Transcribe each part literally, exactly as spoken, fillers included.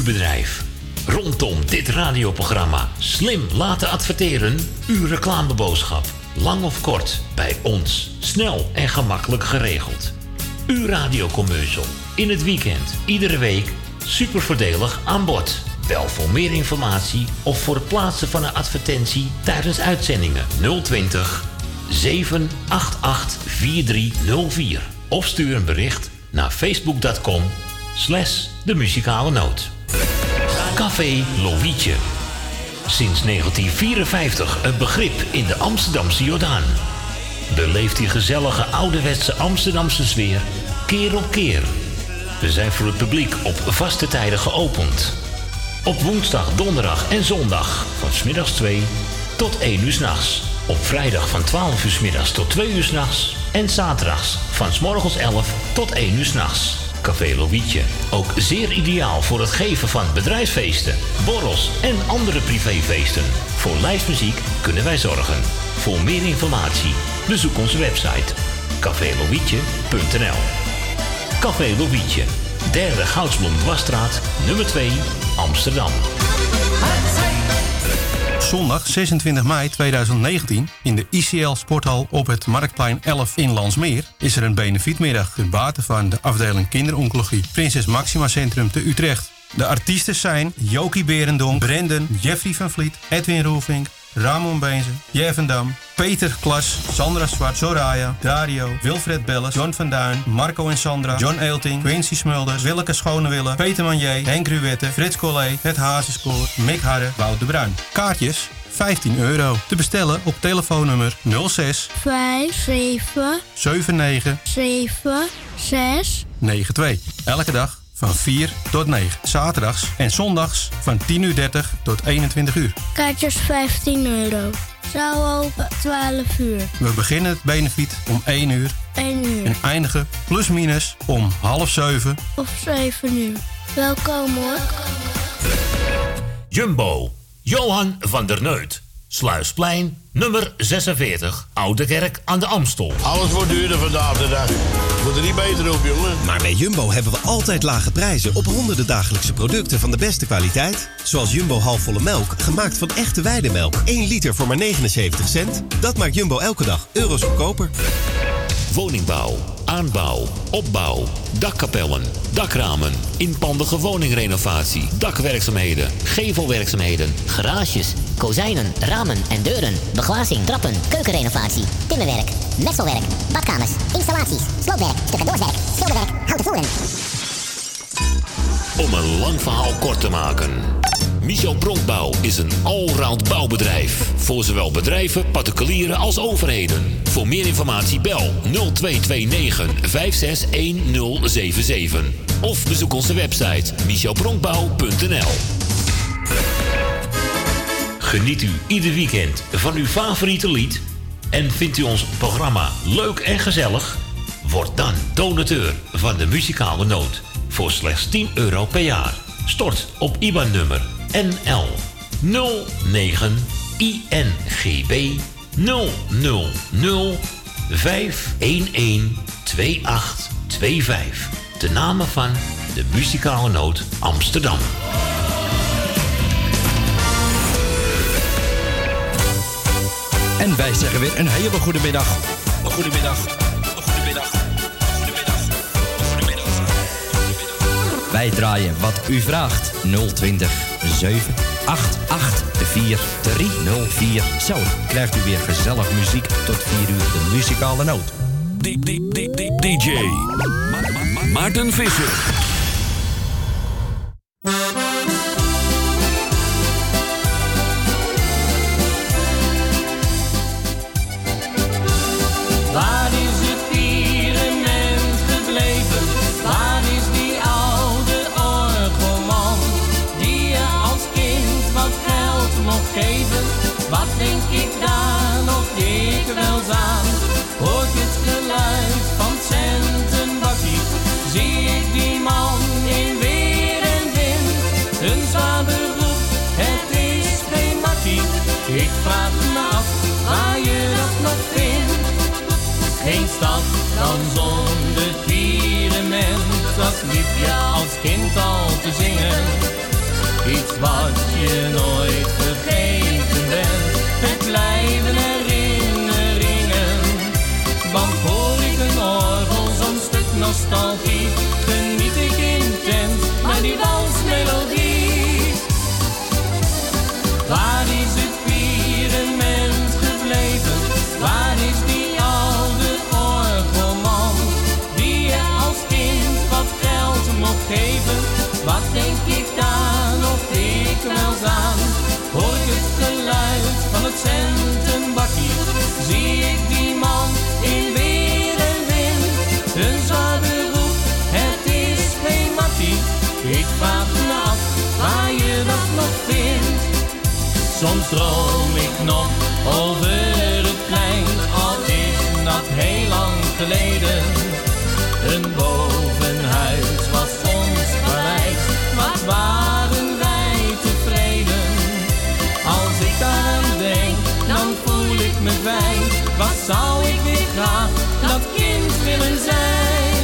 bedrijf. Rondom dit radioprogramma slim laten adverteren, uw reclameboodschap. Lang of kort, bij ons. Snel en gemakkelijk geregeld. Uw radiocommercial. In het weekend, iedere week. Super voordelig aan bod. Bel voor meer informatie of voor het plaatsen van een advertentie tijdens uitzendingen nul twintig, zeven acht acht, vier drie nul vier. Of stuur een bericht naar facebook.com slash de muzikale noot. Café Lovietje. Sinds negentien vierenvijftig een begrip in de Amsterdamse Jordaan. Beleef die gezellige ouderwetse Amsterdamse sfeer keer op keer. We zijn voor het publiek op vaste tijden geopend. Op woensdag, donderdag en zondag van 's middags twee tot één uur 's nachts. Op vrijdag van twaalf uur 's middags tot twee uur 's nachts. En zaterdags van 's morgens elf tot één uur 's nachts. Café Lovietje. Ook zeer ideaal voor het geven van bedrijfsfeesten, borrels en andere privéfeesten. Voor lijstmuziek kunnen wij zorgen. Voor meer informatie bezoek onze website café lovietje punt n l. Café Lovietje, derde Goudsblom-Dwarsstraat, nummer twee, Amsterdam. Zondag zesentwintig mei tweeduizend negentien in de I C L Sporthal op het Marktplein elf in Landsmeer is er een benefietmiddag ten bate van de afdeling kinderoncologie Prinses Maxima Centrum te Utrecht. De artiesten zijn Jokie Berendonk, Brendan, Jeffrey van Vliet, Edwin Roelvink, Ramon Beenzen, Jevendam, Peter Klas, Sandra Zwart, Soraya, Dario, Wilfred Belles, John van Duin, Marco en Sandra, John Eelting, Quincy Smulders, Willeke Schonewille, Peter Manier, Henk Ruwette, Frits Collé, Het Hazenspoor, Mick Harre, Wout de Bruin. Kaartjes vijftien euro. Te bestellen op telefoonnummer nul zes vijf zeven zeven negen zeven zes negen twee. Elke dag van vier tot negen. Zaterdags en zondags van tien uur dertig tot eenentwintig uur. Kaartjes vijftien euro. Zaal open twaalf uur. We beginnen het benefiet om één uur. één uur. En eindigen plus minus om half zeven. Of zeven uur. Welkom hoor. Jumbo. Johan van der Neut. Sluisplein, nummer zesenveertig. Oude Kerk aan de Amstel. Alles wordt duurder vandaag de dag. Moet er niet beter op, jongen. Maar bij Jumbo hebben we altijd lage prijzen op honderden dagelijkse producten van de beste kwaliteit. Zoals Jumbo halfvolle melk, gemaakt van echte weidemelk. één liter voor maar negenenzeventig cent. Dat maakt Jumbo elke dag euro's goedkoper. Woningbouw, aanbouw, opbouw, dakkapellen, dakramen, inpandige woningrenovatie, dakwerkzaamheden, gevelwerkzaamheden, garages, kozijnen, ramen en deuren, beglazing, trappen, keukenrenovatie, timmerwerk, messelwerk, badkamers, installaties, sloopwerk, stucadoorswerk, schilderwerk, houten voeren. Om een lang verhaal kort te maken. Michel Bronkbouw is een allround bouwbedrijf. Voor zowel bedrijven, particulieren als overheden. Voor meer informatie bel nul twee twee negen vijf zes een nul zeven zeven. Of bezoek onze website michel bronkbouw punt n l. Geniet u ieder weekend van uw favoriete lied? En vindt u ons programma leuk en gezellig? Word dan donateur van de muzikale noot. Voor slechts tien euro per jaar. Stort op I B A N-nummer N L nul negen I N G B nul nul nul vijf een een twee acht twee vijf. De namen van de muzikale noot Amsterdam. En wij zeggen weer een hele goede middag. Een goede middag. Een goede middag. Wij draaien wat u vraagt. nul twintig zeven acht acht vier drie nul vier. Zo krijgt u weer gezellig muziek tot vier uur de muzikale noot. D J Maarten Visser. Waar is het firement gebleven? Waar is die oude orgelman? Die je als kind wat geld mocht geven. Wat denk ik daar nog dikwijls aan? Hoor ik het geluid van het centenbakkie? Zie ik die man in weer en wind? Een zwaar beroep, het is geen makkie. Ik vraag me af waar je dat nog vindt. Geen stad dan zonder firement, dat liep je als kind al te zingen. Iets wat je nooit vergeten bent. Het blijven herinneringen. Want hoor ik een orgel, zo'n stuk nostalgie, geniet ik intens naar die walsmelodie. Waar is het pirament gebleven? Waar is die oude orgelman die je als kind wat geld mocht geven? Wat denk ik daar nog dikwijls aan? Hoor ik het geluid van het centenbakkie? Zie ik die man in weer en wind? Een zwaar beroep, het is geen makkie. Ik vraag me af waar je dat nog vindt. Soms droom ik nog over het plein, al is dat heel lang geleden. Een bovenhuis was ons paleis, wat waren wij tevreden. Als ik daaraan denk, dan voel ik me fijn. Wat zou ik weer graag dat kind willen zijn?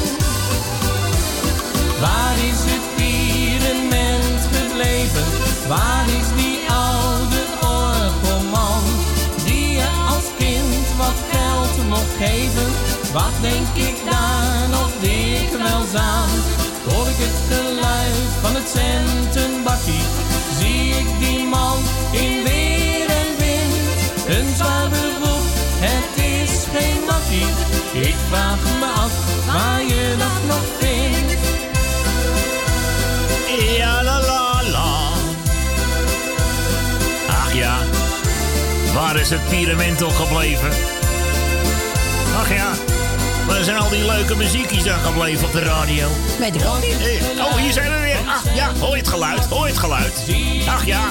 Waar is het pirament gebleven? Waar is die oude orgelman die je als kind wat geld mocht geven? Wat denk ik daar nog dikwijls aan? Hoor ik het geluid van het centenbakkie? Zie ik die man in weer en wind? Een zwaar beroep, het is geen makkie. Ik vraag me af waar je dat nog vindt. Ja, la la la. Ach ja, waar is het pirament toch gebleven? Ach ja, waar zijn al die leuke muziekjes dan gebleven op de radio? Weet ik ook niet. Oh, hier zijn we weer. Ach ja, hoor je het geluid? Hoor je het geluid? Ach ja.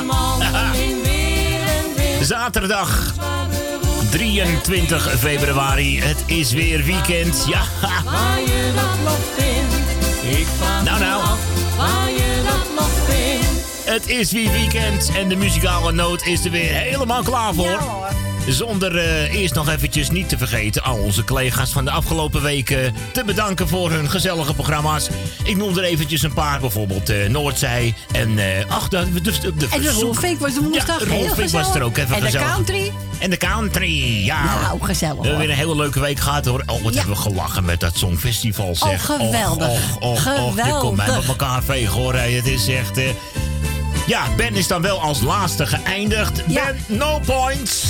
Zaterdag drieëntwintig februari. Het is weer weekend. Ja. Waar je dat nog vindt. Ik vraag nou, nou. me af waar je dat nog vindt. Het is weer weekend en de muzikale noot is er weer helemaal klaar voor. Ja, hoor. Zonder uh, eerst nog eventjes niet te vergeten al onze collega's van de afgelopen weken te bedanken voor hun gezellige programma's. Ik noem er eventjes een paar, bijvoorbeeld uh, Noordzij en uh, ach, de, de, de, de En de Rolfink was de woensdag ja, heel Rolfink was er ook even en gezellig. En de country. En de country, ja. Nou, gezellig hoor. We hebben weer een hele leuke week gehad hoor. Oh, wat ja. hebben we gelachen met dat Songfestival zeg. Oh, geweldig. Och, och, och, geweldig. je komt mij met elkaar vegen hoor. Het is echt... Uh, ja, Ben is dan wel als laatste geëindigd. Ja. Ben, no points.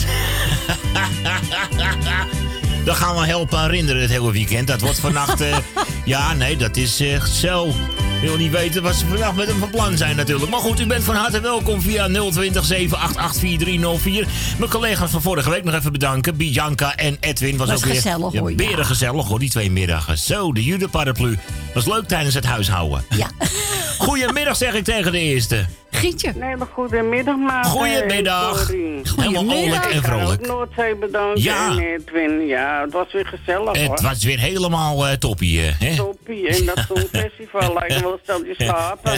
Dat gaan we helpen herinneren het hele weekend. Dat wordt vannacht... Uh, ja, nee, dat is echt zo... Ik wil niet weten wat ze vannacht met hem van plan zijn natuurlijk. Maar goed, u bent van harte welkom via nul twintig, zeven acht acht, vier drie nul vier. Mijn collega's van vorige week nog even bedanken. Bianca en Edwin was, was ook weer... gezellig hoor. Ja, beren gezellig hoor, die twee middagen. Zo, de judeparaplu. Was leuk tijdens het huishouden. Ja. Goedemiddag zeg ik tegen de eerste. Gietje. Nee, maar goedemiddag, maar... Goedemiddag. Helemaal oorlijk en vrolijk. Ik ga ook Noordzee bedanken. Ja. En Edwin, ja, het was weer gezellig hoor. Het was weer helemaal uh, toppie, uh, hè? Toppie, en dat Songfestival lijkt me wel stel je slapen.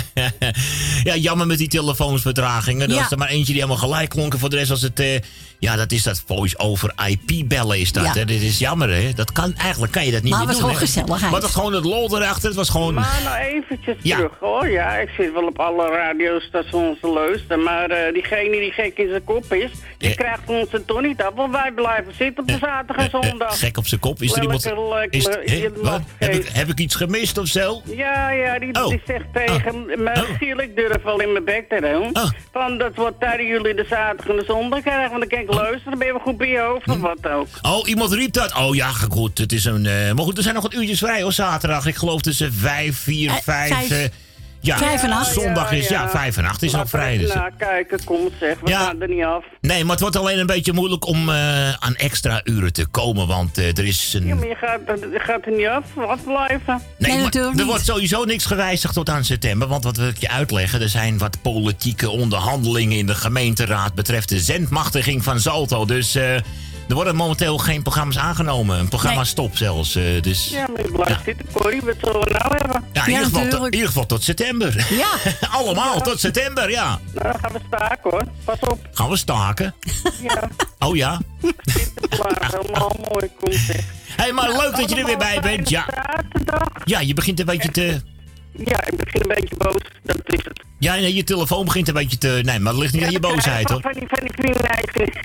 Ja, jammer met die telefoonsvertragingen. Er Ja. was er maar eentje die helemaal gelijk klonk. Voor de rest was het... Uh, ja, dat is dat voice-over I P bellen is dat. Ja. Hè? Dit is jammer, hè? Dat kan, eigenlijk kan je dat niet Maar meer het was doen. gewoon gezelligheid. Maar het was gewoon het lol erachter. Het was gewoon... Maar nou eventjes Ja. terug hoor. Ja, ik zit wel op alle radiostations te luisteren. Maar uh, diegene die gek in zijn kop is, die Eh. krijgt ons er toch niet af. Want wij blijven zitten op de zaterdag en Eh, zondag. gek op zijn kop. Is er iemand... Welke leuk- Is, le- hè? je Wat? Heb, ik, lafgeest. heb ik iets gemist of zo? Ja, ja, die, Oh. die zegt tegen me, Oh. Giel, ik durf wel in mijn bek te doen. Oh. Van, dat wordt tijdens jullie de zaterdag en de zondag krijgen, want dan kan ik luisteren, dan ben je wel goed bij je hoofd of wat ook. Oh, iemand riep dat. Oh ja, goed. Het is een... Uh, maar goed, er zijn nog wat uurtjes vrij hoor, zaterdag. Ik geloof tussen vijf, vier, Eh, vijf... vijf. Uh, ja, Vijf en acht. zondag is... Ja, vijf en acht is nog vrij. Dus. Nou, kijken, kom zeg, we Ja. gaan er niet af. Nee, maar het wordt alleen een beetje moeilijk om uh, aan extra uren te komen. Want uh, er is een... Ja, maar je gaat, je gaat er niet af, afblijven. Nee, maar natuurlijk er niet. wordt sowieso niks gewijzigd tot aan september. Want wat wil ik je uitleggen? Er zijn wat politieke onderhandelingen in de gemeenteraad betreft de zendmachtiging van Zalto. Dus uh, er worden momenteel geen programma's aangenomen. Een programma Nee. stop zelfs. Uh, dus, Ja, maar je blijft Ja. zitten, Corrie, wat zullen we nou hebben? ja, in, Ja, ieder geval, tot, in natuurlijk. ieder geval tot september. Ja. Allemaal tot september, ja. Nou, dan gaan we staken hoor, pas op. Gaan we staken? Ja, Oh ja. zitten blijven, helemaal mooi, kom zeg. Hé, hey, maar leuk dat je er weer bij bent. Ja, Zaterdag. ja je begint een beetje te... Ja, ik begin een beetje boos. Dat is het. Ja, nee, je telefoon begint een beetje te... Nee, maar dat ligt niet Ja, aan je dat boosheid, krijg hoor. ik Van die, van die vrienden.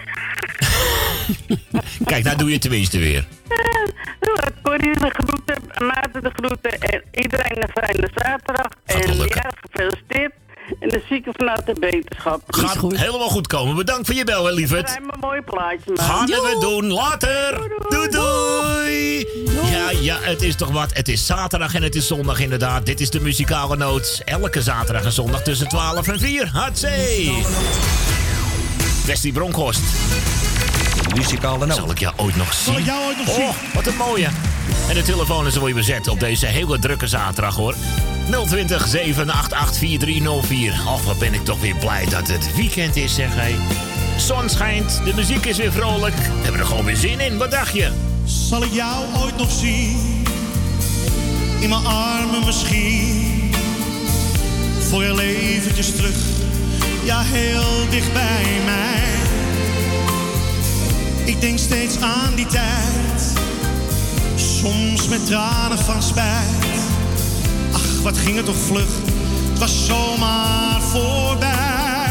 Kijk, nou doe je het tenminste weer. Corrie de groeten, Maarten de groeten en iedereen een fijne zaterdag. En ja, gefeliciteerd. En de zieken vanuit de beterschap. Gaat helemaal goed komen. Bedankt voor je bel, hè, lieverd. Rijm een mooi plaatje, man. Gaan we doen. Later. Doei, doei. Ja, ja, het is toch wat. Het is zaterdag en het is zondag inderdaad. Dit is de muzikale noot. Elke zaterdag en zondag tussen twaalf en vier. Hatzee. Wesley Bronkhorst. De muzikale noot. Zal ik jou ooit nog zien? Zal ik jou ooit nog zien? Oh, wat een mooie. En de telefoon is weer bezet op deze hele drukke zaterdag, hoor. nul twintig, zeven acht acht, vier drie nul vier. Och, wat ben ik toch weer blij dat het weekend is, zeg hé. Zon schijnt, de muziek is weer vrolijk. We hebben er gewoon weer zin in. Wat dacht je? Zal ik jou ooit nog zien? In mijn armen misschien. Voor heel eventjes terug. Ja, heel dicht bij mij. Ik denk steeds aan die tijd. Soms met tranen van spijt. Ach, wat ging het toch vlug. Het was zomaar voorbij.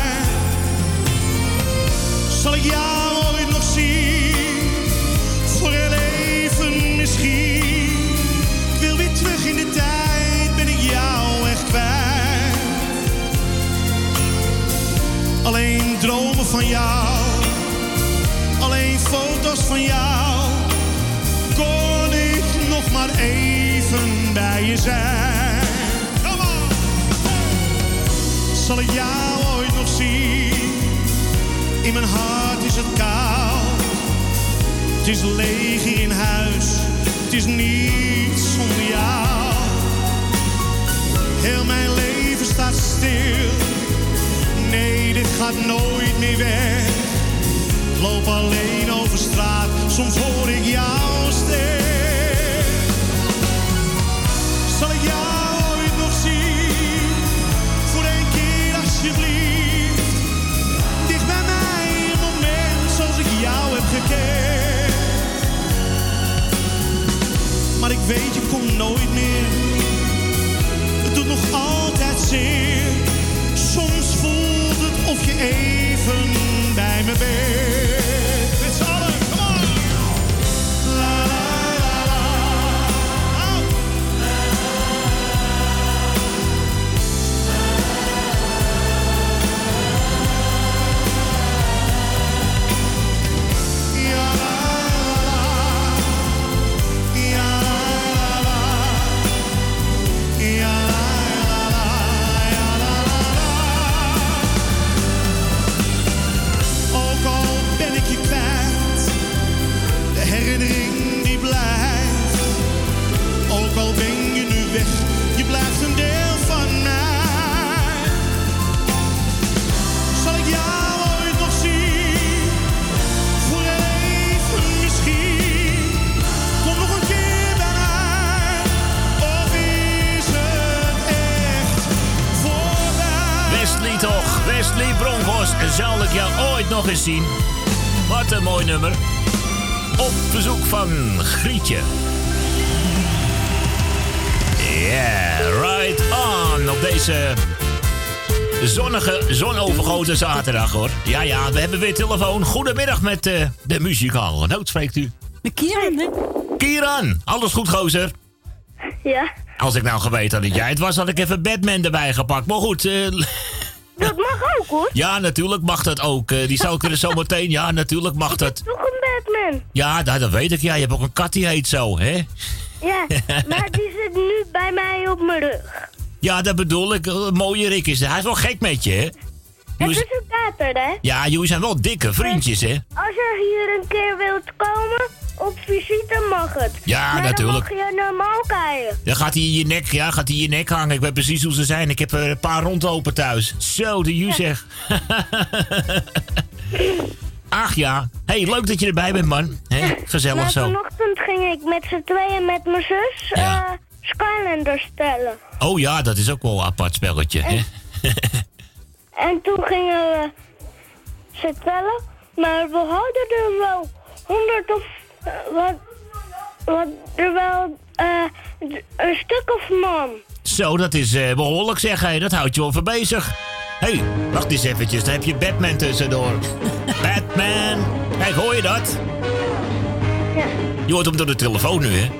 Zal ik jou ooit nog zien? Voor heel even misschien. Ik wil weer terug in de tijd. Ben ik jou echt kwijt. Alleen dromen van jou. Alleen foto's van jou. Kon ik nog maar even bij je zijn. Come on. Zal ik jou ooit nog zien? In mijn hart is het koud. Het is leeg hier in huis. Het is niets zonder jou. Heel mijn leven staat stil. Nee, dit gaat nooit meer weg. Ik loop alleen over straat. Soms hoor ik jouw stem. Zal ik jou ooit nog zien? Voor één keer alsjeblieft. Dicht bij mij een moment zoals ik jou heb gekend. Maar ik weet je komt nooit meer. Het doet nog altijd zeer. Soms voelt het of je even bij me bent. Met z'n allen, come on! La la la la. Oh. Ja la la la. Ja la la la. Ja la la la. Ja la la la. Ook al ben ik je kwijt, de herinnering die blijft. Ook al ben je nu weg, je blijft een deel van mij. Zal ik jou ooit nog zien? Voor even misschien. Kom nog een keer bij mij. Of is het echt voorbij? Wesley toch, Wesley Bronkhorst. Zal ik jou ooit nog eens zien? Wat een mooi nummer. Op verzoek van Grietje. Yeah, right on. Op deze zonnige, zonovergoten zaterdag, hoor. Ja, ja, we hebben weer telefoon. Goedemiddag met uh, de muzikale noot, spreekt u. De Kieran, hè? Kieran, alles goed, gozer? Ja. Als ik nou geweten had dat jij het was, had ik even Batman erbij gepakt. Maar goed, uh, Dat mag ook, hoor. ja, natuurlijk mag dat ook. Uh, die zou ik er zo meteen... Ja, natuurlijk mag dat. Toch een Batman. Ja, dat, dat weet ik. Ja, je hebt ook een kat die heet zo, hè? Ja, maar die zit nu bij mij op mijn rug. Ja, dat bedoel ik. Een mooie Rick is. Hij is wel gek met je, hè? Het Jullie- is een kater, hè? Ja, jullie zijn wel dikke vriendjes, hè? Als je hier een keer wilt komen, op visite mag het. Ja, maar natuurlijk. dan mag je normaal kijken. Dan gaat hij in je nek, ja, gaat hij in je nek hangen. Ik weet precies hoe ze zijn. Ik heb er een paar rondlopen thuis. Zo, de ju zeg. Ach ja. Hey, leuk dat je erbij bent, man. Hè? Gezellig Maar zo. vanochtend ging ik met z'n tweeën met mijn zus Ja. eh, Skylanders stellen. Oh ja, dat is ook wel een apart spelletje, hè? En toen gingen we ze tellen, maar we hadden er wel honderd of eh, wat, wat er wel eh, d- een stuk of man. Zo, dat is uh, behoorlijk zeg. Hey, dat houdt je wel voor bezig. Hé, hey, wacht eens eventjes. Daar heb je Batman tussendoor. Batman. Kijk, hoor je dat? Ja. Je hoort hem door de telefoon nu, hè?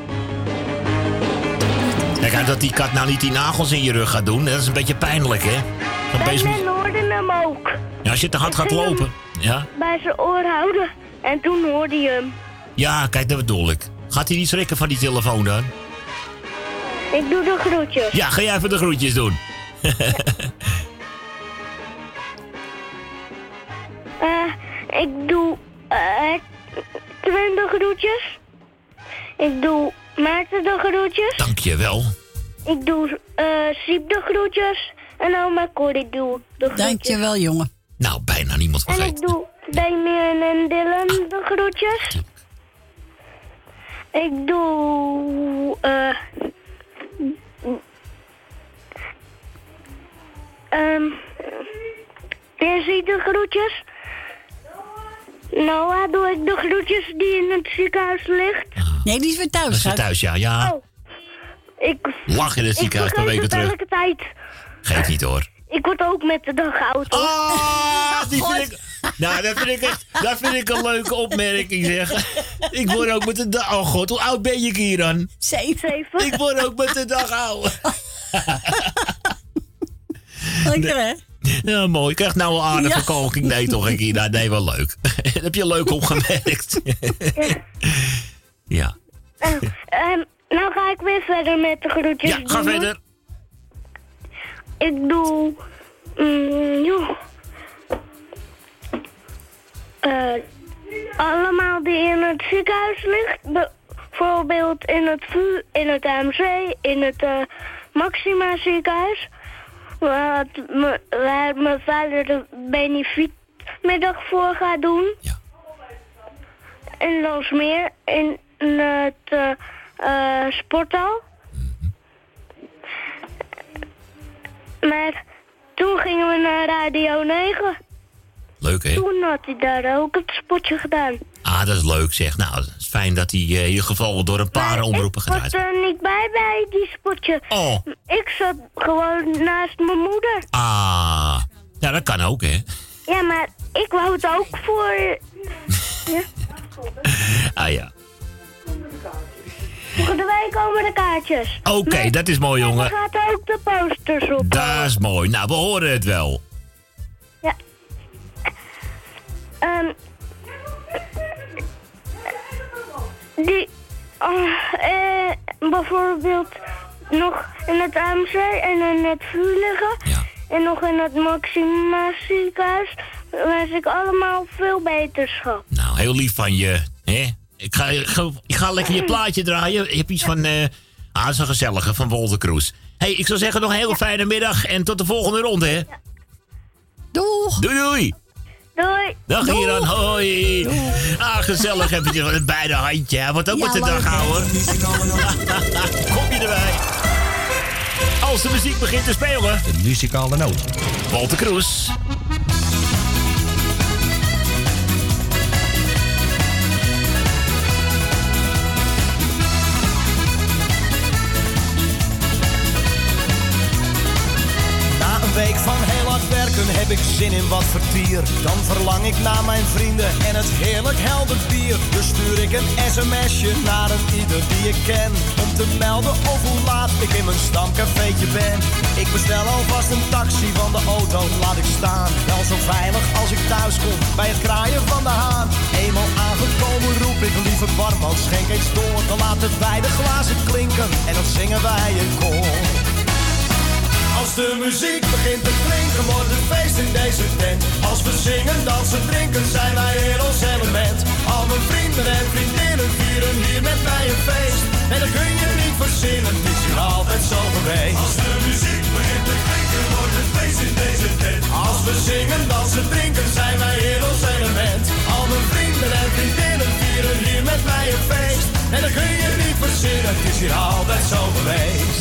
Kijk uit dat die kat nou niet die nagels in je rug gaat doen. Dat is een beetje pijnlijk, hè? Batman hoorde hem ook. Ja, als je te hard gaat lopen. Ja? Bij zijn oor houden. En toen hoorde je hem. Ja, kijk, dat bedoel ik. Gaat hij niet schrikken van die telefoon dan? Ik doe de groetjes. Ja, ga jij even de groetjes doen. uh, ik doe uh, Twin de groetjes. Ik doe Maarten de groetjes. Dankjewel. Ik doe uh, Siep de groetjes. En oma Corrie doe de groetjes. Dankjewel, jongen. Nou, bijna niemand vergeet. En ik doe Damien en Dylan de groetjes. Ik doe... Uh, um, Izzy de groetjes. Noah doe ik de groetjes die in het ziekenhuis ligt. Nee, die is weer thuis. Dat is weer thuis, ja. ja. Oh. Ik, Lag in het ziekenhuis een paar weken terug. elke tijd. Geef niet hoor. Ik word ook met de dag oud. Hoor. Oh, die vind ik... Nou, dat vind ik echt... Dat vind ik een leuke opmerking, zeg. Ik word ook met de dag... Oh god, hoe oud ben je, Kieran? Zeven. Ik word ook met de dag oud. Lekker, hè? Ja, mooi. Ik krijg nou een aardige Ja. kolking. Nee, toch, Kieran? Nee, wel leuk. Dat heb je leuk opgemerkt. Ja. Uh, um, nou ga ik weer verder met de groetjes. Ja, ga doen. verder. Ik doe... Mm, joh. Uh, allemaal die in het ziekenhuis ligt. Bijvoorbeeld in het V U, in het A M C, in het uh, Maxima ziekenhuis. Waar, het me, waar mijn vader de benefietmiddag voor gaat doen. Ja. In Landsmeer, in het uh, uh, sporthal. Mm-hmm. Maar toen gingen we naar Radio negen. Leuk, hè? Toen had hij daar ook het spotje gedaan. Ah, dat is leuk, zeg. Nou, het is fijn dat hij uh, in ieder geval door een paar Maar omroepen ik was gedraaid wordt. er niet bij bij die spotje. Oh. Ik zat gewoon naast mijn moeder. Ah, ja, dat kan ook, hè? Ja, maar ik wou het ook voor... ja. Ah, ja. Volgende week komen de kaartjes. Oké, okay, dat is mooi, jongen. Er gaat ook de posters op. Dat is mooi. Nou, we horen het wel. Ja. Um, die... Uh, eh, bijvoorbeeld nog in het A M C en in het V U liggen. Ja. En nog in het Maxima ziekenhuis. Wens ik allemaal veel beterschap. Nou, heel lief van je, hè? Ik ga, ik ga, ik ga lekker je plaatje draaien. Je hebt iets van... Uh, ah, dat is een gezellige van Wolter Kroes. Hé, hey, ik zou zeggen nog een hele fijne middag en tot de volgende ronde, hè? Ja. Doeg! Doei, doei! Doei! Dag Doeg. Hieran, hoi! Doeg. Ah, gezellig eventjes met een beide handje. Hij wordt ook Ja, met de dag leuk, hè? ouder. Kom je erbij? Als de muziek begint te spelen. De muzikale noot. Wolter Kroes. Na een week van heel hard werken heb ik zin in wat vertier. Dan verlang ik naar mijn vrienden en het heerlijk helder bier. Dus stuur ik een sms'je naar een ieder die ik ken. Om te melden of hoe laat ik in mijn stamcafeetje ben. Ik bestel alvast een taxi, van de auto laat ik staan. Wel zo veilig als ik thuis kom bij het kraaien van de haan. Eenmaal aangekomen roep ik lieve barman, schenk eens door. Dan laten wij de glazen klinken en dan zingen wij een koor. Als de muziek begint te klinken, wordt het feest in deze tent. Als we zingen, dansen, drinken, zijn wij in ons element. Al mijn vrienden en vriendinnen vieren hier met mij een feest. En dat kun je niet verzinnen, het is hier altijd zo geweest. Als de muziek begint te klinken, wordt het feest in deze tent. Als we zingen, dansen, drinken, zijn wij in ons element. Al mijn vrienden en vriendinnen vieren hier met mij een feest. En dat kun je niet verzinnen, het is hier altijd zo geweest.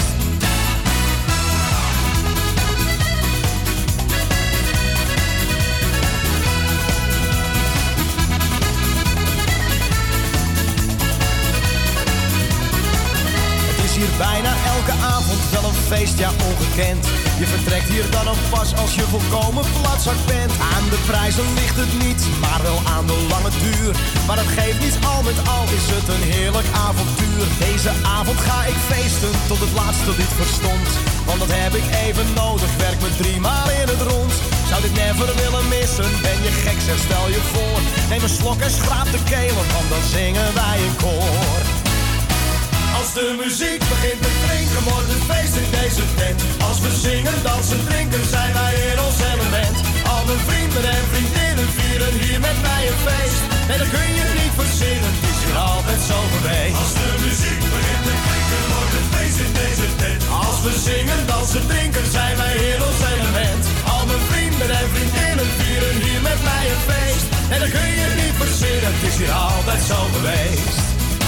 Hier bijna elke avond wel een feest, ja ongekend. Je vertrekt hier dan ook pas als je volkomen platzak bent. Aan de prijzen ligt het niet, maar wel aan de lange duur. Maar het geeft niets, al met al is het een heerlijk avontuur. Deze avond ga ik feesten tot het laatste lied verstond. Want dat heb ik even nodig, werk me drie maal in het rond. Zou dit never willen missen, ben je gek, zeg stel je voor. Neem een slok en schraap de kelen, want dan zingen wij een koor. Als de muziek begint te klinken, wordt het feest in deze tent. Als we zingen, dansen, drinken, zijn wij in ons element. Al mijn vrienden en vriendinnen vieren hier met mij een feest. Nee, dat kun je niet verzinnen, het is hier altijd zo geweest. Als de muziek begint te klinken, wordt het feest in deze tent. Als we zingen, dansen, drinken, zijn wij in ons element. Al mijn vrienden en vriendinnen vieren hier met mij een feest. Nee, dat kun je niet verzinnen, het is hier altijd zo geweest.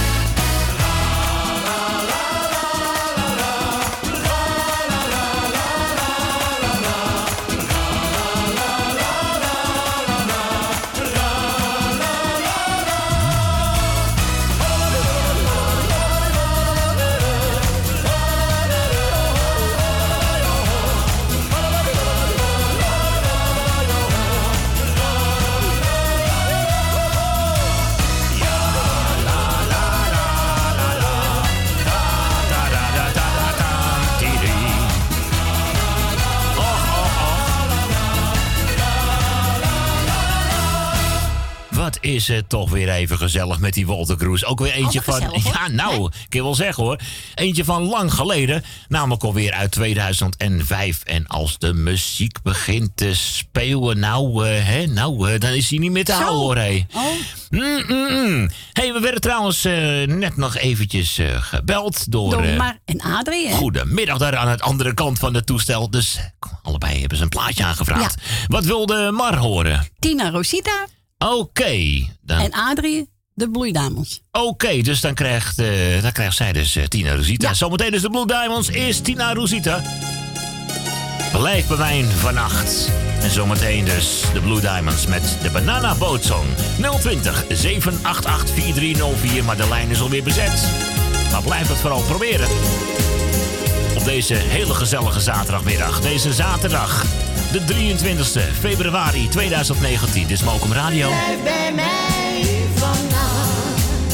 Wat is het toch weer even gezellig met die Walter Cruz. Ook weer eentje van... Gezellig, ja, nou, ik kan wel zeggen hoor. Eentje van lang geleden. Namelijk alweer uit tweeduizend vijf. En als de muziek begint te spelen... Nou, uh, hè, nou uh, dan is hij niet meer te Zo. houden hoor. Hé, Oh. mm, mm, mm. Hey, we werden trouwens uh, net nog eventjes uh, gebeld door... Door uh, Mar en Adrie, hè? Goedemiddag daar aan de andere kant van het toestel. Dus allebei hebben ze een plaatje aangevraagd. Ja. Wat wilde Mar horen? Tina Rosita Oké. Okay, dan... en Adrie, de Blue Diamonds. Oké, okay, dus dan krijgt, uh, dan krijgt zij dus uh, Tina Rosita. Ja. Zometeen dus de Blue Diamonds is Tina Rosita. Blijf bij mij vannacht. En zometeen dus de Blue Diamonds met de Banana Boat Song. nul twintig, zeven acht acht, vier drie nul vier, maar de lijn is alweer bezet. Maar blijf het vooral proberen. Op deze hele gezellige zaterdagmiddag. Deze zaterdag, de drieëntwintigste februari tweeduizend negentien. Dit is Mokum Radio. Blijf bij mij vannacht.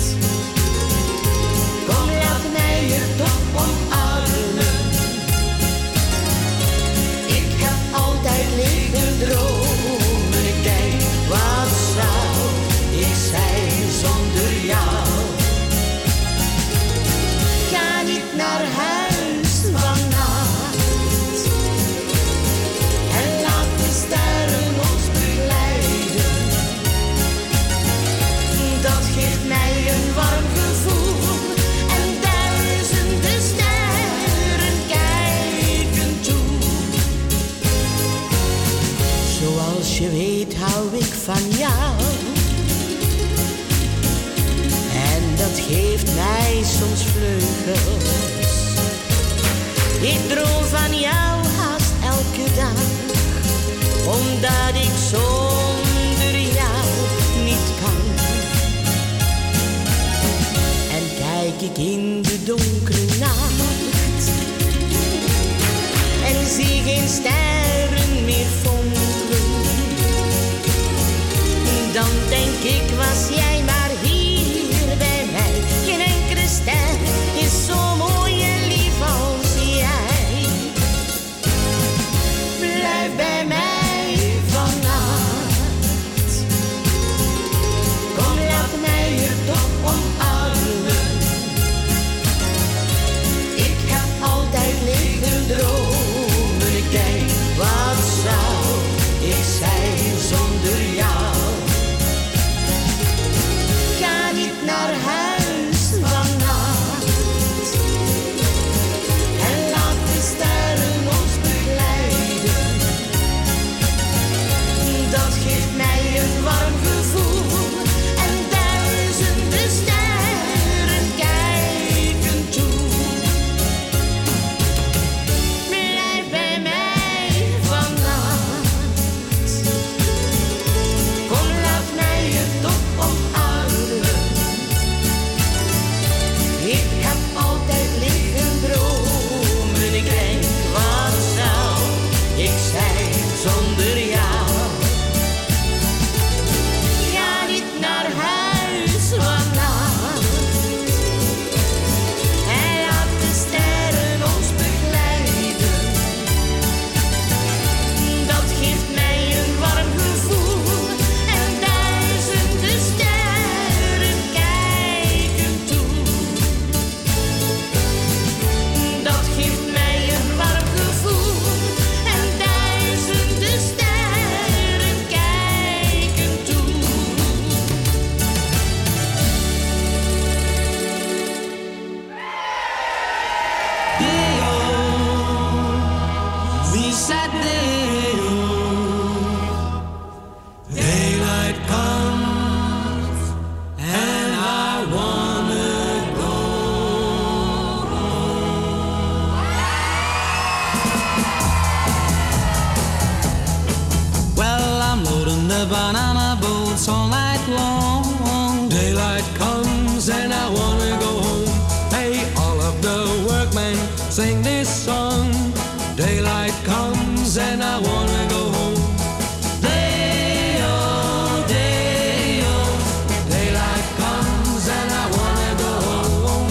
Kom, laat mij je toch omarmen. Ik heb altijd liggen dromen. Ik denk, wat zou ik zijn zonder jou? Ga niet naar huis vannacht. En laat de sterren ons begeleiden. Dat geeft mij een warm gevoel. En duizenden sterren kijken toe. Zoals je weet hou ik van jou. En dat geeft mij soms vleugels. Ik droom van jou haast elke dag. Omdat ik zonder jou niet kan. En kijk ik in de donkere nacht. En zie geen sterren meer fonkelen. Dan denk ik, was jij maar hier bij mij. Geen enkele ster is zo mooi en lief als jij. Blijf bij mij vannacht. Kom, laat mij je toch omarmen. Ik heb altijd liggen dromen. Ik denk, the banana boats all night long. Daylight comes and I wanna go home. Hey, all of the workmen sing this song. Daylight comes and I wanna go home. Day-o, day-o, daylight comes and I wanna go home.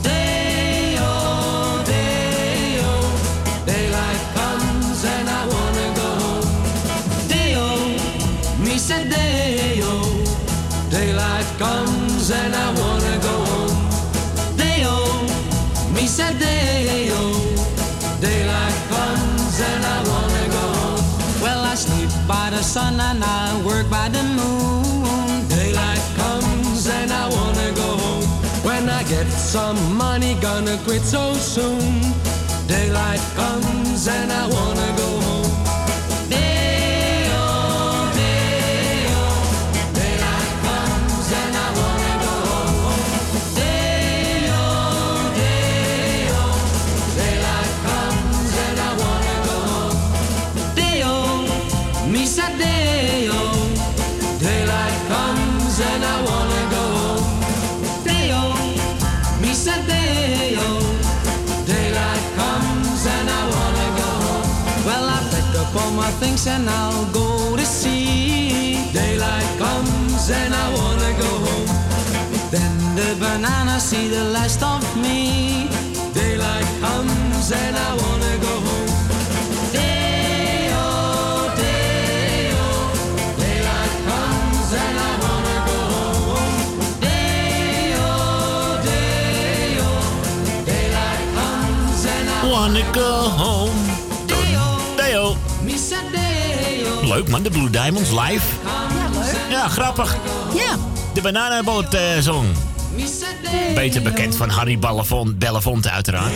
Day-o, day-o, daylight comes and I wanna go home. Day-o, me said day-o, daylight comes and I wanna go home. Day-o, me said day-o, daylight comes and I wanna go home. Well, I sleep by the sun and I work by the moon. Daylight comes and I wanna go home. When I get some money, gonna quit so soon. Daylight comes and I wanna go home. Day-o, day-o, daylight comes and I wanna go home. Day-o, day-o, daylight comes and I wanna go home. Day-o, me said day-o, daylight comes and I wanna go home. Day-o, me said day-o, daylight comes and I wanna go home. Well, I pick up all my things and I'll go to sea. Daylight comes and I wanna go home. Then the bananas see the last of me. Daylight comes and I wanna go home. Day-o, day-o, daylight comes and I wanna go home. Day-o, day-o, daylight comes and I Wanna go home. Deo. me said day-o. Leuk man, de Blue Diamonds live. Ja, leuk. Ja, grappig. Ja. De Bananenboot eh, song. Beter bekend van Harry Bellefont, Belafonte uiteraard.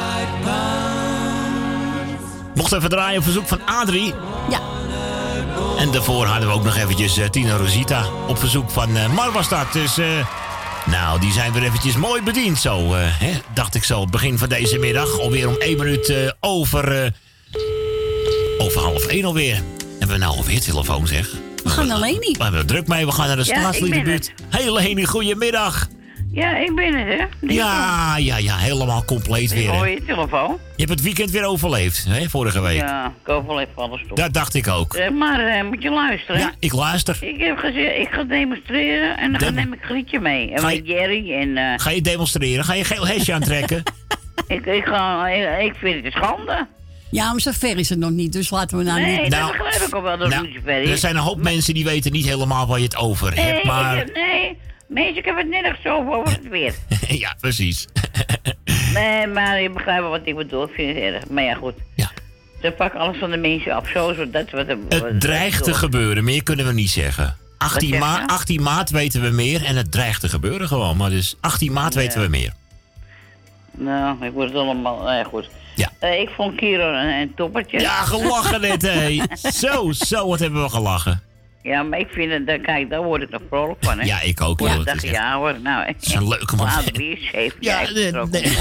Mocht even draaien op verzoek van Adrie. Ja. En daarvoor hadden we ook nog eventjes uh, Tina Rosita op verzoek van uh, Mar was dat. Dus uh, nou, die zijn weer eventjes mooi bediend zo. Uh, hè, dacht ik zo, begin van deze middag. Alweer om één minuut uh, over, uh, over half één alweer. Hebben we nou alweer telefoon zeg? We gaan naar Leni. We hebben er druk mee, we gaan naar de Ja, staatsliedenbuurt. Hey Leni, goedemiddag. Ja, ik ben het, hè? Die Ja, ja, ja, helemaal compleet weer. Ik hè. hoor je telefoon. Je hebt het weekend weer overleefd, hè, vorige week. Ja, ik overleef alles toch. Dat dacht ik ook. Eh, maar eh, moet je luisteren. Ja, ik luister. Ik heb gezegd, ik ga demonstreren en dan Dem- neem ik Grietje mee. En Ga je- met Jerry en... eh, Ga je demonstreren? Ga je geel hesje aantrekken? ik, ik, ga, ik, ik vind het een schande. Ja, maar zo ver is het nog niet, dus laten we nou Nee, niet... dat Nou, begrijp ik al wel dat het Nou, niet zo ver is. er zijn een hoop mensen die weten niet helemaal waar je het over Nee, hebt, maar... ik heb- nee, mensen, ik heb het nergens over over het weer. ja, precies. Nee, maar je begrijpt wel wat ik bedoel. Ik vind het erg. Maar ja, goed. Ja. Ze pakken alles van de mensen af, zo, zo dat wat... wat- Het dreigt te wat- gebeuren, meer kunnen we niet zeggen. achttien, zeg ma- je? achttien maart weten we meer en het dreigt te gebeuren gewoon. Maar dus achttien maart weten Ja. we meer. Nou, ik word het allemaal... Nou ja, goed. Ja. Eh, ik vond Kiro een, een toppertje. Ja, gelachen net, hé. Zo, zo, wat hebben we gelachen. Ja, maar ik vind het... daar- Kijk, daar word ik nog vrolijk van, hè. Ja, ik ook. Ja, joh. dat Het is dacht echt- ja hoor, nou... Het is een leuke man. Laat weer scheef. Ja, Ja, nee, nee.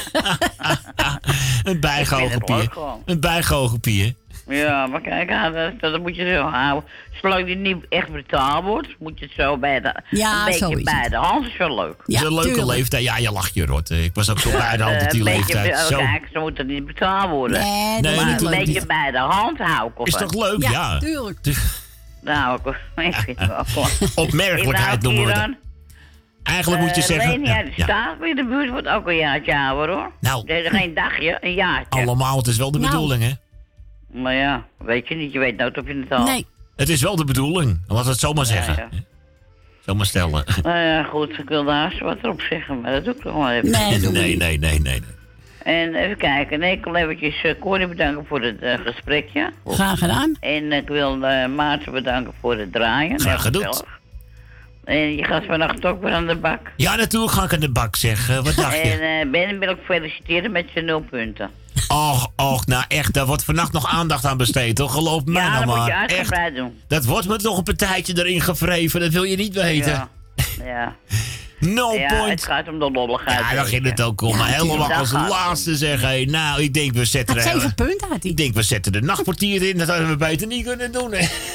Een bijgoochelpie. gewoon. Een bijgoochelpie. Ja, maar kijk, ja, dat, dat moet je zo houden. Zolang die niet echt betaald wordt, moet je het zo bij de... Ja, een beetje zo is bij het. de hand, is wel leuk. Het is een leuke leeftijd. Ja, je lacht je rot. Ik was ook zo bij de hand op die een beetje leeftijd. bij- Zo. Kijk, ze moeten niet betaald worden. Nee, Nee, dat maar is een leuk. beetje bij de hand houden. Of Is wat? toch leuk? Ja. Ja, tuurlijk. Nou, ik, ik vind het wel gewoon. Opmerkelijkheid noemen we dat. Eigenlijk moet je zeggen... Leni uit de ja, staat weer de buurt wordt ook een jaartje ouder hoor. Nou. Nee, geen dagje, een jaartje. allemaal, het is wel de Nou. bedoeling, hè? Maar ja, weet je niet, je weet nooit of je het al. Nee. Het is wel de bedoeling. Laten we het zomaar zeggen. ja. Zomaar stellen. Nou ja, goed, ik wilde haast wat erop zeggen, maar dat doe ik toch wel even. Nee, doe nee, niet. nee, nee, nee. En even kijken, nee, ik wil eventjes uh, Corrie bedanken voor het uh, gesprekje. Graag gedaan. En ik wil uh, Maarten bedanken voor het draaien. Graag Heel gedaan. gezellig. En je gaat vannacht ook weer aan de bak. Ja, natuurlijk ga ik aan de bak zeggen. Wat dacht je? En uh, Ben wil ik feliciteren met zijn nul punten. Och, och, nou echt, daar wordt vannacht nog aandacht aan besteed, toch? Geloof mij Ja, nou dat moet je maar. Echt, uitgebreid doen. dat wordt me toch een partijtje erin gevreven, dat wil je niet weten. Ja, ja. No ja, point. het gaat om de lolligheid. Ja, daar ging het ook om. Ja, maar helemaal tuurlijk. als Daar gaat het laatste zeggen. Hey, nou, ik denk we zetten Had er... zeven punten had hij. Ik denk we zetten de nachtportier in. Dat hadden we beter niet kunnen doen. Hè.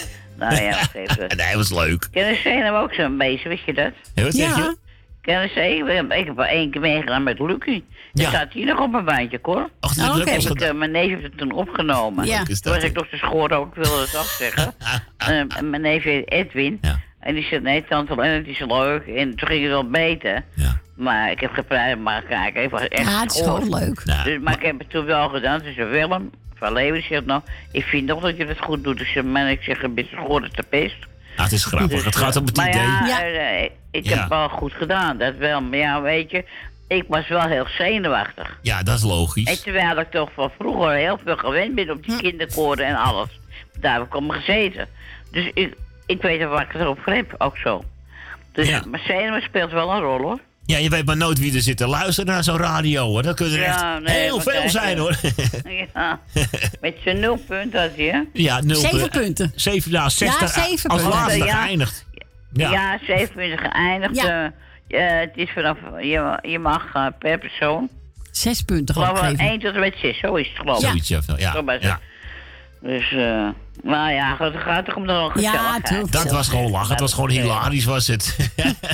Nou ja, geef het. Nee, was leuk. K N C hebben we ook zo'n bezig, wist je dat? Ja, wat zeg Ja. je? K N C, we hebben- ik heb wel één keer meegedaan met Lucky. Die Ja. staat hier nog op mijn bandje, hoor. Ach, dat Oh, lukt oké. ons Ik, gedaan. eh, mijn neef heeft het toen opgenomen. Ja. Leuk is Toen dat, was ik hè? nog te schoren ook, ik wilde het afzeggen. Eh, en mijn neef heet Edwin. Ja. En die zei, nee, tante Len, het is leuk. En toen ging het wel beter. Ja. Maar ik heb gevraagd, maar kijk, ik was echt Ja, het is schoor. gewoon leuk. Nou, Dus, maar ik heb het toen wel gedaan. Dus Willem van Leeuwen die zegt, nou, ik vind nog dat je het goed doet. Dus man, ik zeg, een beetje schoor het te pest. nou, het is grappig. Dus, Het gaat om het maar idee. ja, Ja. eh, ik Ja. heb het wel goed gedaan, dat wel. Maar ja, weet je, ik was wel heel zenuwachtig. Ja, dat is En logisch. terwijl ik toch van vroeger heel veel gewend ben op die kinderkoren en alles. Daar heb ik om gezeten. Dus ik, ik weet wel waar ik erop heb, ook zo. Dus Ja. mijn zenuwen speelt wel een rol, hoor. Ja, je weet maar nooit wie er zit te luisteren naar zo'n radio, hoor. Dat kunnen er Ja, echt nee, heel maar veel kijk, zijn, hoor. Ja, met z'n nul punt had je, hè? Ja, nul Zeven punt- punten. Zeven, ja, zestig. Ja, zeven als punten. laatste Ja. geëindigd. Ja, Ja. zeven punten geëindigd. Ja. eh, eh, het is vanaf, je, je mag eh, per persoon, Zes punten geloof gewoon ik, geven. één tot en met zes, zo is het geloof ik. Zoiets, ja. Ja. Zo maar zo. ja. Dus, eh, nou ja, het gaat toch om de Ja, gezelligheid. tuurlijk. Dat was gewoon lachen. Het was gewoon hilarisch, was het.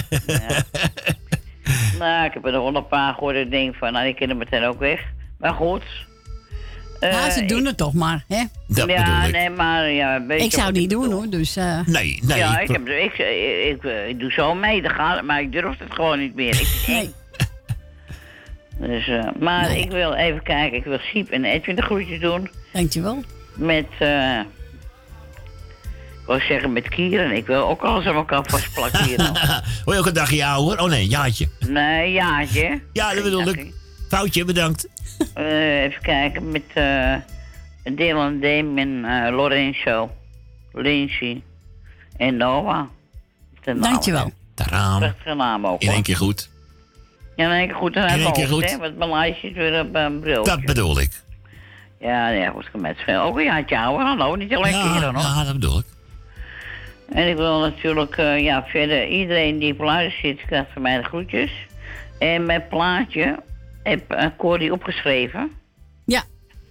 Nou, ik heb er nog een paar gehoord en ik denk van, nou, die kunnen meteen ook weg. Maar goed. Ja, Eh, ze doen het toch maar, hè? Dat ja, bedoel ik. nee, maar ja, weet Ik je zou wat het niet ik doen, bedoel? hoor. Dus, eh, Nee, nee. Ja, ik- ik, heb, ik, ik, ik, ik doe zo mee, dat gaat, maar ik durf het gewoon niet meer. Ik vind het eng. Dus, eh, maar Nee. ik wil even kijken, ik wil Siep en Edwin de groetjes doen. dankjewel. Met, eh ik wil zeggen met Kieren. Ik wil ook alles aan elkaar vastplakken hier nog. Wil je ook een dagje ouder? Oh nee, jaartje. Nee, jaartje. Ja, dat bedoel ik. Foutje, bedankt. Eh, even kijken, met eh Dylan, Damon, eh Lorenzo, Lindsay en Noah. De naam. Dankjewel. Taraam. Prachtige naam ook, In hoor. één keer goed. Ja, in één keer goed. En In één keer goed. Hè, want mijn lijstje is weer op een bril. Dat bedoel ik. Ja, ja, goed, met veel. Ook een jaartje ouder, hallo, niet alleen Ja, keren, hoor. ja, dat bedoel ik. En ik wil natuurlijk, eh, ja, verder iedereen die op luister zit, krijgt van mij de groetjes. En mijn plaatje heb uh, Corrie opgeschreven. Ja.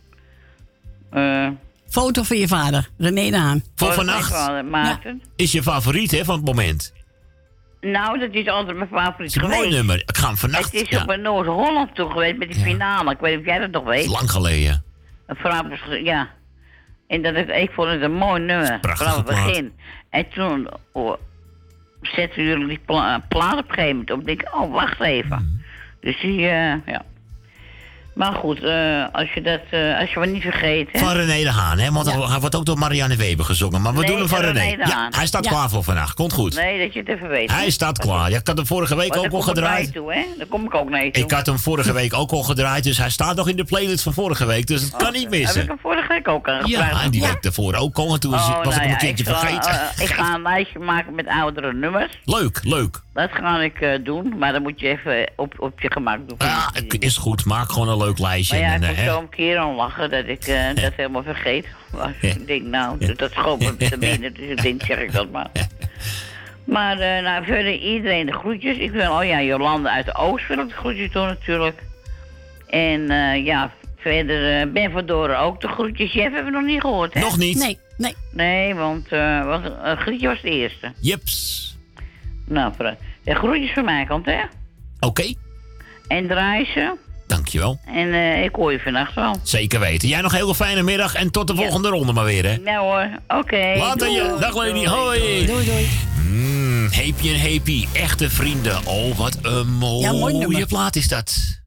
Eh Foto van je vader, René de Haan. Voor oh, vannacht van, uh, Maarten. is je favoriet, hè, van het moment. Nou, dat is altijd mijn favoriet Het is een mooi geweest. nummer. Ik ga hem vannacht... Het is ja, op een Noord-Holland toe geweest met die finale. Ik weet niet of jij dat nog dat is weet. lang geleden. Een vrouw was ge- ja. En dat ik, ik vond het een mooi nummer. Prachtige Vanaf het plaat. begin. En toen oh, zetten jullie die pla plaat op een gegeven moment op. Ik denk, oh, wacht even. Mhm. Dus die, eh, ja. Maar goed, eh, als je dat, eh, als je maar niet vergeet, hè. Van René de Haan, hè? Want hij wordt ook door Marianne Weber gezongen. Maar we Nee, doen hem van René René. de Ja, Haan. hij staat Ja. klaar voor vandaag. Komt goed. Nee, dat je het even weet. Hij staat klaar. Ja, ik had hem vorige week Want ook daar al kom ik gedraaid. naar je toe, hè. Daar kom ik ook naar je toe. Ik had hem vorige week ook al gedraaid, dus hij staat nog in de playlist van vorige week. Dus het kan niet Heb ik missen. hem vorige week ook aangevraagd? Ja, en die week daarvoor ook al. En toen was, Oh, was nou ik hem ja, een keertje ik zal, vergeten. eh, ik ga een lijstje maken met oudere nummers. Leuk, leuk. Dat ga ik eh, doen, maar dan moet je even op, op je gemak doen. Ja, ik- is goed. Maak gewoon een leuk lijstje. Maar ja, en, ik eh, moet hè. zo een keer aan lachen dat ik eh, dat helemaal vergeet. Als Ja. Ik denk, nou, dat schoot me te binnen, dus ik denk, zeg ik dat maar. Maar eh, nou, verder iedereen de groetjes. Ik wil, oh ja, Jolande uit de Oost wil ik de groetjes doen natuurlijk. En eh, ja, verder eh, Ben van Doren ook de groetjes. Jeff hebben we nog niet gehoord, hè? Nog niet? Nee, nee. Nee, want, eh want uh, Grietje was de eerste. Jeps. Nou, voor, de groetjes van mijn kant, hè? Oké, En draai ze. dankjewel. En eh, ik hoor je vannacht wel. Zeker weten. Jij nog een hele fijne middag en tot de volgende ronde maar weer, hè? Nou hoor, oké. Later je. Dag lady, hoi. Doei, doei. Mm, Heepie en Heepie, echte vrienden. Oh, wat een mooie, Ja, mooi nummer. plaat is dat.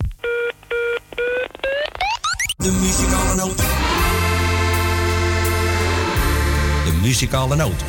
De muzikale noot. De muzikale noot.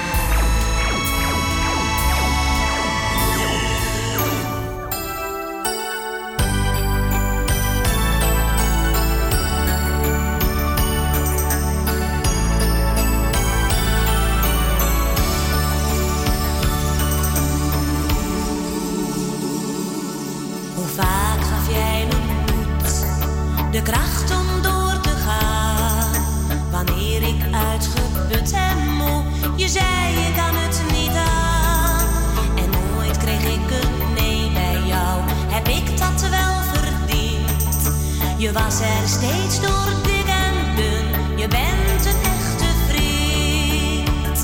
Hoe vaak gaf jij me moed, de kracht om door te gaan? Wanneer ik uitgeput en moe, je zei je kan het niet aan. En nooit kreeg ik een nee bij jou, heb ik dat wel verdiend? Je was er steeds door dik en dun, je bent een echte vriend.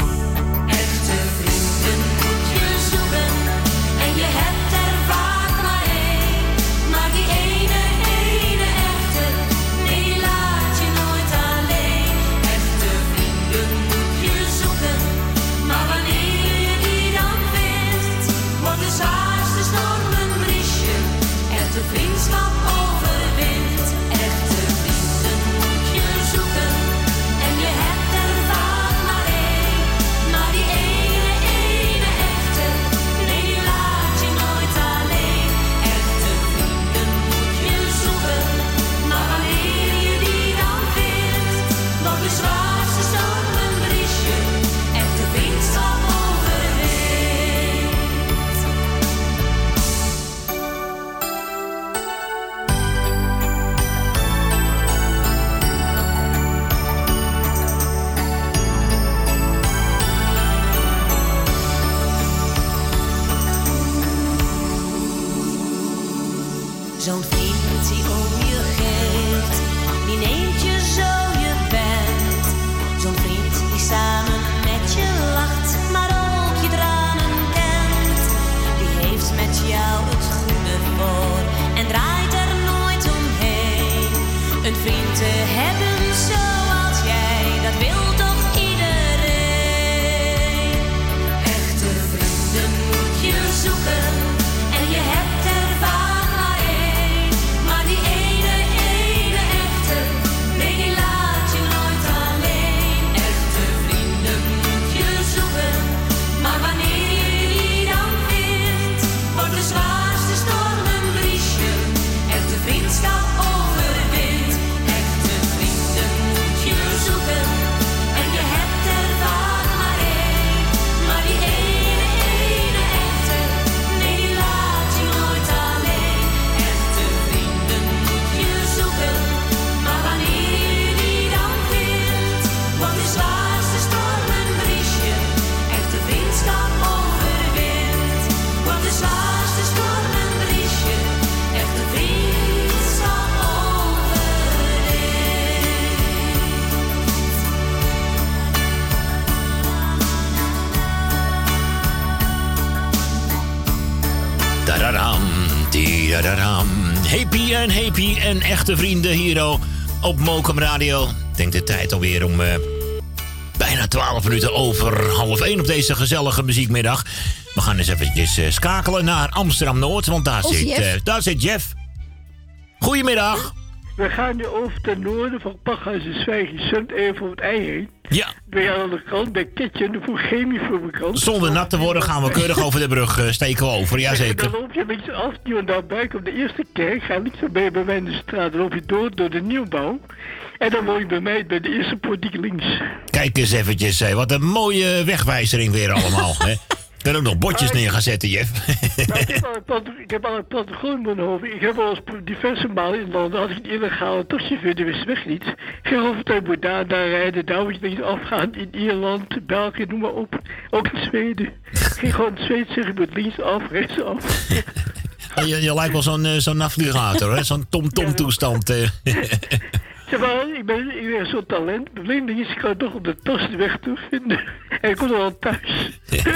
ja, daaraan. Happy en happy en echte vrienden hier op Mokum Radio. Ik denk de tijd alweer om uh, bijna twaalf minuten over half één op deze gezellige muziekmiddag. We gaan eens eventjes uh, schakelen naar Amsterdam-Noord, want daar, Oh, zit, Jeff. uh, daar zit Jeff. Goedemiddag. We gaan nu over ten noorden van Pakhuis en Zwijgen, even over het ei heen. Ja. Ben je aan de kant, bij Kitchen, voor chemie voor mijn kant. Zonder nat te worden gaan we keurig over de brug uh, steken we over, En jazeker. dan loop je een beetje af, die en daarbij komt de eerste kerk, ga niet zo bij, bij mij in de straat, dan loop je door, door de nieuwbouw. En dan woon je bij mij bij de eerste portiek links. Kijk eens eventjes, uh, wat een mooie wegwijzering weer allemaal. Hè. Ik kan ook nog bordjes neer gaan zetten, Jeff. Nou, ik, heb al een plat- ik heb al een plattegrond in mijn hoofd. Ik heb al eens diverse malen in landen had ik een illegale taxichauffeur, die wist weg niet. Geen hoofdtijd moet daar, daar rijden, daar moet je niet afgaan. In Ierland, België, noem maar op. Ook in Zweden. Ging gewoon in Zweden zeggen, je moet links af, rechts af. je, je lijkt wel zo'n uh, zo'n navigator, hè? Zo'n tom-tom toestand. Uh. Zeg maar, ik ben, ik ben zo'n talent. Het probleem is, ik kan toch op de tas de weg terugvinden. En ik kom er al thuis.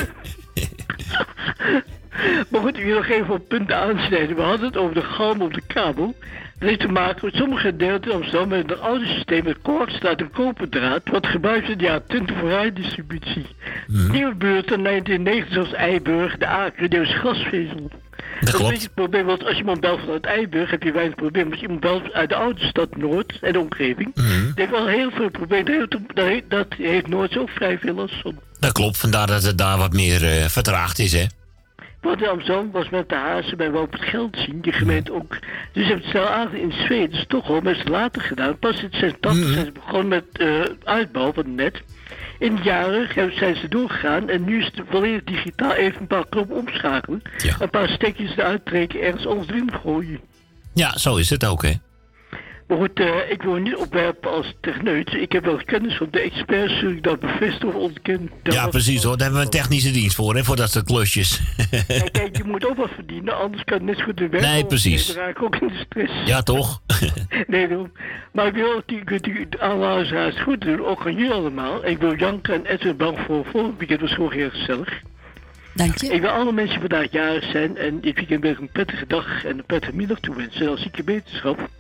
Maar goed, ik wil nog even op punten aansnijden. We hadden het over de galm op de kabel. Dat heeft te maken met sommige gedeelten in Amsterdam met een oude systeem met koordstraat en koperdraad, wat gebruikt is in de jaren twintig voor rijdistributie. Mm. Nieuwe buurten in negentien negentig zoals Eiburg, de Aker, die was glasvezel. Dat is een beetje het probleem, want als je iemand belt vanuit Eiburg heb je weinig probleem. Als je iemand belt uit de oude stad Noord en de omgeving, mm. denk wel heel veel problemen. Dat, dat heeft Noord zo vrij veel last van. Dat klopt, vandaar dat het daar wat meer uh, vertraagd is, hè? Wat in Amsterdam was met de Hazen bij wel op het geld zien, die gemeente ook. Dus je hebt het snel aangegeven in Zweden, dat is toch wel best later gedaan. Pas in zesentachtig mm. zijn ze begonnen met uh, uitbouw van het net. In de jaren zijn ze doorgegaan en nu is het volledig digitaal. Even een paar knoppen omschakelen. Ja. Een paar stekjes eruit trekken, ergens anders erin gooien. Ja, zo is het ook, hè? Maar goed, uh, ik wil niet opwerpen als techneut. Ik heb wel kennis van de experts, zul ik dat bevestigen of ontkennen. Ja, precies hoor. Daar hebben we een technische dienst voor, hè, voor dat soort klusjes. Ja, kijk, je moet ook wat verdienen, anders kan het net zo goed de werk. Nee, precies. Dan raak ik ook in de stress. Ja, toch? Nee, dan. Maar ik wil die, die aanluisteraars goed doen, ook aan jullie allemaal. Ik wil Janke en Edwin Bang voor volgend weekend, was gewoon heel gezellig. Dank je. Ik wil alle mensen vandaag jarig zijn en dit weekend wil ik een prettige dag en een prettige middag toewensen als zieke wetenschap.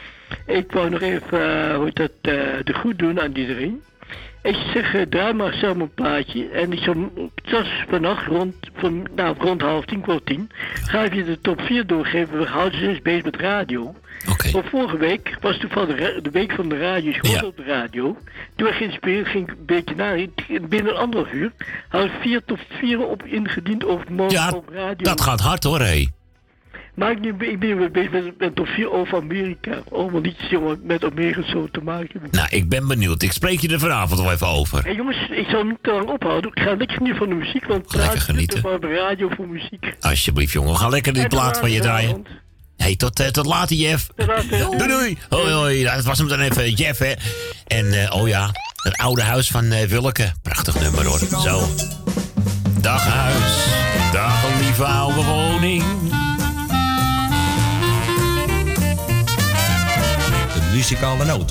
Ik wou nog even, uh, hoe dat, uh, de goed doen aan iedereen. Ik zeg, uh, draai maar zelf een plaatje. En ik zal zelfs vannacht rond, van, nou, rond half tien, kwart tien, ga ik je de top vier doorgeven. We houden ze eens bezig met radio. Okay. Want vorige week was toevallig de, de week van de radio, is gewoon ja. op de radio. Toen ik geïnspireerd ging een beetje naar, binnen een anderhalf uur, hadden we vier top vier op ingediend over morgen ja, op radio. Dat gaat hard hoor, hé. Maar ik, ik ben weer bezig met, met top vier over Amerika. Allemaal niets jongen, met Amerika zo te maken hebben. Nou, ik ben benieuwd. Ik spreek je er vanavond nog even over. Hey jongens, ik zal niet te lang ophouden. Ik ga lekker genieten van de muziek. Want lekker genieten. Van de radio voor muziek. Alsjeblieft jongen, we gaan lekker die plaat van je draaien. Hé, hey, tot, uh, tot later Jeff. Tot later. Doei doei. Hoi hoi, nou, dat was hem dan even Jeff hè. En uh, oh ja, het oude huis van uh, Willeke. Prachtig nummer hoor. Zo. Dag huis, dag lieve oude woning. Muzikale noot.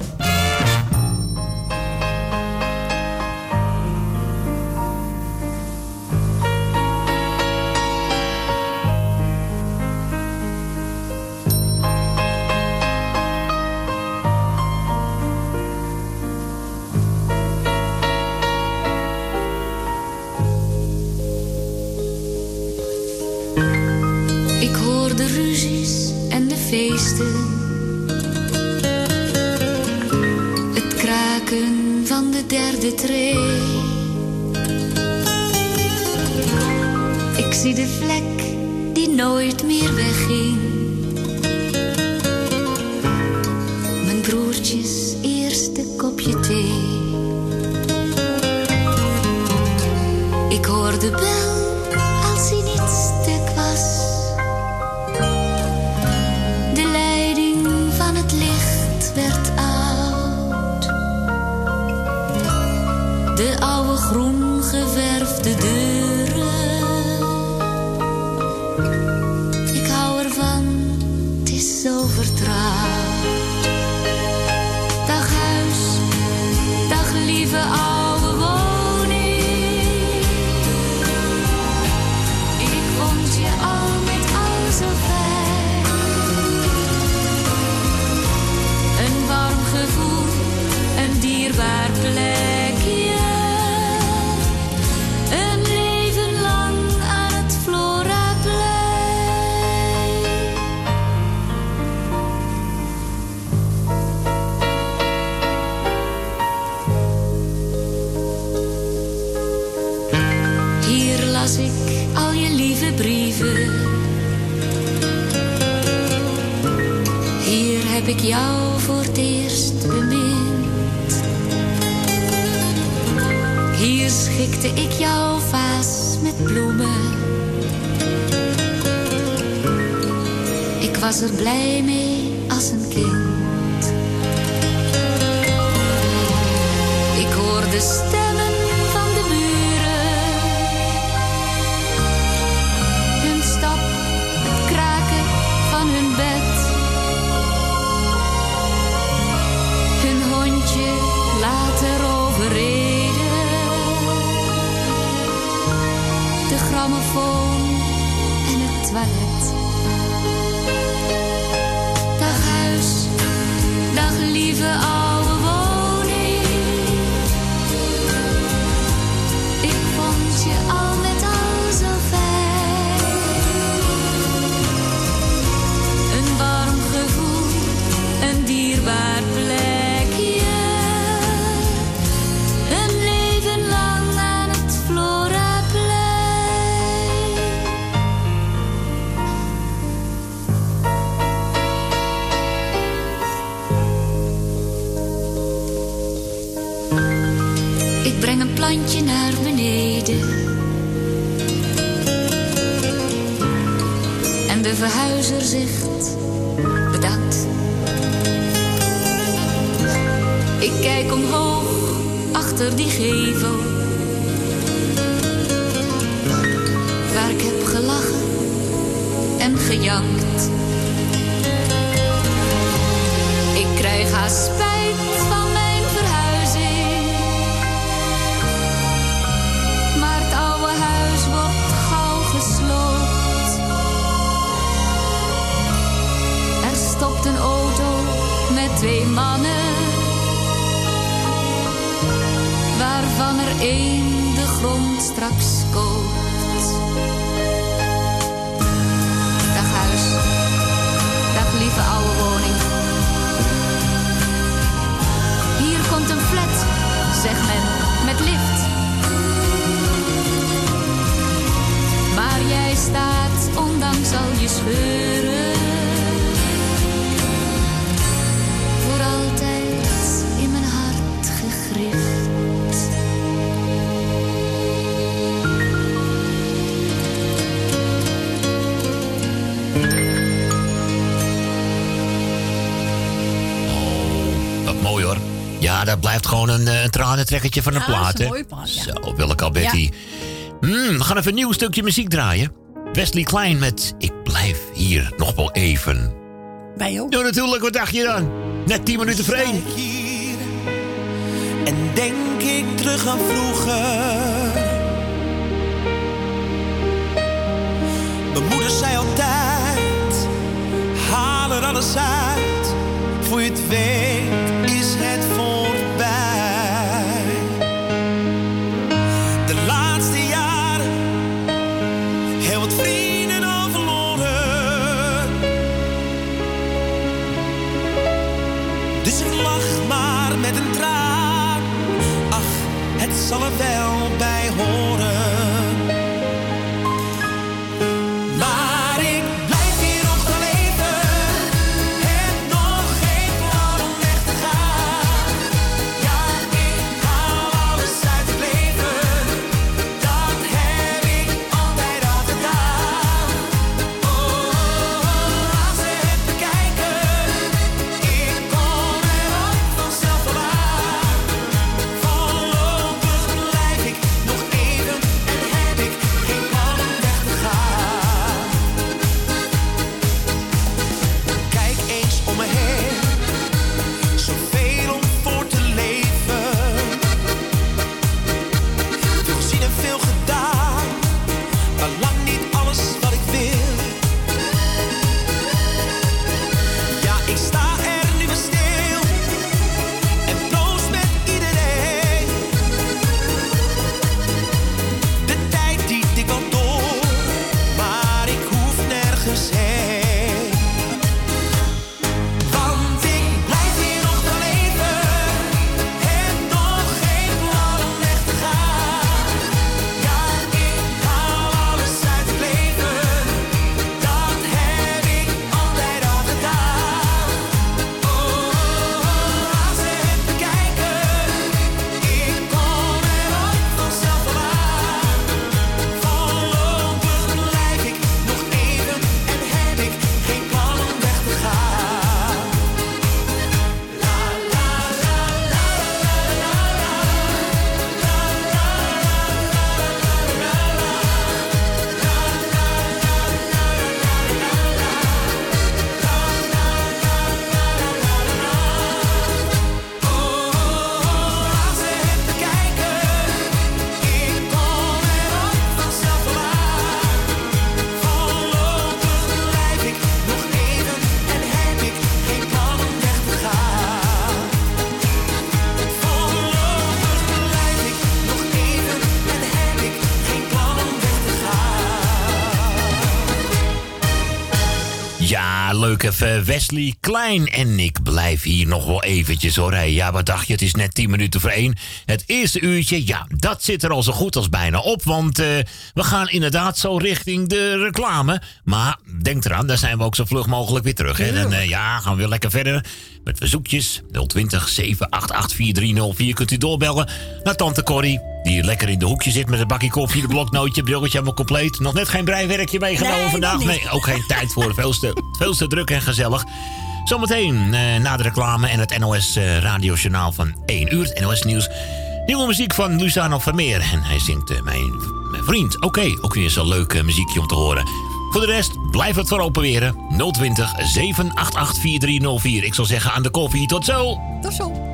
Ik hoor de ruzies en de feesten. Kraken van de derde tree. Ik zie de vlek die nooit meer wegging. Mijn broertjes eerste kopje thee. Ik hoor de bel als hij niet stuk was. De leiding van het licht werd aan. De oude groen geverfde deuren. Ik hou ervan, het is zo vertrouwd. Dag huis, dag lieve oude woning. Ik vond je al met al zo fijn. plekje. Een leven lang aan het Floraplein. Hier las ik al je lieve brieven. Hier heb ik jou voor het eerst bemind. Hier schikte ik jouw vaas met bloemen. Ik was er blij mee als een kind. Ik hoorde stemmen van de buren. Hun stap, kraken van hun bed. Hun hondje later overreden. De grammofoon en het toilet. Dag huis, dag lieve oude woning. Ik vond je al met al zo fijn. Een warm gevoel, een dierbaar plekje. Een leven lang aan het Floraplein. Ik breng een plantje naar beneden. En de verhuizer zegt bedankt. Ik kijk omhoog achter die gevel. Waar ik heb gelachen en gejankt. Ik krijg haast spijt van mijn verhuizing. Maar het oude huis wordt gauw gesloopt. Er stopt een auto met twee mannen. Waarvan er één de grond straks koopt. Dag huis, dag lieve oude woning. Hier komt een flat, zegt men, met lift. Maar jij staat, ondanks al je scheuren, voor altijd in mijn hart gegrift. Mooi hoor. Ja, dat blijft gewoon een, een tranentrekkertje van een Ja, plaat, dat is hè? een mooie plaat, ja. Zo, Willeke Alberti. Ja. Mm, we gaan even een nieuw stukje muziek draaien. Wesley Klein met Ik blijf hier nog wel even. Wij ook. Ja, natuurlijk. Wat dacht je dan? Net tien minuten voor één. En denk ik terug aan vroeger. Mijn moeder zei altijd: haal er alles uit. Voor je het weet is het voorbij. De laatste jaren heel wat vrienden al verloren. Dus ik lach maar met een traan. Ach, het zal er wel bij horen. Maar ik blijf hier nog wel even. Heb nog geen plan om weg te gaan. Ja, ik haal alles uit het leven. Dat heb ik altijd al gedaan. Oh, laat ze het bekijken. Ik kom er ook vanzelf wel aan. Voorlopig blijf ik Ja, leuk even. Wesley Klein en ik blijf hier nog wel eventjes hoor. Hey, ja, wat dacht je? Het is net tien minuten voor één. Het eerste uurtje, ja, dat zit er al zo goed als bijna op. Want uh, we gaan inderdaad zo richting de reclame. Maar denk eraan, daar zijn we ook zo vlug mogelijk weer terug. En uh, ja, gaan we weer lekker verder met verzoekjes. nul twintig, zeven acht acht, vier drie nul vier kunt u doorbellen naar tante Corrie. Die lekker in de hoekje zit met een bakje koffie, de bloknootje, brilletje helemaal compleet. Nog net geen breiwerkje meegenomen nee, vandaag. Nee, ook geen tijd voor. Veel te, veel te druk en gezellig. Zometeen uh, na de reclame en het N O S uh, radiojournaal van één uur. Het N O S nieuws. Nieuwe muziek van Luzano Vermeer. En hij zingt uh, mijn, mijn vriend. Oké, okay, ook weer zo'n leuk uh, muziekje om te horen. Voor de rest, blijf het vooral proberen. nul twintig, zeven acht acht, vier drie nul vier. Ik zal zeggen aan de koffie. Tot zo. Tot zo.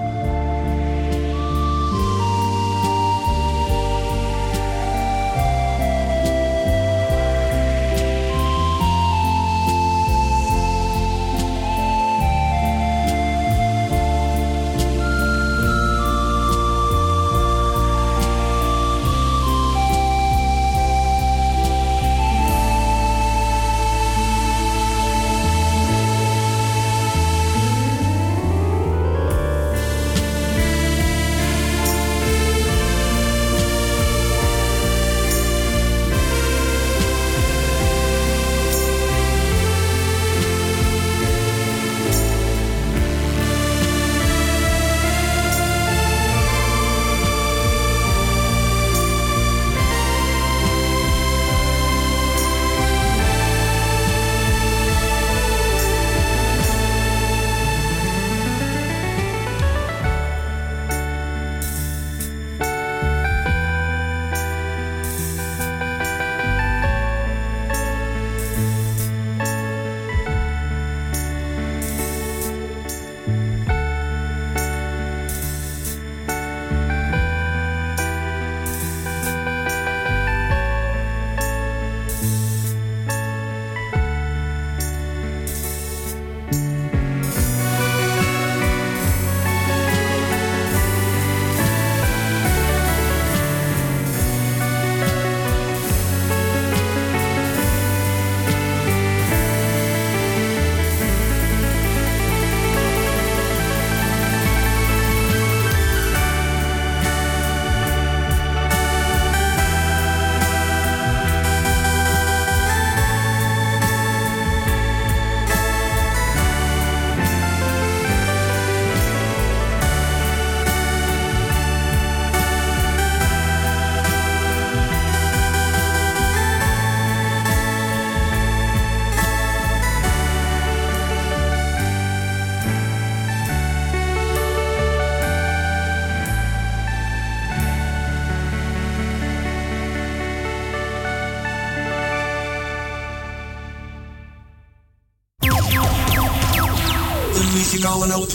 Muzikale noot.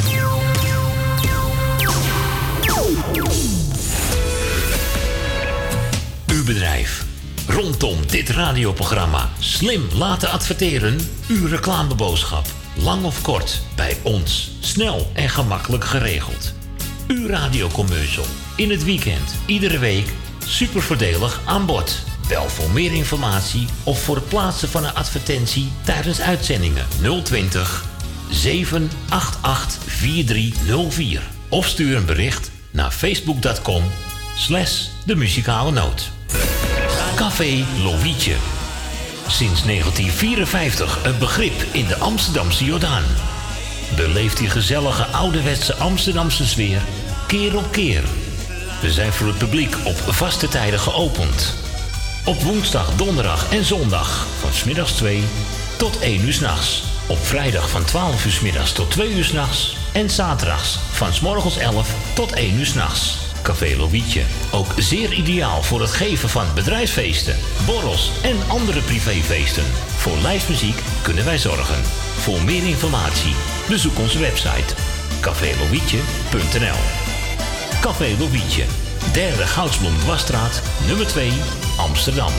Uw bedrijf. Rondom dit radioprogramma slim laten adverteren. Uw reclameboodschap. Lang of kort, bij ons. Snel en gemakkelijk geregeld. Uw radiocommercial. In het weekend, iedere week. Super voordelig aan bod. Bel voor meer informatie of voor het plaatsen van een advertentie tijdens uitzendingen nul twintig, zeven acht acht, vier drie nul vier. Of stuur een bericht naar facebook punt com slash de muzikale noot. Café Lovietje. Sinds negentien vierenvijftig een begrip in de Amsterdamse Jordaan. Beleef die gezellige ouderwetse Amsterdamse sfeer keer op keer. We zijn voor het publiek op vaste tijden geopend. Op woensdag, donderdag en zondag van 's middags twee tot één uur 's nachts. Op vrijdag van twaalf uur 's middags tot twee uur 's nachts. En zaterdags van 's morgens elf tot één uur 's nachts. Café Lovietje. Ook zeer ideaal voor het geven van bedrijfsfeesten, borrels en andere privéfeesten. Voor lijstmuziek kunnen wij zorgen. Voor meer informatie bezoek onze website café lovietje punt n l. Café Lovietje. Derde Goudsblom-Dwarsstraat, nummer twee, Amsterdam.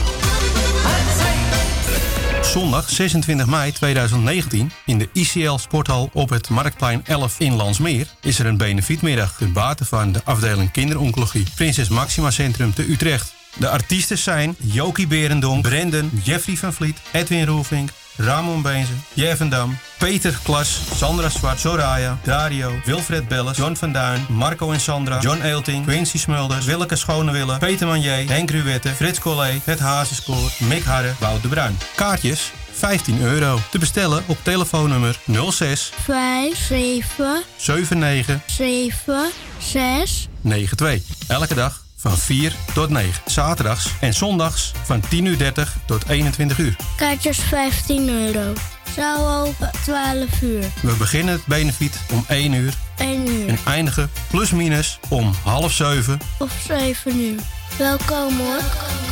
Zondag zesentwintig mei tweeduizend negentien in de I C L Sporthal op het Marktplein elf in Landsmeer is er een benefietmiddag ten bate van de afdeling kinderoncologie Prinses Maxima Centrum te Utrecht. De artiesten zijn Jokie Berendonk, Brendan, Jeffrey van Vliet, Edwin Roelvink, Ramon Beenzen, Jevendam, Peter Klas, Sandra Zwart, Soraya, Dario, Wilfred Belles, John van Duin, Marco en Sandra, John Eelting, Quincy Smulders, Willeke Schonewille, Peter Manier, Henk Ruwette, Frits Collé, Het Hazenskoor, Mick Harre, Wout de Bruin. Kaartjes vijftien euro. Te bestellen op telefoonnummer nul zes vijf zeven zeven negen zeven zes negen twee. Elke dag van vier tot negen. Zaterdags en zondags van tien uur dertig tot eenentwintig uur. Kaartjes vijftien euro. Zaal open twaalf uur. We beginnen het benefiet om één uur. één uur. En eindigen plus minus om half zeven. Of zeven uur. Welkom hoor.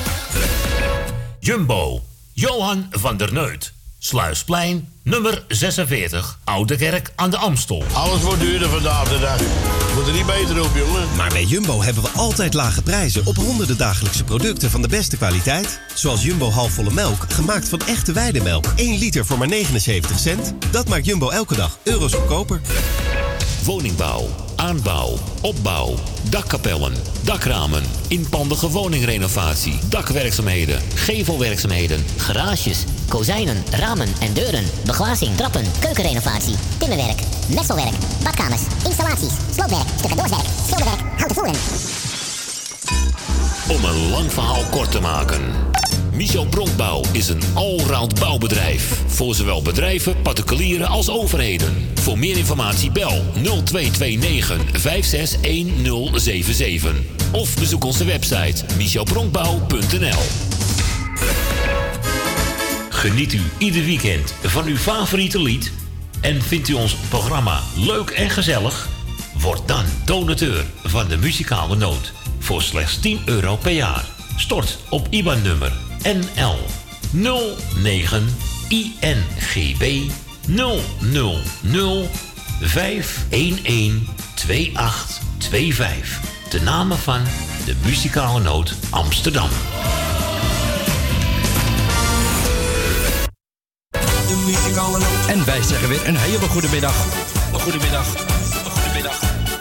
Jumbo, Johan van der Neut. Sluisplein, nummer zesenveertig. Oude Kerk aan de Amstel. Alles wordt duurder vandaag de dag. Moet er niet beter op, jongen. Maar bij Jumbo hebben we altijd lage prijzen op honderden dagelijkse producten van de beste kwaliteit. Zoals Jumbo halfvolle melk, gemaakt van echte weidemelk. één liter voor maar negenenzeventig cent. Dat maakt Jumbo elke dag euro's goedkoper. Woningbouw, aanbouw, opbouw, dakkapellen, dakramen, inpandige woningrenovatie, dakwerkzaamheden, Gevelwerkzaamheden, garages, kozijnen, ramen en deuren, beglazing, trappen, keukenrenovatie, timmerwerk, messelwerk, badkamers, installaties, sloopwerk, stucadoorswerk, schilderwerk, houten voeren. Om een lang verhaal kort te maken. Michel Bronkbouw is een allround bouwbedrijf. Voor zowel bedrijven, particulieren als overheden. Voor meer informatie bel nul twee twee negen vijf zes een nul zeven zeven. Of bezoek onze website michel bronkbouw punt n l. Geniet u ieder weekend van uw favoriete lied? En vindt u ons programma leuk en gezellig? Word dan donateur van de Muzikale Noot. Voor slechts tien euro per jaar. Stort op I B A N-nummer N L nul negen I N G B nul nul nul vijf een een twee acht twee vijf. De namen van de Muzikale Noot Amsterdam. De Muzikale Noot. En wij zeggen weer een hele goede middag. Een goede middag. Een goede middag.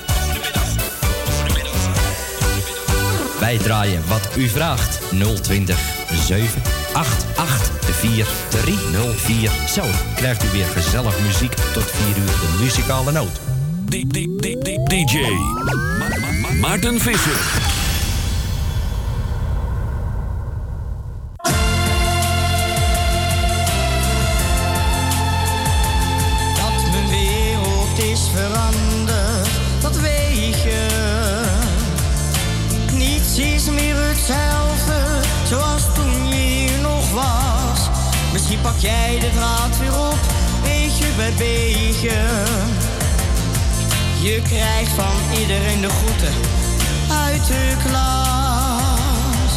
Wij draaien wat u vraagt. nul twintig zeven acht acht vier drie nul vier. Zo krijgt u weer gezellig muziek tot vier uur de Muzikale Noot. D J Maarten Visser. Dat mijn wereld is veranderd, dat weet je. Niets is meer hetzelfde, zoals toen je hier nog was. Misschien pak jij de draad weer op, beetje bij beetje. Je krijgt van iedereen de groeten uit de klas.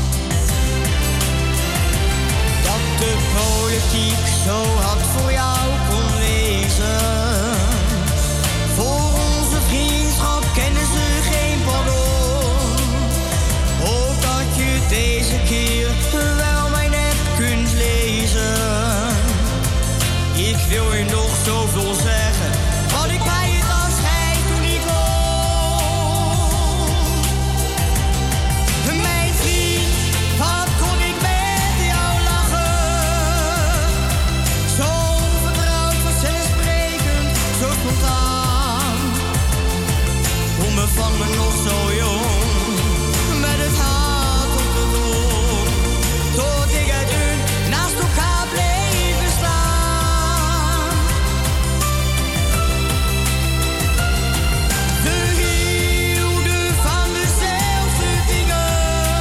Dat de politiek zo hard voor jou kon wezen. Voor onze vriendschap kennen ze geen pardon. Hoop dat je deze keer wel mijn app kunt lezen. Ik wil je nog zoveel zeggen, wat ik bij het afscheid toen niet kon. Mijn vriend, wat kon ik met jou lachen? Zo vertrouwd, vanzelfsprekend, zo spontaan. Hoe me van me nog zo jong, met het hart op de rug, tot ik uit hun naast elkaar bleef staan. We hielden van dezelfde dingen,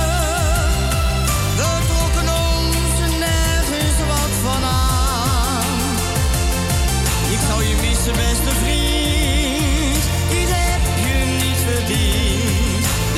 we trokken ons nergens wat van aan. Ik zal je missen, beste vriend, dit heb je niet verdiend.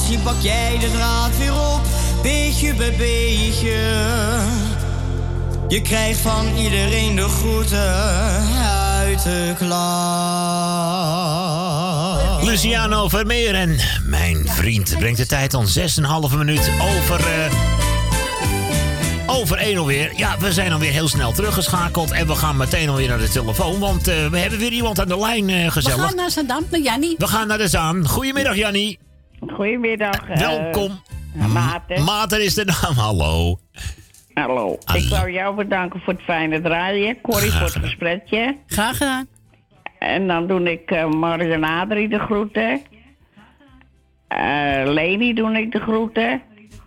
Misschien pak jij de draad weer op, beetje bij beetje. Je krijgt van iedereen de groeten uit de klas. Luciano Vermeeren, mijn vriend, brengt de tijd aan zes en een halve minuut over... Uh, over één alweer. Ja, we zijn alweer heel snel teruggeschakeld. En we gaan meteen alweer naar de telefoon. Want uh, we hebben weer iemand aan de lijn, uh, gezellig. We gaan naar Zandam, naar Jannie. We gaan naar de Zaan. Goedemiddag, Jannie. Goedemiddag. Uh, Welkom. Maarten. Maarten is de naam. Hallo. Hallo. Hallo. Ik wou jou bedanken voor het fijne draaien. Corrie voor het gesprekje. Graag gedaan. En dan doe ik uh, Marion Adrie de groeten. Uh, Leni doe ik de groeten.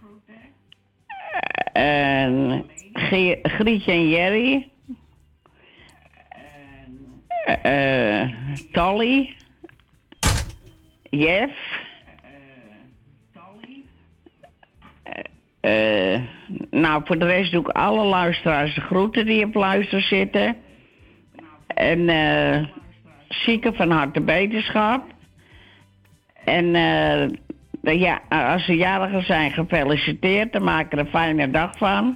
En uh, Grietje en Jerry. Uh, Tally. Jeff. Uh, nou, voor de rest doe ik alle luisteraars de groeten die op luister zitten. En uh, zieken van harte beterschap. En uh, ja, als ze jarigen zijn, gefeliciteerd. Dan maken er een fijne dag van.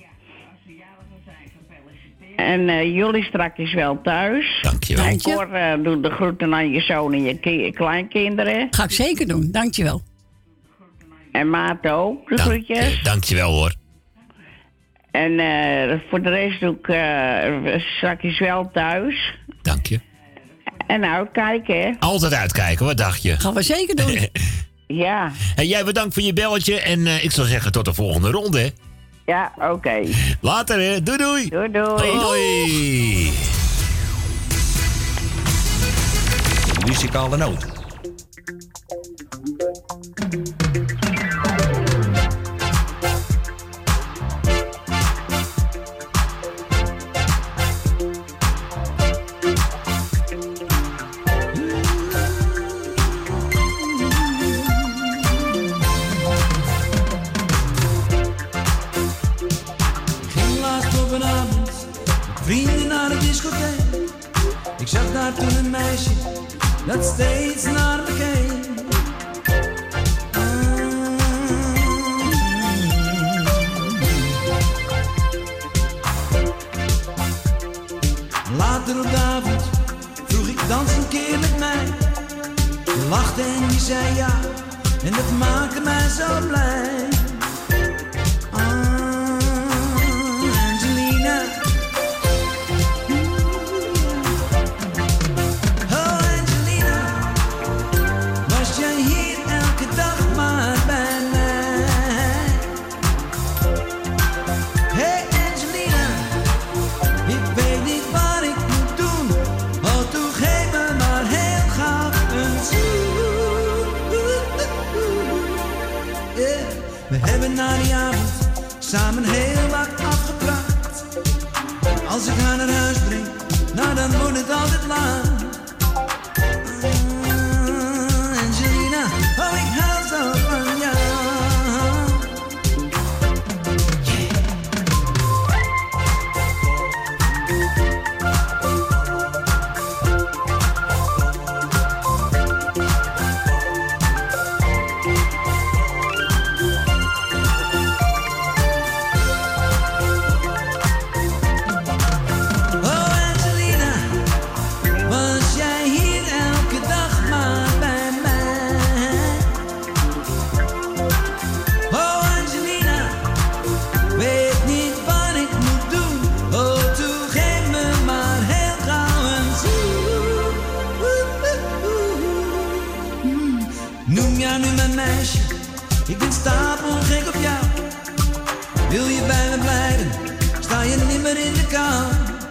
En uh, jullie straks wel thuis. Dankjewel. En Cor, uh, doe de groeten aan je zoon en je ki- kleinkinderen. Ga ik zeker doen, dankjewel. En Maat ook, de Dank, groetjes. eh, dankjewel hoor. En uh, voor de rest doe ik uh, straks wel thuis. Dank je. En uitkijken, hè. Altijd uitkijken, wat dacht je? Gaan we zeker doen. Ja. En jij bedankt voor je belletje. En uh, ik zou zeggen tot de volgende ronde, hè. Ja, oké. Okay. Later, hè. Doei, doei. Doei, doei. Hoi. De muzikale noot. Vrienden naar de discotheek. Ik zag daar toen een meisje dat steeds naar me keek. Later op de avond vroeg ik dans een keer met mij. Ze lachte en die zei ja, en dat maakte mij zo blij. Na die avond samen heel wat afgepraat. Als ik haar naar huis breng, nou dan wordt het altijd laat. Uh, Angelina, oh ik hou zo van jou. Ik ben stapelgek op jou. Wil je bij me blijven? Sta je nimmer in de kou?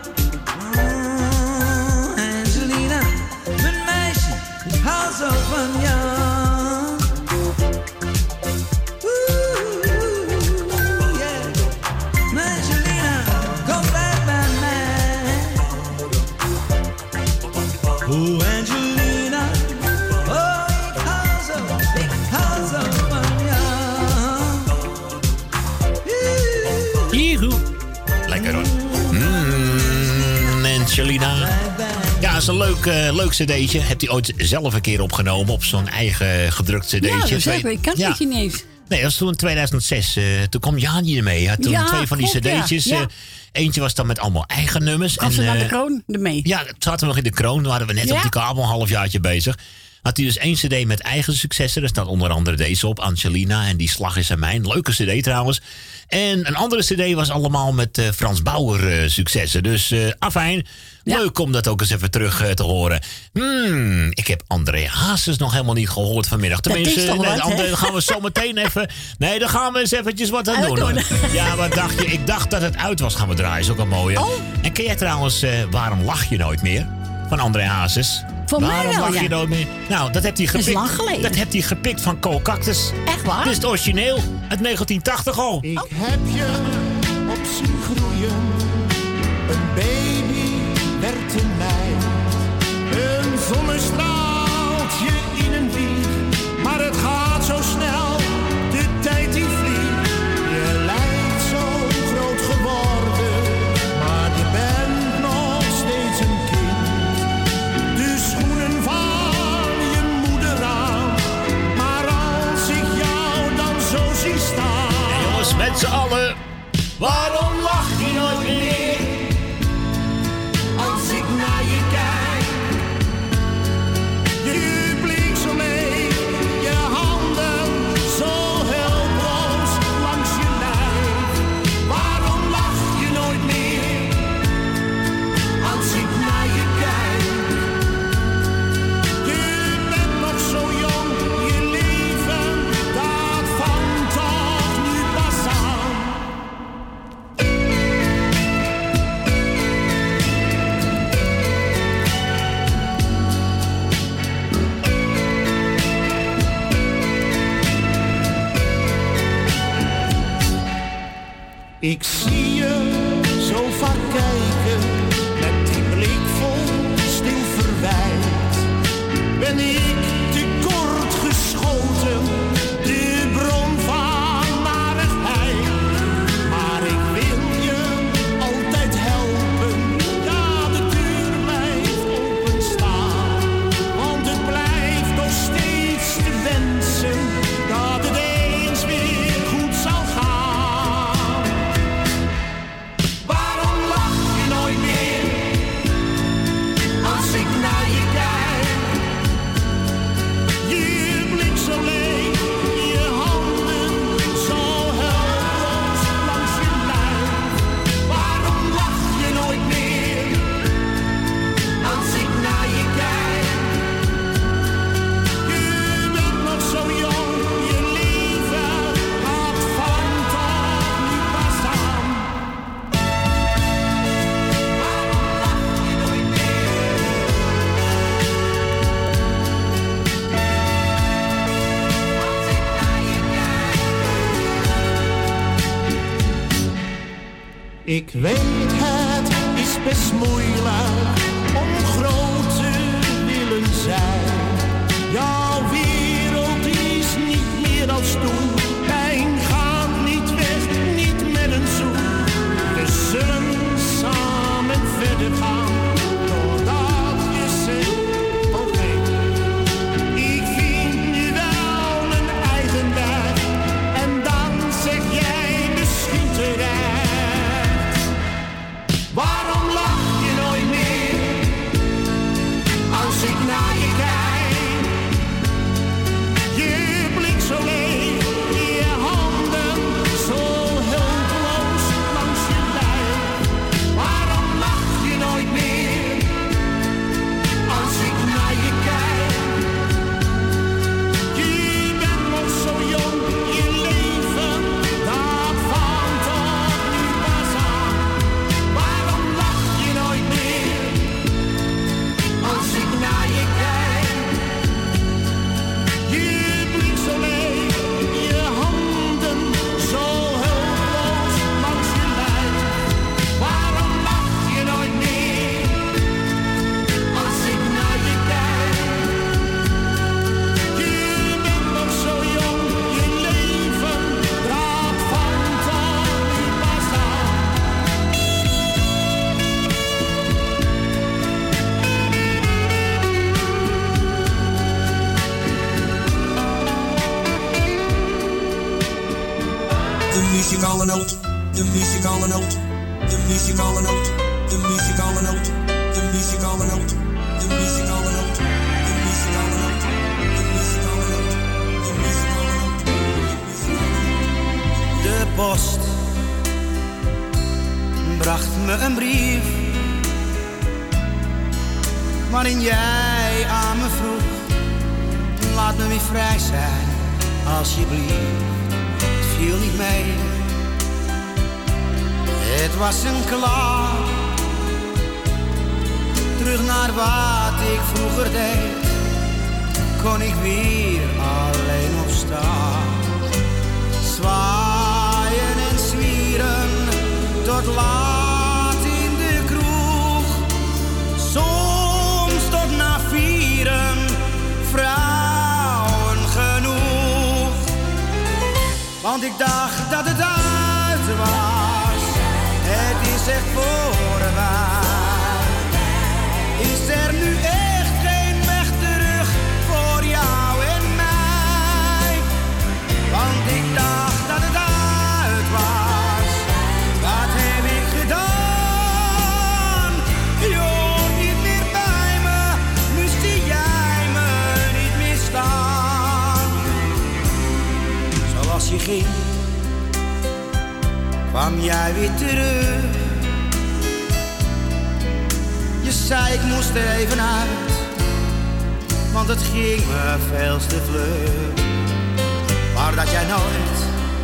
Oh, Angelina, mijn meisje, ik hou zo van jou. Oeh, yeah. Angelina, kom blijf bij mij. Oh, Angelina, oh, ik hou zo, ik hou zo van Lekker hoor. Mm, Angelina. Ja, was een leuk, uh, leuk cd'tje. Hebt hij ooit zelf een keer opgenomen op zo'n eigen gedrukt cd'tje? Ja, dat zeg ik. Ik kan ja. het niet eens. Nee, dat was toen in tweeduizend zes. Uh, toen kwam Jani ermee. Hij had toen Ja, twee van die klopt, ja. cd'tjes. Ja. Uh, eentje was dan met allemaal eigen nummers. Kwam ze en, naar uh, de kroon ermee? Ja, het zaten we nog in de kroon. Toen waren we net Ja. op die kabel een halfjaartje bezig. Had hij dus één cd met eigen successen. Daar staat onder andere deze op, Angelina en Die Slag is aan Mijn. Leuke cd trouwens. En een andere cd was allemaal met uh, Frans Bauer uh, successen. Dus uh, afijn, ja. leuk om dat ook eens even terug uh, te horen. Hmm, ik heb André Hazes nog helemaal niet gehoord vanmiddag. Tenminste, dat is toch nee, wat, André, hè? dan gaan we zo meteen even... Nee, dan gaan we eens eventjes wat aan Ah, doen. doen. Hoor. Ja, wat dacht je? Ik dacht dat het uit was gaan we draaien. Is ook een mooie. Oh. En ken jij trouwens uh, Waarom lach je nooit meer? Van André Hazes. Voor mij Waarom wel, lach ja. je nooit meer? Nou, dat heeft hij Dat is gepikt. lang geleden. Dat heeft hij gepikt van Cole Cactus. Echt waar? Dit is het origineel uit negentien tachtig al. Ik heb je op zien groeien. Een baby werd een meid. Een zonnestraaltje in een wieg. Maar het gaat zo snel, de tijd die vliegt. Je lijkt zo groot geworden, maar je bent nog steeds een kind. De schoenen van je moeder aan. Maar als ik jou dan zo zie staan. En jongens, met z'n allen. Waarom lach je nooit meer? Als ik naar je kijk. Je blik zo leeg, je handen zo hulpeloos langs je lijf. Waarom lach je nooit meer? Als ik naar je kijk. Je bent nog zo jong, je leven dat vangt toch nu pas aan. Ik zie je zo vaak kijken, met die blik vol stil verwijt. Ben ik te kort geschoten, de bron van narigheid. Maar ik wil je altijd helpen, ja de deur blijft openstaan. Want het blijft nog steeds te wensen, dat het eens weer goed zal gaan. Waarom lach je nooit meer? Als ik naar je kijk. Je blik zo leeg, je handen zo hulpeloos langs je lijf. Waarom lach je nooit meer? Als ik naar je kijk. Je bent nog zo jong, je leven gaat van toch nu pas aan. Ik weet het is best moeilijk om groot te willen zijn. Jouw wereld is niet meer als toen. Pijn gaat niet weg, niet met een zoen. We zullen samen verder gaan, doordat je zegt, oké. Ik vind nu wel een eigen weg. En dan zeg jij misschien terecht. Waarom lach je nooit meer? de muzikale noot, de muzikale noot, de muzikale noot, de muzikale noot, de muzikale noot, de muzikale noot, de muzikale noot, de muzikale noot, de muzikale noot, de post bracht me een brief waarin jij aan me vroeg: laat me weer vrij zijn, alsjeblieft. Het viel niet mee, het was een klaar. Terug naar wat ik vroeger deed, kon ik weer alleen opstaan. Zwaaien en zwieren tot laat in de kroeg. Soms tot na vieren, vrouwen genoeg. Want ik dacht dat het uit was, het is echt voorbij. Is er nu echt geen weg terug voor jou en mij? Want ik dacht dat het uit was. Wat heb ik gedaan? Je hoort niet meer bij me, nu zie jij me niet meer staan. Zoals je ging, kwam jij weer terug. Je zei ik moest er even uit, want het ging me veel te vlug. Maar dat jij nooit,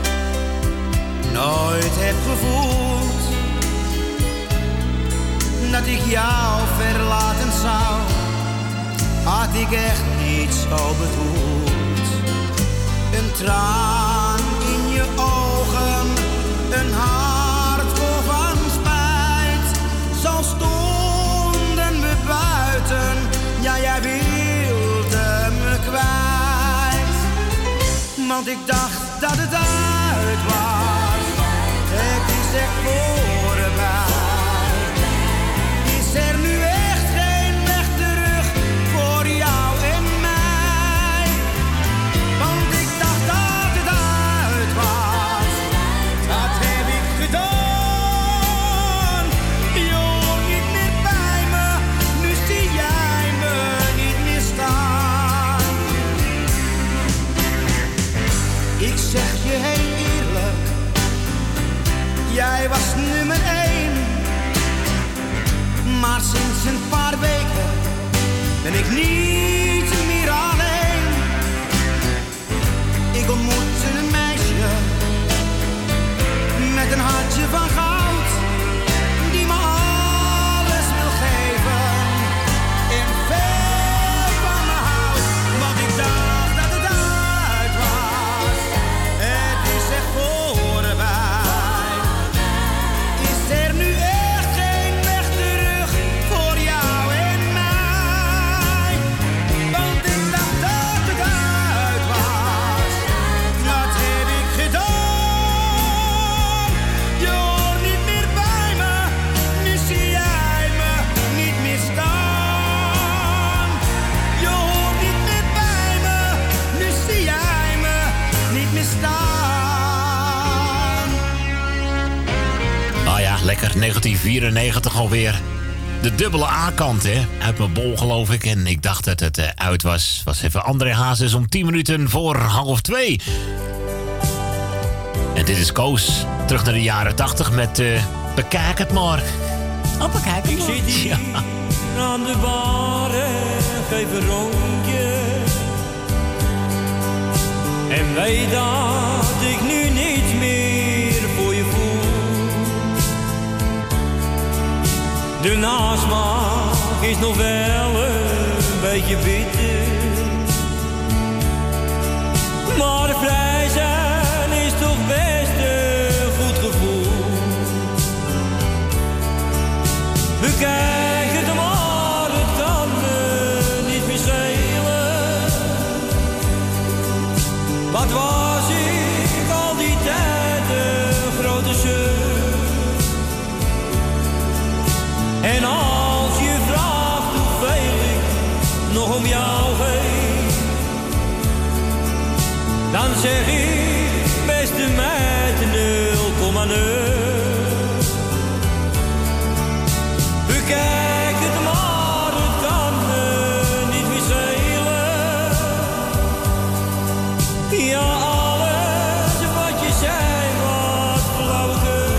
nooit hebt gevoeld dat ik jou verlaten zou, had ik echt niet zo bedoeld. Een traan in je ogen, een hart vol van spijt. Zo stonden we buiten, ja jij wilde me kwijt. Want ik dacht dat het uit was, het is echt voorbij. Is er nu echt geen weg terug voor jou en mij? Want ik dacht dat het uit was, wat heb ik gedaan? Je hoort niet meer bij me, nu zie jij me niet meer staan. Ik zeg je heel eerlijk, jij was nummer één. Maar sinds een paar weken ben ik niet meer alleen. Ik ontmoette een meisje met een hartje van goud, die me alles wil geven en veel van me houdt. Want ik dacht dat het uit was, het is echt voorbij. Is er nu echt geen weg terug voor jou en mij? Want ik dacht dat het uit was, wat heb ik gedaan? Je hoort niet meer bij me, nu zie jij me niet meer staan. Je hoort niet meer bij me, nu zie jij me niet meer staan. Nou ja, lekker. negentien vierennegentig alweer. De dubbele A-kant, hè. Uit mijn bol, geloof ik. En ik dacht dat het uh, uit was. Was even André Hazes om tien minuten voor half twee. En dit is Koos. Terug naar de jaren tachtig met uh, Bekijk het maar. Oh, bekijk het maar. Ik zit hier aan de bar en geef een rondje. En weet dat ik nu niets meer voor je voel. De nasmaak is nog wel een beetje bitter. Maar vrij zijn is toch best een goed gevoel. Bekijk het maar, het kan me niet meer schelen. Wat was ik al die tijd een grote zeur. En als je vraagt hoeveel ik nog om jou geef, dan zeg ik, beste meid, Ja, alles wat je zei was flauwekul.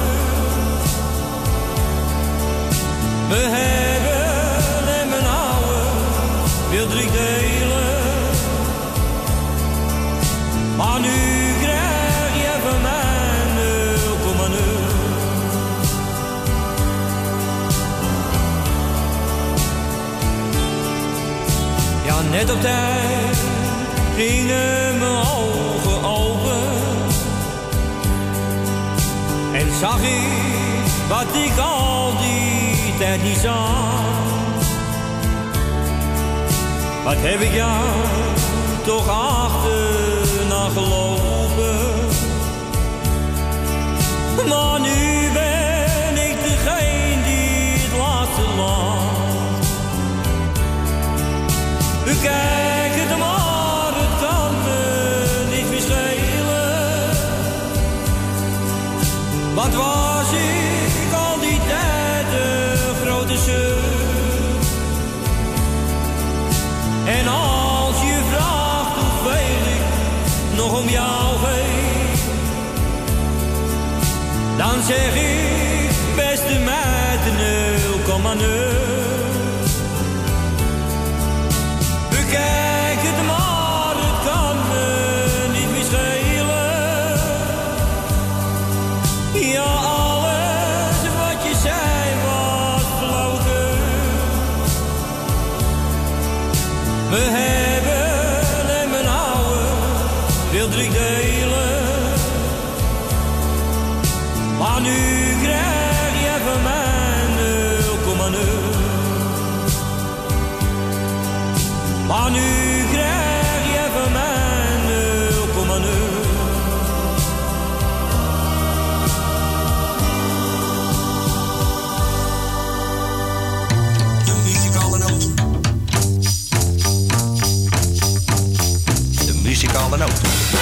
We hebben en mijn ouwe wil drie delen. Maar nu krijg je van mij nul komma nul. Ja, net op tijd gingen mijn ogen open en zag ik wat ik al die tijd niet zag. Wat heb ik jou toch achterna gelopen? Maar nu ben ik degene die het laatste laat. Bekijk het maar, het kan me niet meer schelen. Wat was ik al die tijd een grote suf? En als je vraagt hoeveel ik nog om jou geef, dan zeg ik, beste meid, nul komma nul. Bekijk het maar, het kan me niet meer schelen. Ja, alles wat je zei was flauwekul. We hebben en mijn ouwe wil drie delen. Maar nu krijg je van mij nul komma nul. Maar nu krijg je van mij nul komma nul. De muzikale noot. De muzikale noot.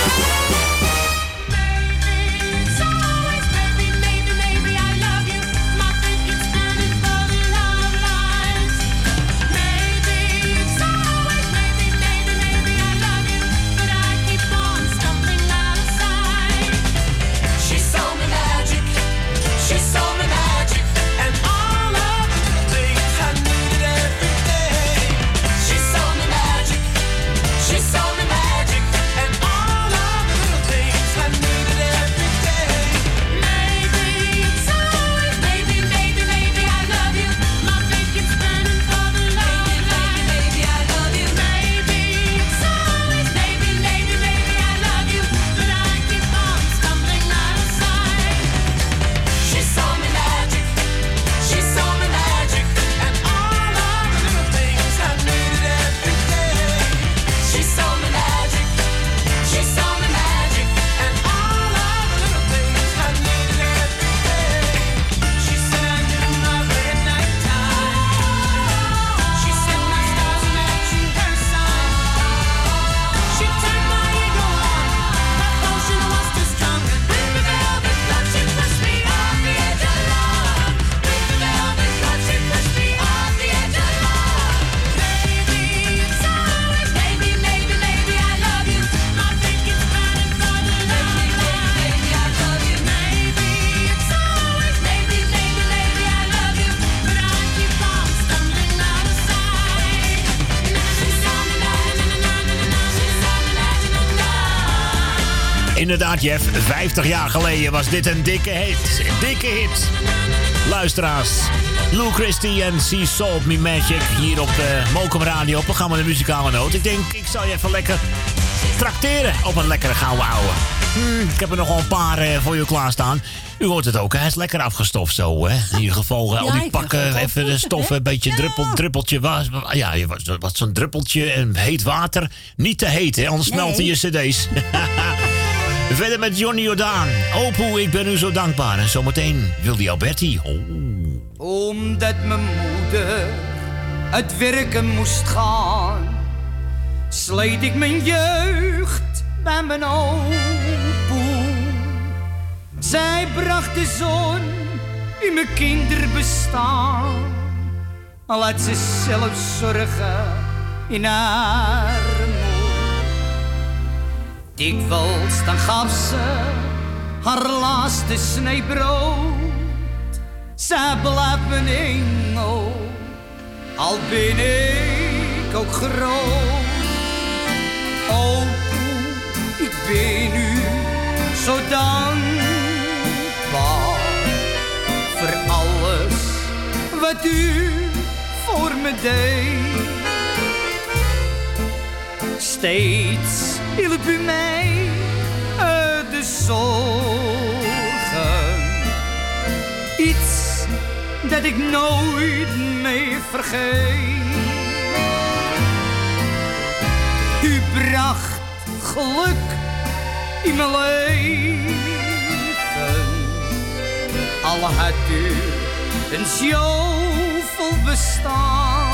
Inderdaad, Jeff, vijftig jaar geleden was dit een dikke hit. Een dikke hit. Luisteraars, Lou Christie en She Sold Me Magic hier op de Mokum Radio, programma De Muzikale Noot. Ik denk, ik zal je even lekker trakteren op een lekkere gouden ouwe. Hmm, ik heb er nog wel een paar uh, voor je klaarstaan. U hoort het ook, hij is lekker afgestoft zo, hè. In ieder geval, uh, al die pakken, even de stof, een beetje ja. druppel, druppeltje. Was, ja, wat, wat zo'n druppeltje en heet water. Niet te heet, hè, anders nee. smelten je cd's. Verder met Johnny Jordaan. Opoe, ik ben u zo dankbaar. En zometeen Willy Alberti. Oh. Omdat mijn moeder uit werken moest gaan, sleet ik mijn jeugd bij mijn opoe. Zij bracht de zon in mijn kinderbestaan, al had ze zelf zorgen in haar moed. Dikwijls dan gaf ze haar laatste snee brood. Zij blijft mijn engel, al ben ik ook groot. Oh, ik ben u zo dankbaar voor alles wat u voor me deed. Steeds hielp u mij uit de zorgen. Iets dat ik nooit meer vergeet. U bracht geluk in mijn leven. Al had u een zoveel bestaan.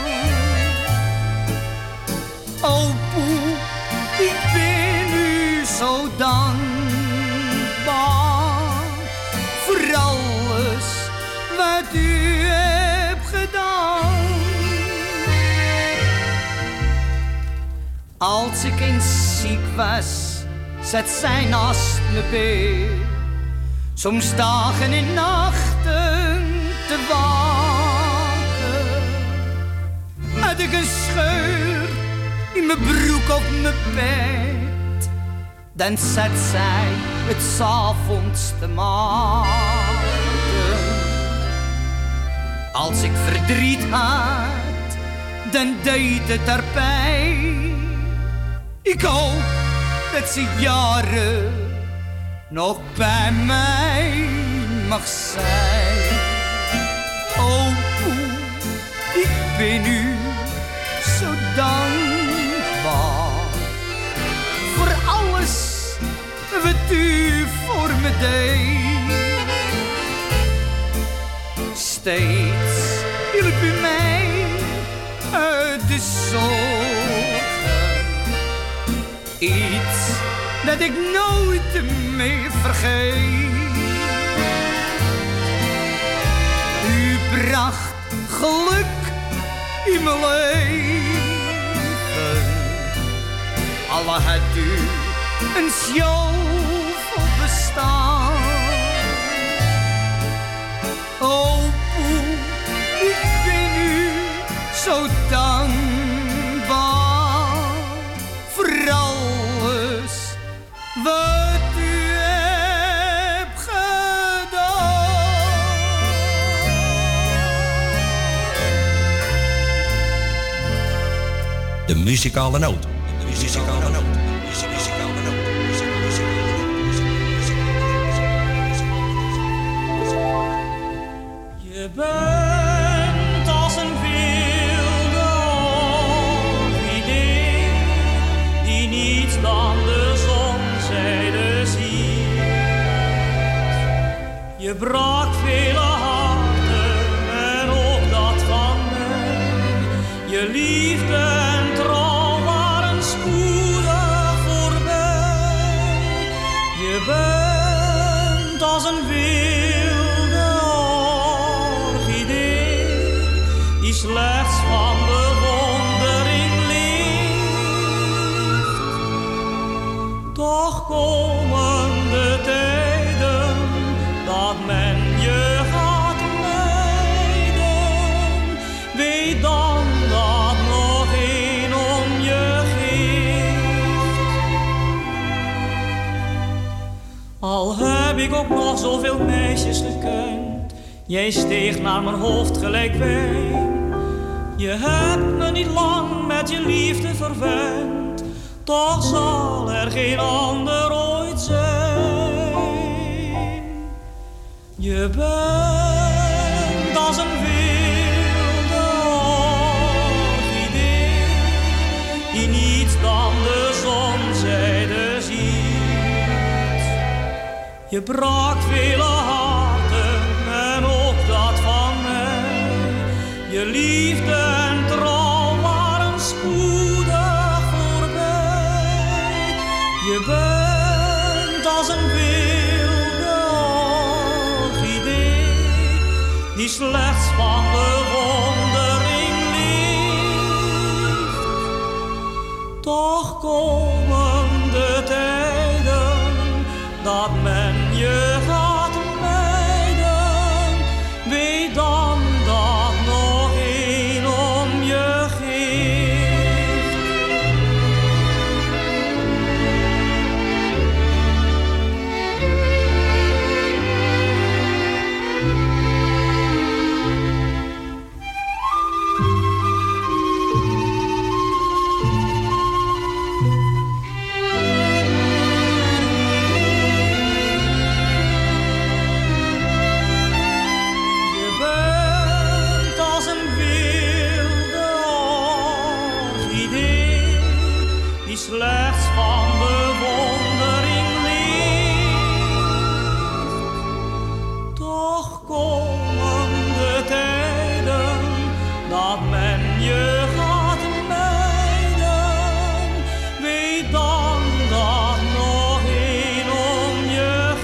Oh poe, ik ben u zo dankbaar voor alles wat u hebt gedaan. Als ik eens ziek was, zat zij naast me bed. Soms dagen en nachten te waken. Had ik een scheur in mijn broek op mijn bed, dan zat zij het 's avonds te maken. Als ik verdriet had, dan deed het haar pijn. Ik hoop dat ze jaren nog bij mij mag zijn. Oh, ik ben u zo dankbaar voor alles wat u voor me deed. Steeds hielp u mij uit de zorgen. Iets dat ik nooit meer vergeet. U bracht geluk in mijn leven. Alle had u een zoveel bestaan. Oh poe, ik ben u zo dankbaar voor alles wat u hebt gedaan. De muzikale noot. De muzikale noot. Muzikale noot. Je bent als een wilde orchidee die niets dan de zonzijde ziet. Je brak vele harten en ook dat van mij. Je liefde en trouw waren spoedig voorbij. Je bent als een wilde orchidee die slechts van bewondering leeft. Toch komen de tijden dat men je gaat mijden. Weet dan dat nog één om je geeft. Al heb ik ook nog zoveel meisjes gekund, jij steeg naar mijn hoofd gelijk wijn. Je hebt me niet lang met je liefde verwend, toch zal er geen ander ooit zijn. Je bent als een wilde orchidee die niets dan de zonzijde ziet. Je brak vele harten en ook dat van mij. Je liefde en trouw waren spoedig voorbij. Je bent als een wilde orchidee die slechts van bewondering leeft. Toch komen de tijden dat men je gaat mijden, weet dan dat nog één om je geeft. Slechts van bewondering leeft. Toch komen de tijden dat men je gaat mijden. Weet dan dat nog één om je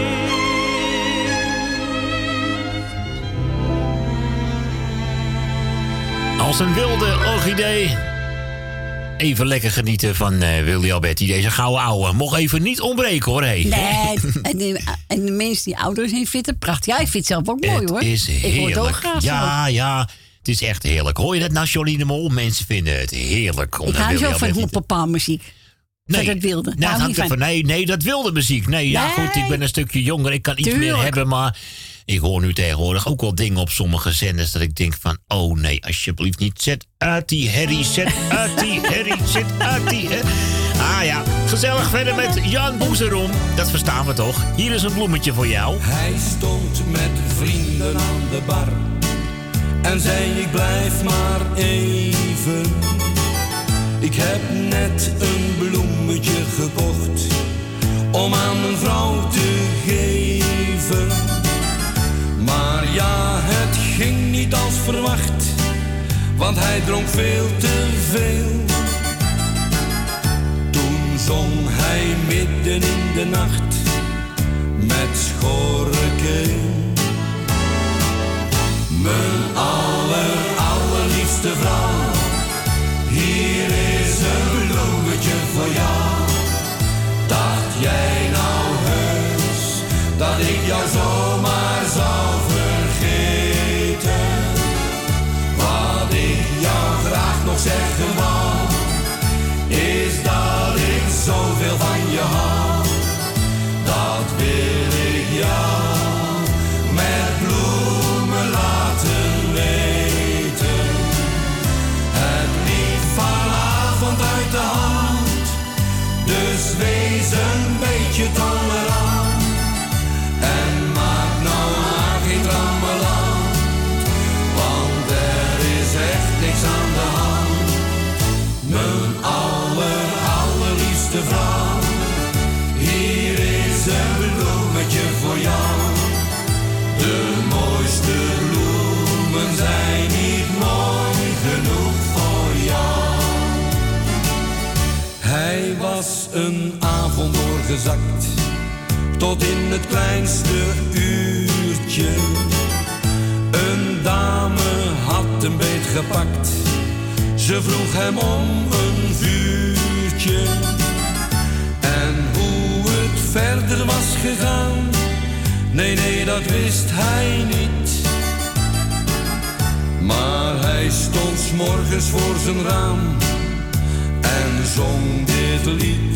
geeft. Als een wilde orchidee. Even lekker genieten van uh, Willy Alberti, deze gouden ouwe. Mocht even niet ontbreken, hoor. Hey. Nee, en de, en de mensen die ouders in vinden, prachtig. Ja, ik vind het zelf ook mooi, het hoor. is heerlijk. Ik hoor het ook graag ja, zo. ja, het is echt heerlijk. Hoor je dat nou, Jolien Mol? Mensen vinden het heerlijk. Om Ik hou zo van Alberti hoepapa muziek. Nee, dat wilde. Nee, Nou, dat niet van. van. nee, nee, dat wilde muziek. Nee, ja, Nee. goed, ik ben een stukje jonger. Ik kan iets Tuurlijk. meer hebben, maar ik hoor nu tegenwoordig ook wel dingen op sommige zenders dat ik denk van, oh nee, alsjeblieft niet. Zet uit die herrie, zet uit die herrie, zet uit die herrie. Ah ja, gezellig verder met Jan Boezeroem. Dat verstaan we toch? Hier is een bloemetje voor jou. Hij stond met vrienden aan de bar en zei ik blijf maar even. Ik heb net een bloemetje gekocht om aan mijn vrouw te geven. Maar ja, het ging niet als verwacht, want hij dronk veel te veel. Toen zong hij midden in de nacht met schorre keel. Mijn aller, allerliefste vrouw, hier is een bloemetje voor jou. Dacht jij nou heus dat ik jou zomaar zou vergeten? Wat ik jou graag nog zeggen wou, is dat ik zoveel van je hou. Dat wil ik jou met bloemen laten weten. Het liep vanavond uit de hand, dus wees een beetje tolerant. En maak nou maar geen trammeland, want er is echt niks aan de hand. Mijn aller, allerliefste vrouw, hier is een bloemetje voor jou. De mooiste bloemen zijn niet mooi genoeg voor jou. Hij was een avond doorgezakt, tot in het kleinste uurtje. Een dame had een beet gepakt, ze vroeg hem om een vuurtje. En hoe het verder was gegaan, nee, nee, dat wist hij niet. Maar hij stond 's morgens voor zijn raam en zong dit lied.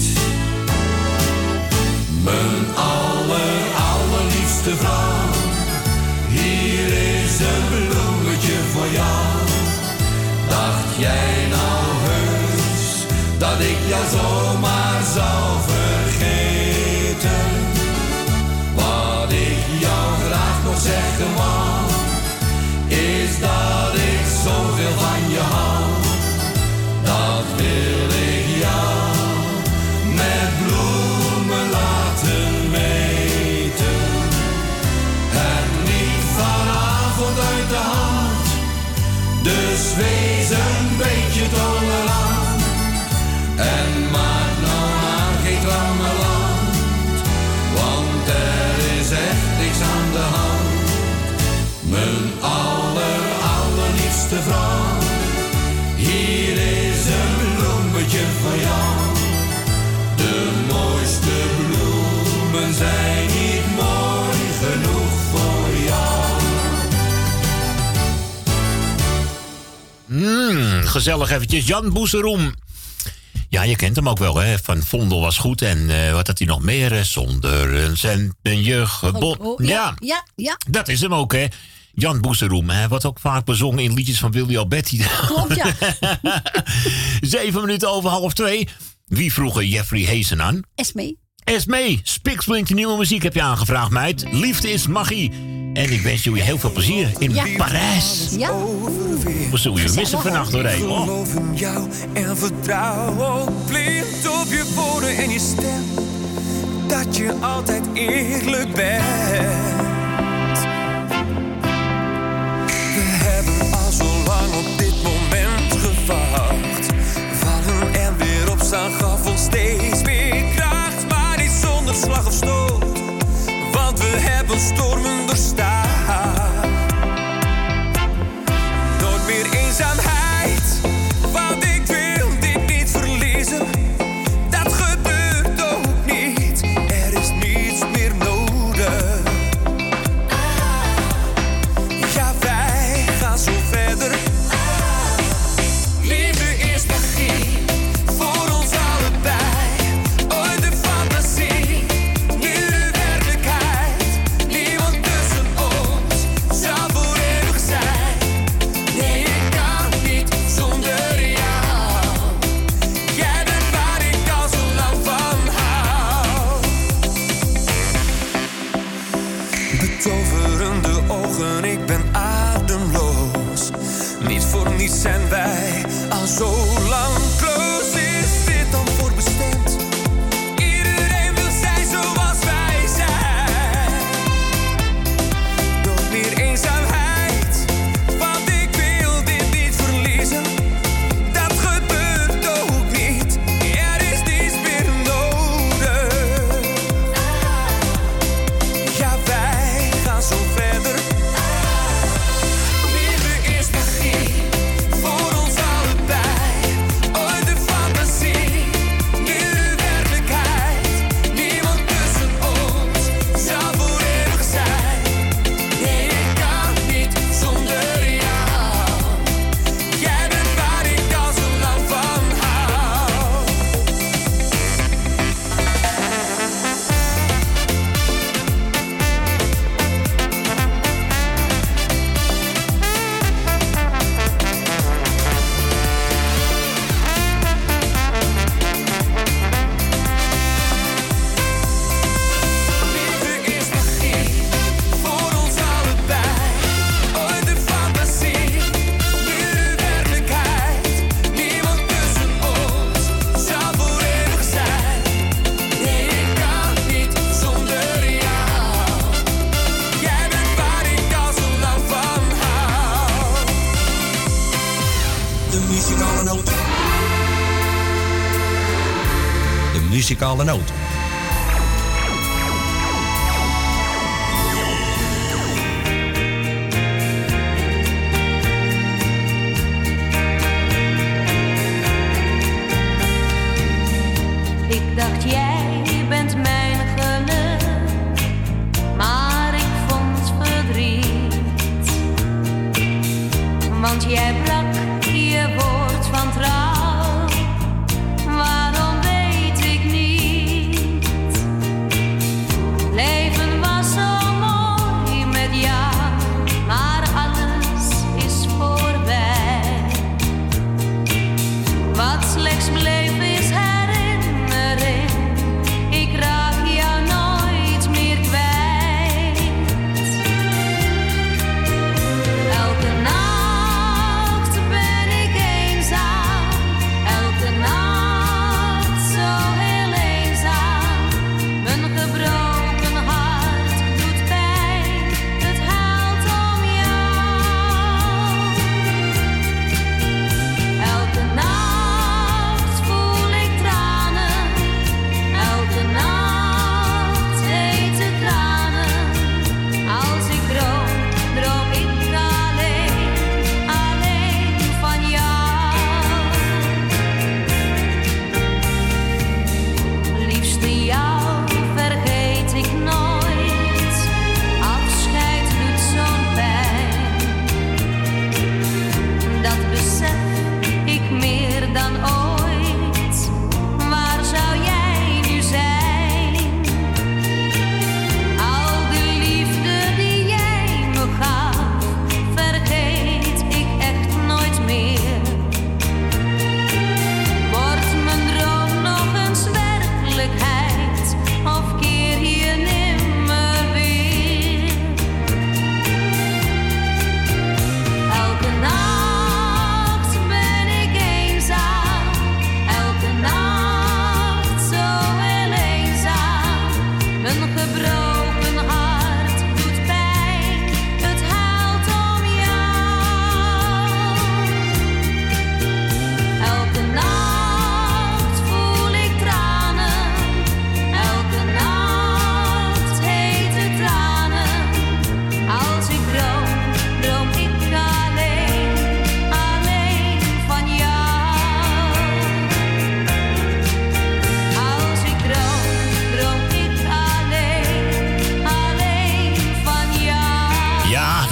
Mijn aller, allerliefste vrouw, hier is een bloemetje voor jou. Dacht jij nou heus dat ik jou zomaar zou vergeten? Wat ik jou graag nog zeggen wou, is dat ik zoveel van je hou. Dat wil ik jou met bloemen laten weten. Het liep vanavond uit de hand, dus wees een beetje tolerant. En maak nou maar geen trammeland, want er is echt niks aan de hand. Mijn aller, allerliefste vrouw, hier is een bloemetje voor jou. De mooiste bloemen dagen zijn niet mooi genoeg voor jou. Mm, gezellig eventjes. Jan Boezeroem. Ja, je kent hem ook wel, hè. Van Vondel was goed. En uh, wat had hij nog meer? Hè? Zonder een cent ben je gebot. Oh, oh, ja, ja. ja, ja. Dat is hem ook, hè. Jan Boezeroem, hè. Wordt ook vaak bezongen in liedjes van Willy Alberti. Klopt, ja. Zeven minuten over half twee. Wie vroeg Jeffrey Hazen aan? Esmee. Esmee, Spiksplintje nieuwe muziek heb je aangevraagd, meid. Liefde is magie. En ik wens jullie heel veel plezier in ja. Parijs. Ja. We zullen je missen vannacht, hoor. Ik geloof in jou en vertrouw ook blind op je woorden en je stem. Dat je altijd eerlijk bent. We hebben al zo lang op dit moment gewacht. Vallen en weer opstaan gaf ons steeds meer kracht. Maar niet zonder slag of stoot. Want we hebben stormen doorstaan. Nooit meer eenzaamheid. Want ik wil dit niet verliezen. Dat gebeurt ook niet. Er is niets meer nodig. Ja, wij gaan zo verder. Liefde is magie. Voor ons allebei. Ooit de fantasie. Nu de werkelijkheid. Niemand tussen ons zal voor eeuwig zijn. Nee, ik kan niet zonder jou. Jij bent waar ik al zo lang van hou. Betoverende ogen, ik ben ademloos. Niet voor niets zijn wij al zo lang close. Is dit dan voor bestemd? Iedereen wil zijn zoals wij zijn. Nooit meer eenzaamheid. Want ik wil dit niet verliezen. Dat gebeurt ook niet. Er is niets meer nodig. Ja, wij gaan zo verder. Liefde is magie. Voor ons allebei. Ooit de fantasie. Nu de werkelijkheid. Niemand tussen ons zal voor eeuwig zijn. Nee, ik kan niet zonder jou. Jij bent waar ik al zo lang van hou. Liefde is magie. Voor ons allebei. Ooit de fantasie. Nu de werkelijkheid. Niemand tussen ons zal voor eeuwig zijn. Nee, ik kan niet zonder jou. Jij bent waar ik al zo lang van hou. De muzikale noot. De muzikale noot. Ik dacht jij bent mijn geluk, maar ik vond verdriet. Want jij brak je woord van trouw, waarom weet ik niet.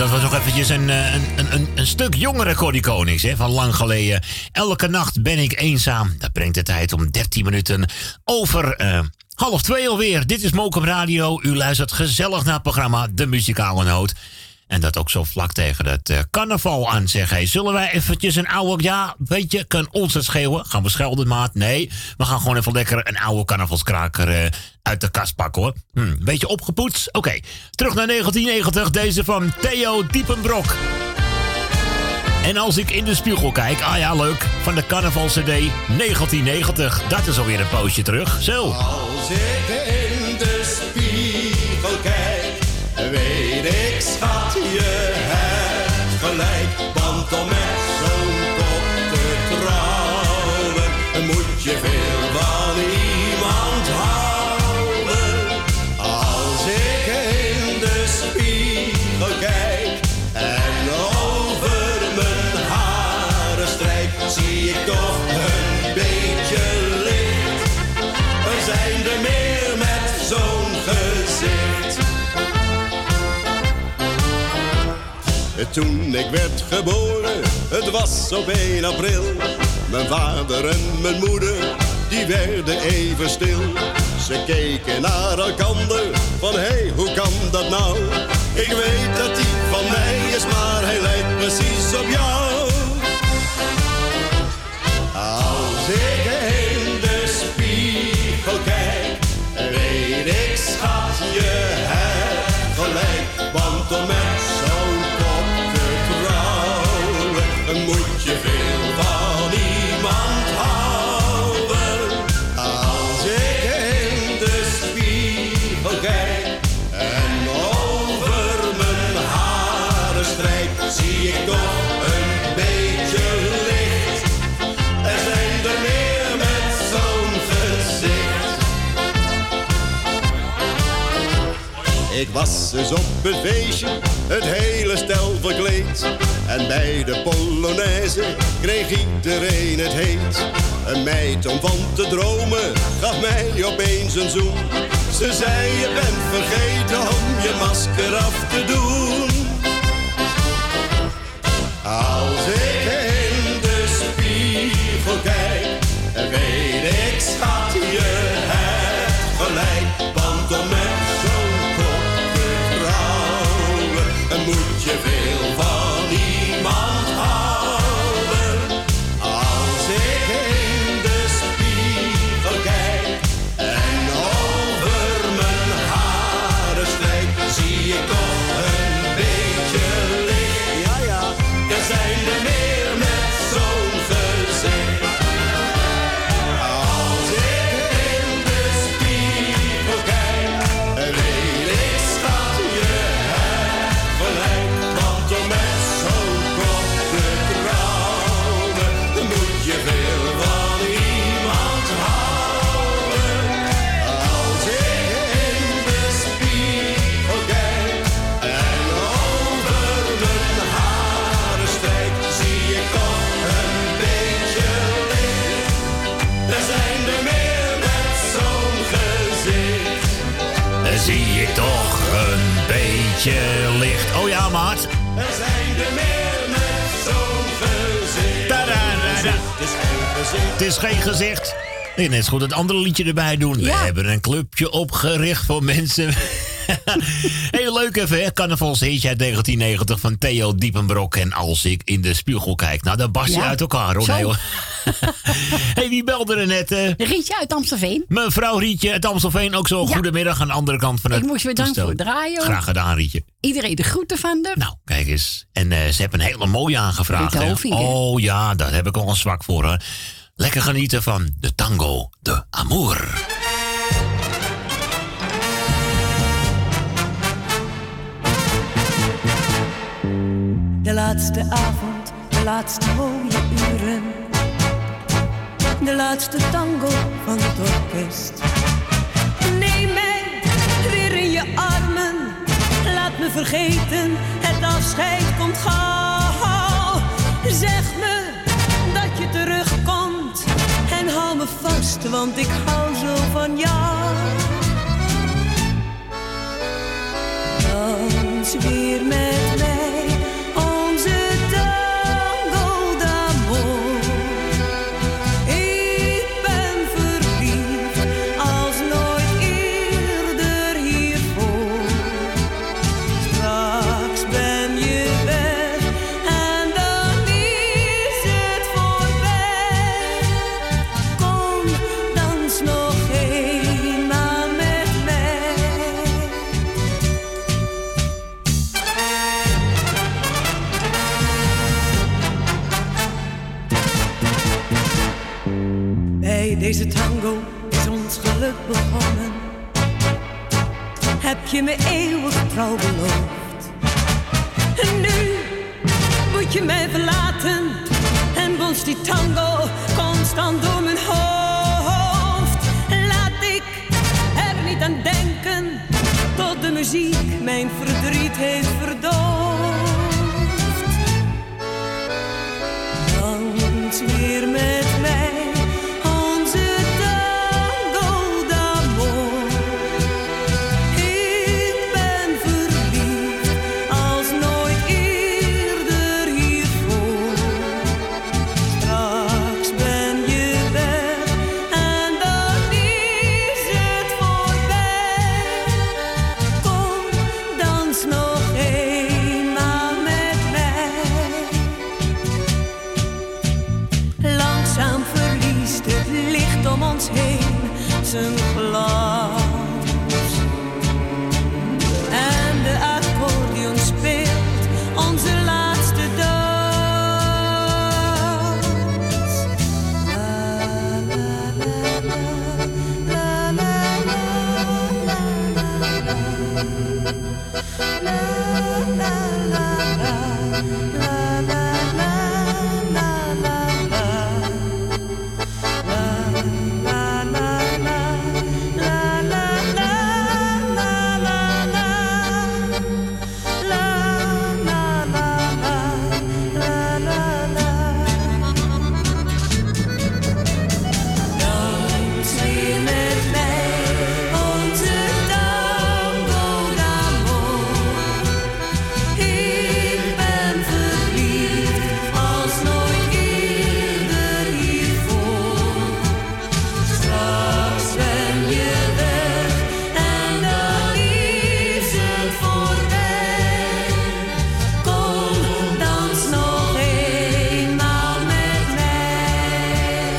dat was nog eventjes een, een, een, een stuk jongere Corrie Konings, hè, van lang geleden. Elke nacht ben ik eenzaam. Dat brengt de tijd om dertien minuten over uh, half twee alweer. Dit is Mokum Radio. U luistert gezellig naar het programma De Muzikale Noot. En dat ook zo vlak tegen het uh, carnaval aan, zeg. Hey, zullen wij eventjes een oude... Ja, weet je, kan ons het schelen? Gaan we schelden, maat? Nee, we gaan gewoon even lekker een oude carnavalskraker uh, uit de kast pakken, hoor. Hm, beetje opgepoetst? Oké, okay. Terug naar negentien negentig. Deze van Theo Diepenbrok. En als ik in de spiegel kijk... Ah ja, leuk. Van de carnaval-cd negentien negentig. Dat is alweer een poosje terug. Zo. Als ik in de spiegel kijk... weet ik, schat, je hebt gelijk. Want om met zo'n kop te trouwen... moet je veel van iemand houden. Als ik in de spiegel kijk... en over mijn haren strijk... zie ik toch een beetje licht. Er zijn er meer met zo'n gezicht. Toen ik werd geboren, het was op één april. Mijn vader en mijn moeder, die werden even stil. Ze keken naar elkander, van hé, hey, hoe kan dat nou? Ik weet dat die van mij is, maar hij lijkt precies op jou. Als ik in de spiegel kijk, weet ik, schat, je hebt gelijk. Want om met zo'n moet je veel van iemand houden. Als ik in de spiegel kijk en over mijn haren strijk, zie ik toch een beetje licht. Er zijn er meer met zo'n gezicht. Ik was dus op het feestje, het hele stel verkleed. En bij de Polonaise kreeg iedereen het heet. Een meid om van te dromen gaf mij opeens een zoen. Ze zei, je bent vergeten om je masker af te doen. Als ik in de spiegel kijk, weet ik, schat, je hebt gelijk. Want om met zo'n kop te trouwen, moet je veel van iemand houden. Als ik in de spiegel kijk en over mijn haren strijk, zie ik toch een beetje licht. Ja, ja, er zijn er meer met zo'n gezicht. Als ik in de spiegel kijk, weet ik, schat, je hebt gelijk. Want om met zo'n kop te trouwen, moet je veel van iemand houden. Als ik in de spiegel kijk en over mijn haren strijk, zie ik toch een beetje licht. Er zijn er meer met zo'n gezicht. Dan zie ik toch een beetje licht. Oh ja, maat. Er zijn er meer met zo'n gezicht. Tada-da-da. Het is geen gezicht. Het is geen gezicht. Nee, net zo goed het andere liedje erbij doen. We Ja. hebben een clubje opgericht voor mensen. Heel leuk even, hè? Carnavalsheetje uit negentien negentig van Theo Diepenbrok. En als ik in de spiegel kijk, nou, dan barst je Ja. uit elkaar, hoor. Zo. Nee, hoor. Hey, wie belde er net? eh? Rietje uit Amstelveen. Mevrouw Rietje uit Amstelveen, ook zo. Ja. Goedemiddag aan de andere kant van het Ik moest weer danken toestel. voor het draaien, hoor. Graag gedaan, Rietje. Iedereen de groeten van de. Nou, kijk eens. En uh, ze hebben een hele mooie aangevraagd. Rita hè? Hovink, hè? Oh ja, daar heb ik al een zwak voor. Hè? Lekker genieten van de tango de Amour. De laatste avond, de laatste mooie uren. De laatste tango van het orkest. Neem mij weer in je armen. Laat me vergeten, het afscheid komt gauw. Zeg me dat je terugkomt. En hou me vast, want ik hou zo van jou. Dans weer met mij. deze tango is ons geluk begonnen. Heb je me eeuwig trouw beloofd. En nu moet je mij verlaten en bonst die tango constant door mijn hoofd. Laat ik er niet aan denken tot de muziek mijn verdriet heeft verdoofd. Dans weer met mij onze tango d'amour. Ik ben verliefd als nooit eerder hiervoor. Straks ben je weg en dan is het voorbij. Kom, dans nog eenmaal met mij. Langzaam verliest het licht om ons heen zijn glans. En de accordeon speelt onze laatste dans. La, la, la, la, la, la, la, la, la, la, la, dans weer met mij onze tango d'amour. Ik ben verliefd als nooit eerder hiervoor. Straks ben je weg en dan is het voorbij. Kom, dans nog eenmaal met mij.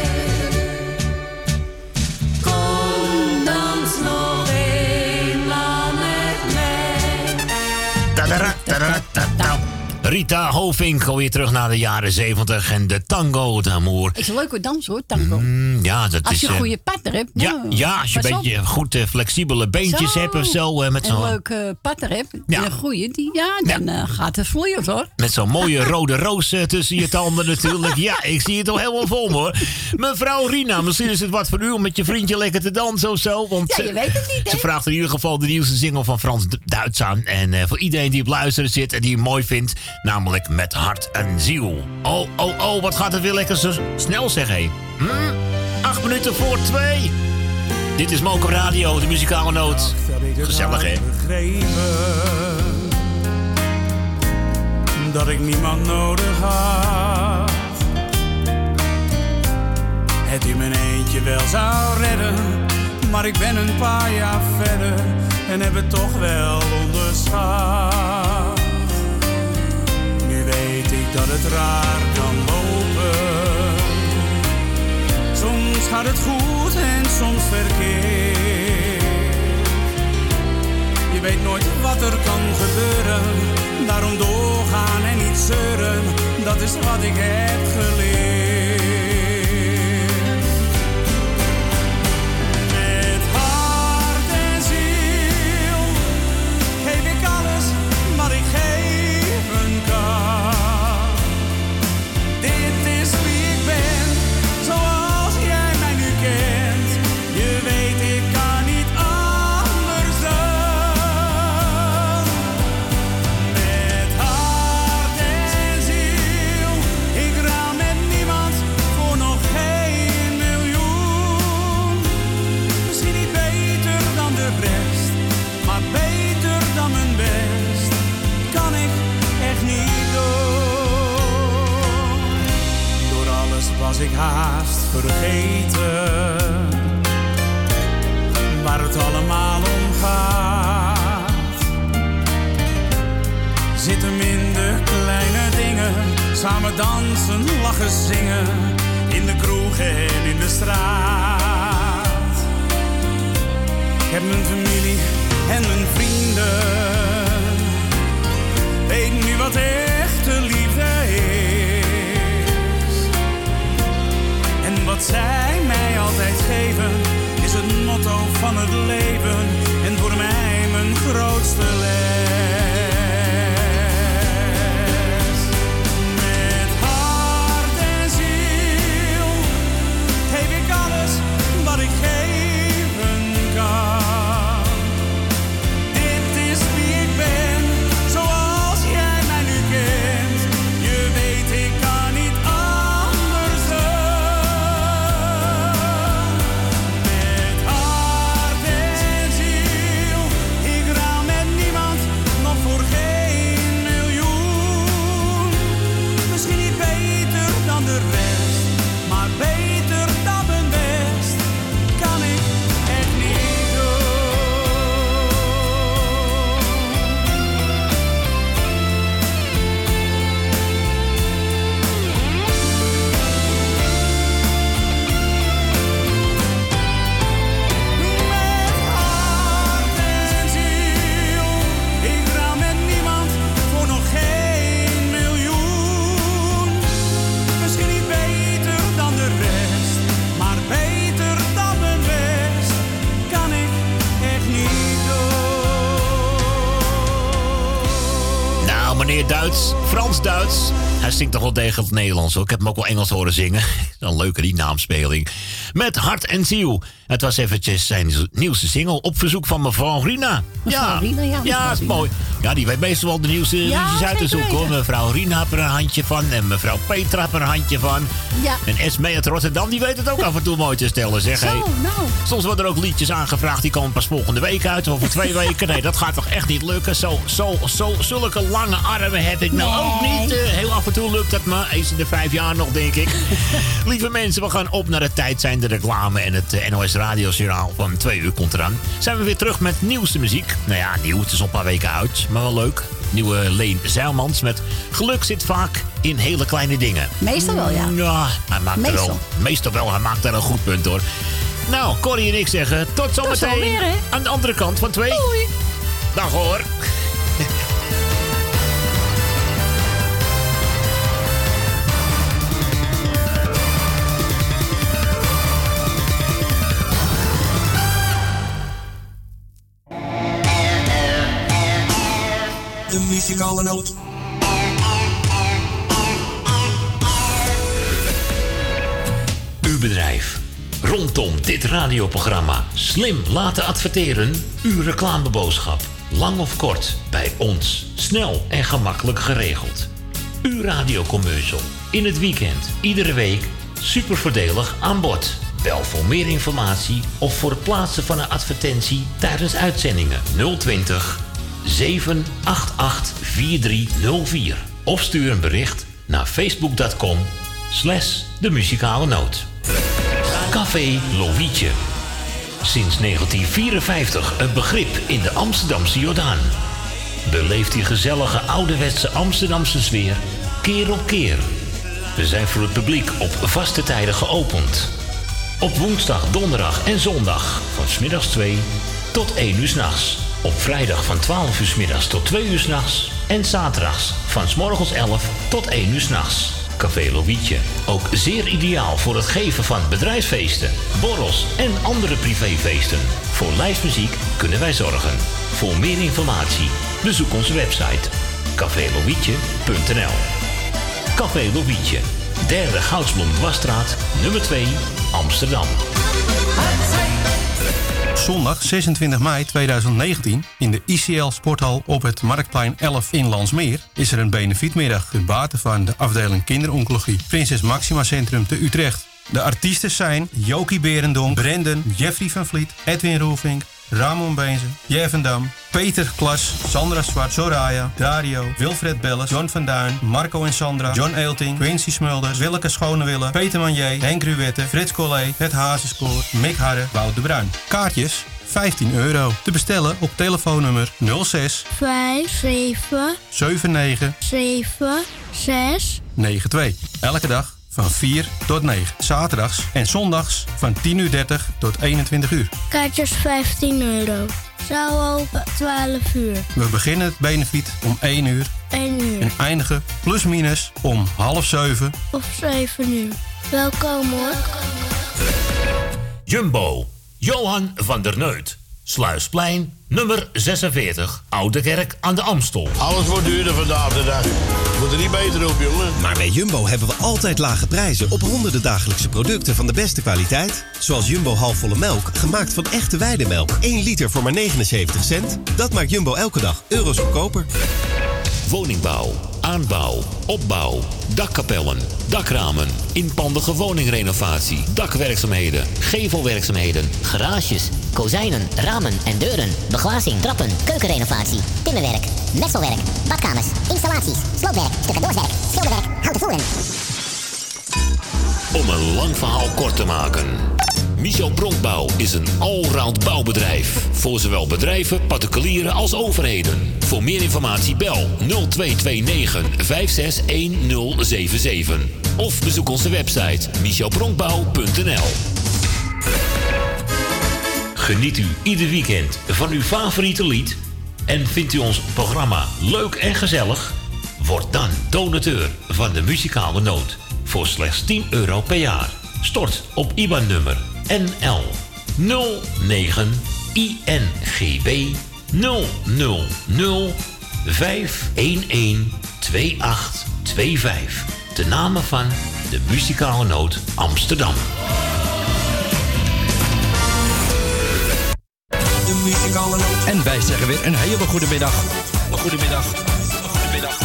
Kom, dans nog eenmaal met mij. Tadadadadadadada. Rita Hovink, weer terug naar de jaren zeventig en de tango d'amour. Is een leuke dans hoor, tango. Mm, ja, dat Als is... je een eh, goede partner hebt. ja, nou, ja, als je een pas op. beetje goed eh, flexibele beentjes Zo. hebt of zo. eh, met Een zo'n leuke partner hebt, Ja. een goede, die, ja, dan eh, gaat het vloeien hoor. met zo'n mooie rode roos eh, tussen je tanden natuurlijk. Ja, ik zie het al helemaal vol me, hoor. Mevrouw Rina, misschien is het wat voor u om met je vriendje lekker te dansen of zo. Want Ja, je eh, weet het niet, hè? ze vraagt in ieder geval de nieuwste single van Frans Du- Duits aan. En eh, voor iedereen die op luisteren zit en die hem mooi vindt, namelijk Met Hart en Ziel. Oh, oh, oh, wat gaat het weer lekker zo snel, zeg hé. Hm? Acht minuten voor twee. Dit is Mokum Radio, de muzikale noot. Gezellig, hè? Begrepen dat ik niemand nodig had. Het in mijn eentje wel zou redden, maar ik ben een paar jaar verder en heb het toch wel onderschat. Nu weet ik dat het raar kan lopen. Soms gaat het goed en soms verkeerd. Je weet nooit wat er kan gebeuren. Daarom doorgaan en niet zeuren, dat is wat ik heb geleerd. Met hart en ziel geef ik alles wat ik geven kan. Dit is wie ik ben, zoals jij mij nu kent. Je weet ik kan niet anders dan. Met hart en ziel, ik ruil met niemand voor nog geen miljoen. Misschien niet beter dan de rest, maar beter dan mijn best kan ik echt niet doen. Door alles was ik haast vergeten waar het allemaal om gaat. Zit hem in de kleine dingen, samen dansen, lachen, zingen, in de kroeg en in de straat. Ik heb mijn familie en mijn vrienden, weet nu wat echte liefde is. En wat zij mij altijd geven van het leven en voor mij mijn grootste les. Met hart en ziel geef ik alles wat ik geven kan. Dit is wie ik ben, zoals jij mij nu kent. Je weet, ik kan niet anders dan. Met hart en ziel, ik ruil met niemand, nog voor geen miljoen. Misschien niet beter dan de rest, maar beter dan mijn best kan ik echt niet doen. Met hart en ziel, ik ruil met niemand voor nog geen miljoen. Misschien niet beter dan de rest, maar beter dan mijn best kan ik echt niet doen. Nou, meneer Duits, Frans-Duits. Hij zingt toch wel degelijk Nederlands hoor. Ik heb hem ook wel Engels horen zingen. Dan leuke die naamspeling. Met hart en ziel. Het was eventjes zijn nieuwste single op verzoek van mevrouw Rina. Mevrouw Rina, ja, mevrouw Ja, is Rina. mooi. Ja, die weet meestal wel de nieuwste Ja, liedjes uit te zeker zoeken hoor. weten. Mevrouw Rina heeft er een handje van. En mevrouw Petra heeft er een handje van. Ja. En Esme uit Rotterdam, die weet het ook af en toe mooi te stellen. Zeg, Zo, hey. nou. Soms worden er ook liedjes aangevraagd, die komen pas volgende week uit. Of over twee weken. Nee, dat gaat toch echt niet lukken. Zo, zo, zo, zulke lange armen heb ik nou ook Nee. niet. Eh, heel af en toe lukt dat maar. Eens in de vijf jaar nog, denk ik. Lieve mensen, we gaan op naar de tijd zijn de reclame. En het eh, N O S radiojournaal van twee uur komt eraan. Zijn we weer terug met nieuwste muziek. Nou ja, nieuw, het is al een paar weken uit. Maar wel leuk. Nieuwe Leen Zijlmans met Geluk zit vaak in hele kleine dingen. Meestal wel, ja. Ja, hij maakt er Meestal. wel. Meestal wel, hij maakt er een goed punt hoor. Nou, Corrie en ik zeggen tot zometeen zometeen, hè? aan de andere kant van twee. Doei. Dag hoor. De muzikale noot. Uw bedrijf. Rondom dit radioprogramma slim laten adverteren. Uw reclameboodschap. Lang of kort, bij ons. Snel en gemakkelijk geregeld. Uw radiocommercial. In het weekend, iedere week. Super voordelig aan bod. Bel voor meer informatie of voor het plaatsen van een advertentie tijdens uitzendingen nul twintig, zeven acht acht, vier drie nul vier. Of stuur een bericht naar facebook punt com slash de muzikale noot. Café Lovietje. Sinds negentien vierenvijftig een begrip in de Amsterdamse Jordaan. Beleeft die gezellige ouderwetse Amsterdamse sfeer keer op keer. We zijn voor het publiek op vaste tijden geopend. Op woensdag, donderdag en zondag van 's middags twee tot één uur 's nachts. Op vrijdag van twaalf uur 's middags tot twee uur 's nachts. En zaterdags van 's morgens elf tot één uur 's nachts. Café Lovietje. Ook zeer ideaal voor het geven van bedrijfsfeesten, borrels en andere privéfeesten. Voor lijstmuziek kunnen wij zorgen. Voor meer informatie bezoek onze website café lovietje punt n l. Café Lovietje. Derde Goudsblom-Dwarsstraat, nummer twee, Amsterdam. Zondag zesentwintig mei tweeduizend negentien in de I C L Sporthal op het Marktplein elf in Landsmeer is er een benefietmiddag ten bate van de afdeling kinderoncologie Prinses Maxima Centrum te Utrecht. De artiesten zijn Jokie Berendonk, Brendan, Jeffrey van Vliet, Edwin Roelvink, Ramon Beenzen, Jevendam, Peter Klas, Sandra Zwart, Soraya, Dario, Wilfred Belles, John van Duin, Marco en Sandra, John Eelting, Quincy Smulders, Willeke Schonewille, Peter Manier, Henk Ruwette, Frits Collé, Het Hazenspoor, Mick Harre, Wout de Bruin. Kaartjes vijftien euro. Te bestellen op telefoonnummer nul zes vijf zeven zeven negen zeven zes negen twee. Elke dag van vier tot negen. Zaterdags en zondags van tien uur dertig tot eenentwintig uur. Kaartjes vijftien euro. Zaal open twaalf uur. We beginnen het benefiet om één uur één uur. en eindigen plus minus om half zeven. Of zeven uur. Welkom hoor. Jumbo, Johan van der Neut. Sluisplein, nummer zesenveertig, Oude Kerk aan de Amstel. Alles wordt duurder vandaag de dag. Moet er niet beter op, jongen. Maar bij Jumbo hebben we altijd lage prijzen op honderden dagelijkse producten van de beste kwaliteit. Zoals Jumbo halfvolle melk, gemaakt van echte weidemelk. één liter voor maar negenenzeventig cent. Dat maakt Jumbo elke dag euro's goedkoper. Woningbouw, aanbouw, opbouw, dakkapellen, dakramen, inpandige woningrenovatie, dakwerkzaamheden, Gevelwerkzaamheden, garages, kozijnen, ramen en deuren, beglazing, trappen, keukenrenovatie, timmerwerk, messelwerk, badkamers, installaties, sloopwerk, stucadoorswerk, schilderwerk, houten voeren. Om een lang verhaal kort te maken. Michel Bronkbouw is een allround bouwbedrijf. Voor zowel bedrijven, particulieren als overheden. Voor meer informatie bel nul twee twee negen vijf zes een nul zeven zeven. Of bezoek onze website michel bronkbouw punt n l. Geniet u ieder weekend van uw favoriete lied? En vindt u ons programma leuk en gezellig? Word dan donateur van de Muzikale Noot. Voor slechts tien euro per jaar. Stort op I B A N-nummer N L nul negen I N G B nul nul nul vijf een een twee acht twee vijf. De namen van de Muzikale Noot Amsterdam. De Muzikale Noot. En wij zeggen weer een hele goede middag. Een goede middag. Een goede middag.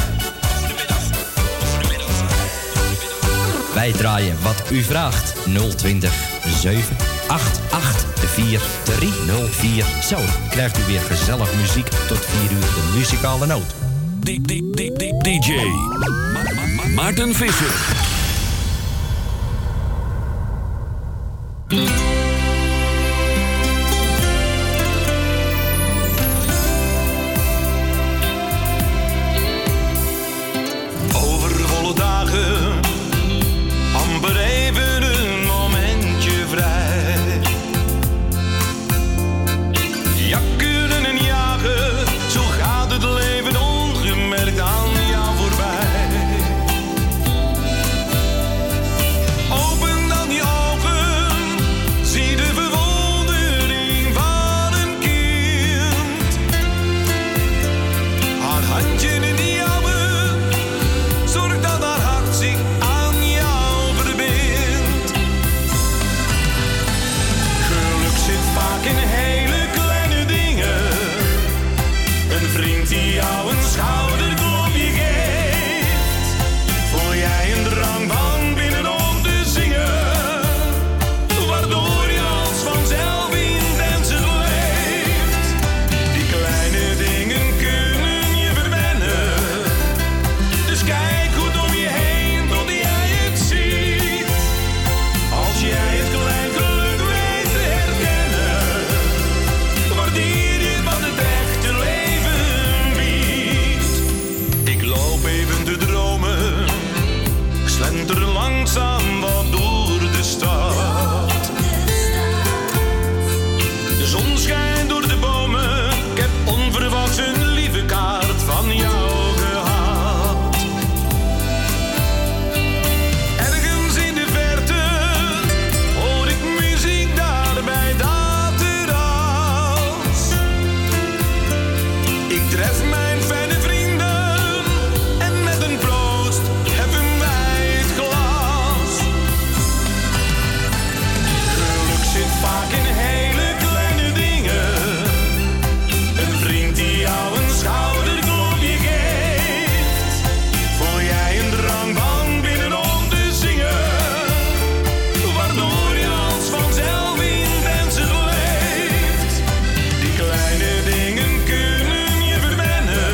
Wij draaien wat u vraagt. nul twintig zeven acht acht vier drie nul vier. Zo krijgt u weer gezellig muziek tot vier uur de Muzikale Noot. D J Maarten Visser. Overvolle dagen, amper even een momentje vrij. Jakkeren en jagen, zo gaat het leven ongemerkt aan jou voorbij. Open dan je ogen, zie de verwondering van een kind. Haar handje in die jouwe, zorg dat haar hart zich aan jou verbindt. Geluk zit vaak in hele kleine dingen. Een vriend die jou een schouderklopje geeft. Voel jij een drang van binnenom te zingen, waardoor je als vanzelf intenser leeft. Die kleine dingen kunnen je verwennen. Dus kijk goed om je heen tot jij het ziet. Als jij het klein geluk weet te herkennen, waardeer je wat het echte leven biedt. Ik loop even te dromen, slenter langzaam wat door de stad. De zon schijnt door de bomen, ik heb onverwachts een lieve kaart van jou gehad. Ergens in de verte hoor ik muziek daar bij dat terras. Ik tref mijn fijne vrienden en met een proost heffen wij het glas. Geluk zit vaak in hele kleine dingen. Een vriend die jou een schouderklopje geeft. Voel jij een drang van binnenom te zingen, waardoor je als vanzelf intenser leeft. Die kleine dingen kunnen je verwennen.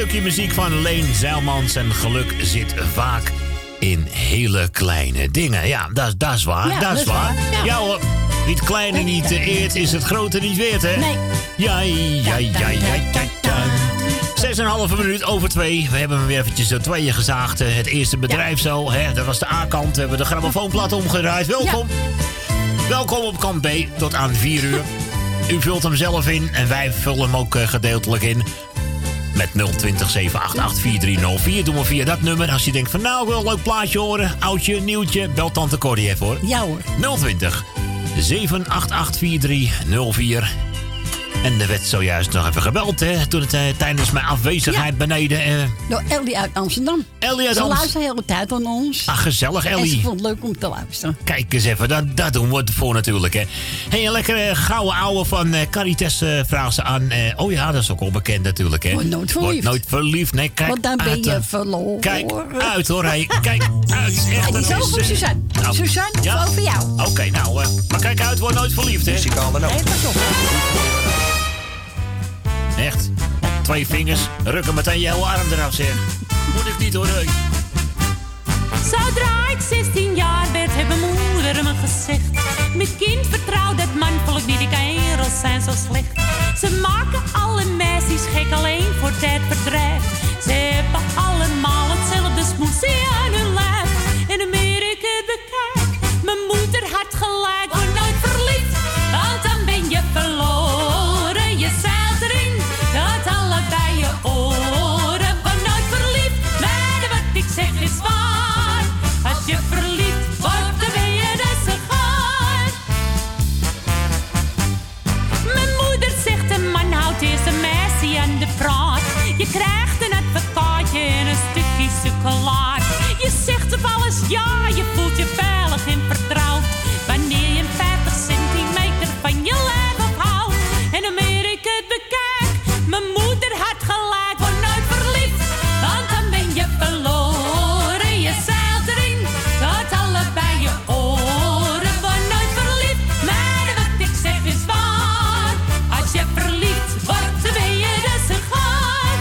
stukje muziek van Leen Zijlmans. En geluk zit vaak in hele kleine dingen. Ja, dat, dat is waar. Ja, dat is waar. waar. Ja. ja hoor. Wie het kleine niet uh, eert, is het grote niet weert, hè? Nee. Ja, ja, ja, ja, ja, ja. Zes en een halve minuut over twee. We hebben hem weer eventjes door tweeën gezaagd. Het eerste bedrijf ja. zo, hè. Dat was de A-kant. We hebben de grammofoonplaat omgedraaid. Welkom. Ja. Welkom op kant B tot aan vier uur. U vult hem zelf in en wij vullen hem ook uh, gedeeltelijk in. Met nul twintig zeven acht acht vier drie nul vier. Doen we via dat nummer. Als je denkt van nou, ik wil een leuk plaatje horen. Oudje, nieuwtje. Bel tante Corrie even hoor. Ja hoor. nul twintig zeven acht acht vier drie nul vier. En er werd zojuist nog even gebeld, hè, toen het uh, tijdens mijn afwezigheid ja. beneden... Uh... Door Ellie uit Amsterdam. Ellie uit Ze Amsterdam. luistert de hele tijd aan ons. Ah, gezellig, Ellie. En ze vond het leuk om te luisteren. Kijk eens even, dat, dat doen we het voor natuurlijk, hè. Hey, een lekkere gouden ouwe van uh, Caritas uh, vraagt ze aan... Uh, oh ja, dat is ook al bekend natuurlijk, hè. Word nooit verliefd. Word nooit verliefd, nee, kijk Want dan ben uit, je uh, verloren. Kijk uit, hoor, hey. Kijk uit. Echt, en die is ook voor Suzanne. Nou, Suzanne, ja? Voor jou. Oké, okay, nou, uh, maar kijk uit, word nooit verliefd, hè. Muzikale noot. Nee, pas op. Echt. Twee vingers, rukken meteen je hele arm eraf, zeg. Moet ik niet hoor, hey. Zodra ik zestien jaar werd, heeft mijn moeder me gezegd: mijn kind, vertrouw dat manvolk niet, die kerels zijn zo slecht. Ze maken alle meisjes gek alleen voor tijdverdrijf. Ze hebben allemaal hetzelfde smoesie aan hun lijf. En hoe meer ik het bekijk, mijn moeder had gelijk. Word nooit verliefd, want dan ben je verloren. Je zeilt erin, dat allebei je oren. Word nooit verliefd, maar wat ik zeg is waar. Als je verliefd wordt, dan ben je dus zo gaar. Mijn moeder zegt, een man houdt eerst een meisje aan de praat. Je krijgt een advocaatje en een stukje chocolade. Je zegt op alles ja, je voelt je veilig en vertrouwd. Wanneer je een vijftig centimeter van je lijf afhoudt. En hoe meer ik het bekijk, mijn moeder had gelijk. Word nooit verliefd, want dan ben je verloren. Je zeilt erin, tot allebei je oren. Word nooit verliefd, maar wat ik zeg is waar. Als je verliefd wordt, dan ben je dus een gaar.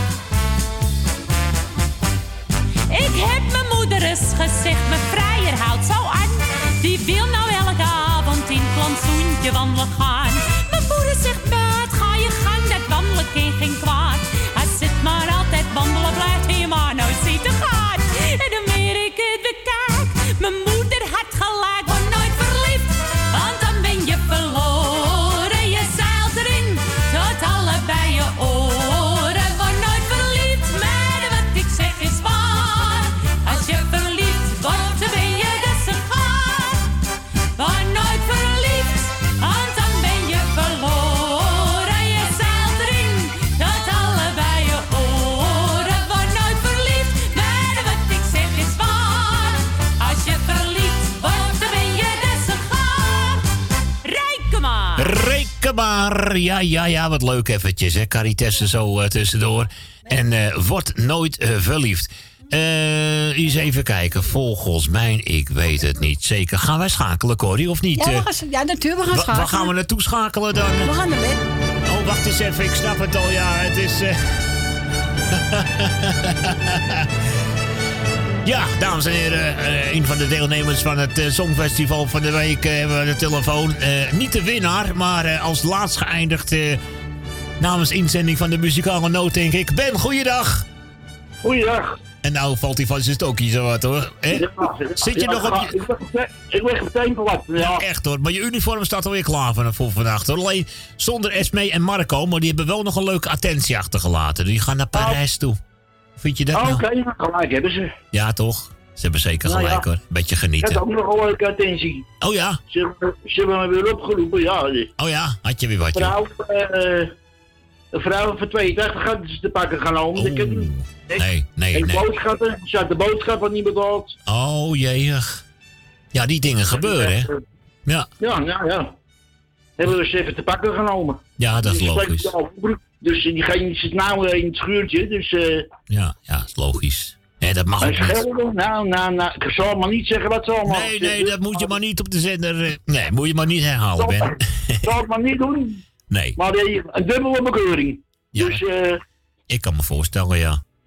Ik heb mijn moeder eens gezegd, mijn vrijer houdt zo aan. Die wil nou elke avond in het plantsoentje wandelen gaan. Mijn moeder zegt, maat, ga je gang, dat wandelen kan geen kwaad. Hij zit maar altijd wandelen, blijft hij maar nooit zien te gaan. En hoe meer ik het bekijk, mijn moeder had gelijk. Word nooit verliefd, want dan ben je verloren. Je zeilt erin, tot allebei je oren. Word nooit verliefd, maar wat ik zeg is waar. Als je verliefd wordt, dan ben je dus een gaar. Word nooit verliefd, want dan ben je verloren. Je zeilt erin, tot allebei je oren. Word nooit verliefd, maar wat ik zeg is waar. Als je verliefd wordt, dan ben je dus een gaar. Reken maar. Reken maar. Ja, ja, ja, wat leuk eventjes, hè. Caritas er zo uh, tussendoor. En uh, wordt nooit uh, verliefd. Uh, eens even kijken. Volgens mij, ik weet het niet zeker. Gaan wij schakelen, Corrie, of niet? Ja, we gaan, ja natuurlijk, we gaan schakelen. Waar gaan we naartoe schakelen dan? We gaan naar bed. Oh, wacht eens even, ik snap het al, ja. Het is... Uh... ja, dames en heren. Uh, een van de deelnemers van het uh, Songfestival van de week uh, hebben we de telefoon. Uh, niet de winnaar, maar uh, als laatst geëindigd... Uh, namens inzending van de muzikale noot, denk ik. Ben, goeiedag. Goeiedag. En nou valt hij van zijn stokje zo wat, hoor. Eh? Ja, Zit je ja, nog op je... Ik lig meteen te wachten, ja. Ja. Echt hoor, maar je uniform staat alweer klaar voor, voor vannacht, hoor. Alleen zonder Esmee en Marco, maar die hebben wel nog een leuke attentie achtergelaten. Die gaan naar Parijs toe. Vind je dat oh, nou? Oké, okay, gelijk hebben ze. Ja, toch? Ze hebben zeker gelijk, nou, ja. hoor. Beetje genieten. Ik had ook nog een leuke attentie. Oh ja? Ze, ze hebben me weer opgeroepen, ja. Oh ja? Had je weer wat, vrouw, uh, een vrouw van tweeëntachtig gaat ze te pakken gaan halen. Oh. Nee, nee, en nee. boodschappen, ze had de boodschappen niet betaald. Oh, jee. Ja, die dingen gebeuren, hè? Ja. Ja, ja, ja. Hebben we ze even te pakken genomen. Ja, dat is logisch. Dus diegene zit nou in het schuurtje, dus... Uh, ja, ja, dat is logisch. Nee, dat mag ook niet. Nou, nou, nou, ik zal maar niet zeggen wat ze allemaal... Nee, nee, dat moet je maar niet op de zender... Nee, moet je maar niet herhalen, Ben. Zal het maar niet doen. Nee. Maar een dubbele bekeuring. Ja, dus... Uh, ik kan me voorstellen, ja.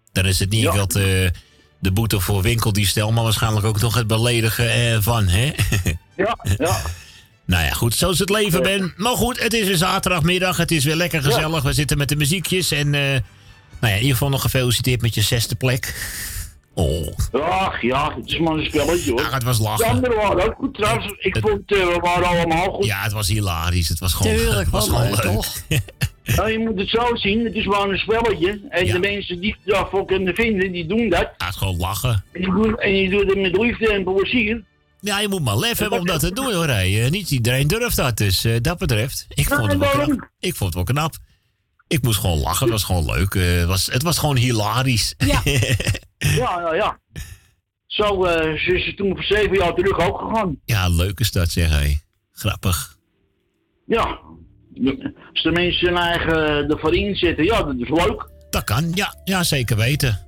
Dan is het niet Ja. ik wilt, uh, de boete voor winkeldiefstal, maar waarschijnlijk ook nog het beledigen uh, van, hè? Ja, ja. Nou ja, goed, zo is het leven, Ben. Maar goed, het is weer zaterdagmiddag. Het is weer lekker gezellig. We zitten met de muziekjes. En uh, nou ja, in ieder geval nog gefeliciteerd met je zesde plek. Oh. Ach ja, het is maar een spelletje hoor. Ja, het was lachen. De anderen waren ook goed trouwens. Ik het, vond, uh, we waren allemaal goed. Ja, het was hilarisch. Het was gewoon, Tuurlijk, het was wel gewoon leuk, leuk. toch? Nou, je moet het zo zien, het is maar een spelletje. En Ja. de mensen die het daarvoor kunnen vinden, die doen dat. Ja, het is gewoon lachen. En die doen, en die doen het met liefde en plezier. Ja, je moet maar lef hebben om dat te doen hoor. Hey. Uh, niet iedereen durft dat, dus uh, dat betreft. Ik vond, het wel knap. ik vond het wel knap. Ik moest gewoon lachen, het was gewoon leuk. Uh, het, was, het was gewoon hilarisch. Ja, ja, ja. ja. Zo uh, ze is toen voor zeven jaar terug ook gegaan. Ja, leuk is dat, zeg hij. Grappig. Ja. Als de mensen hun eigen ervoor inzetten, ja, dat is leuk. Dat kan, ja, ja zeker weten.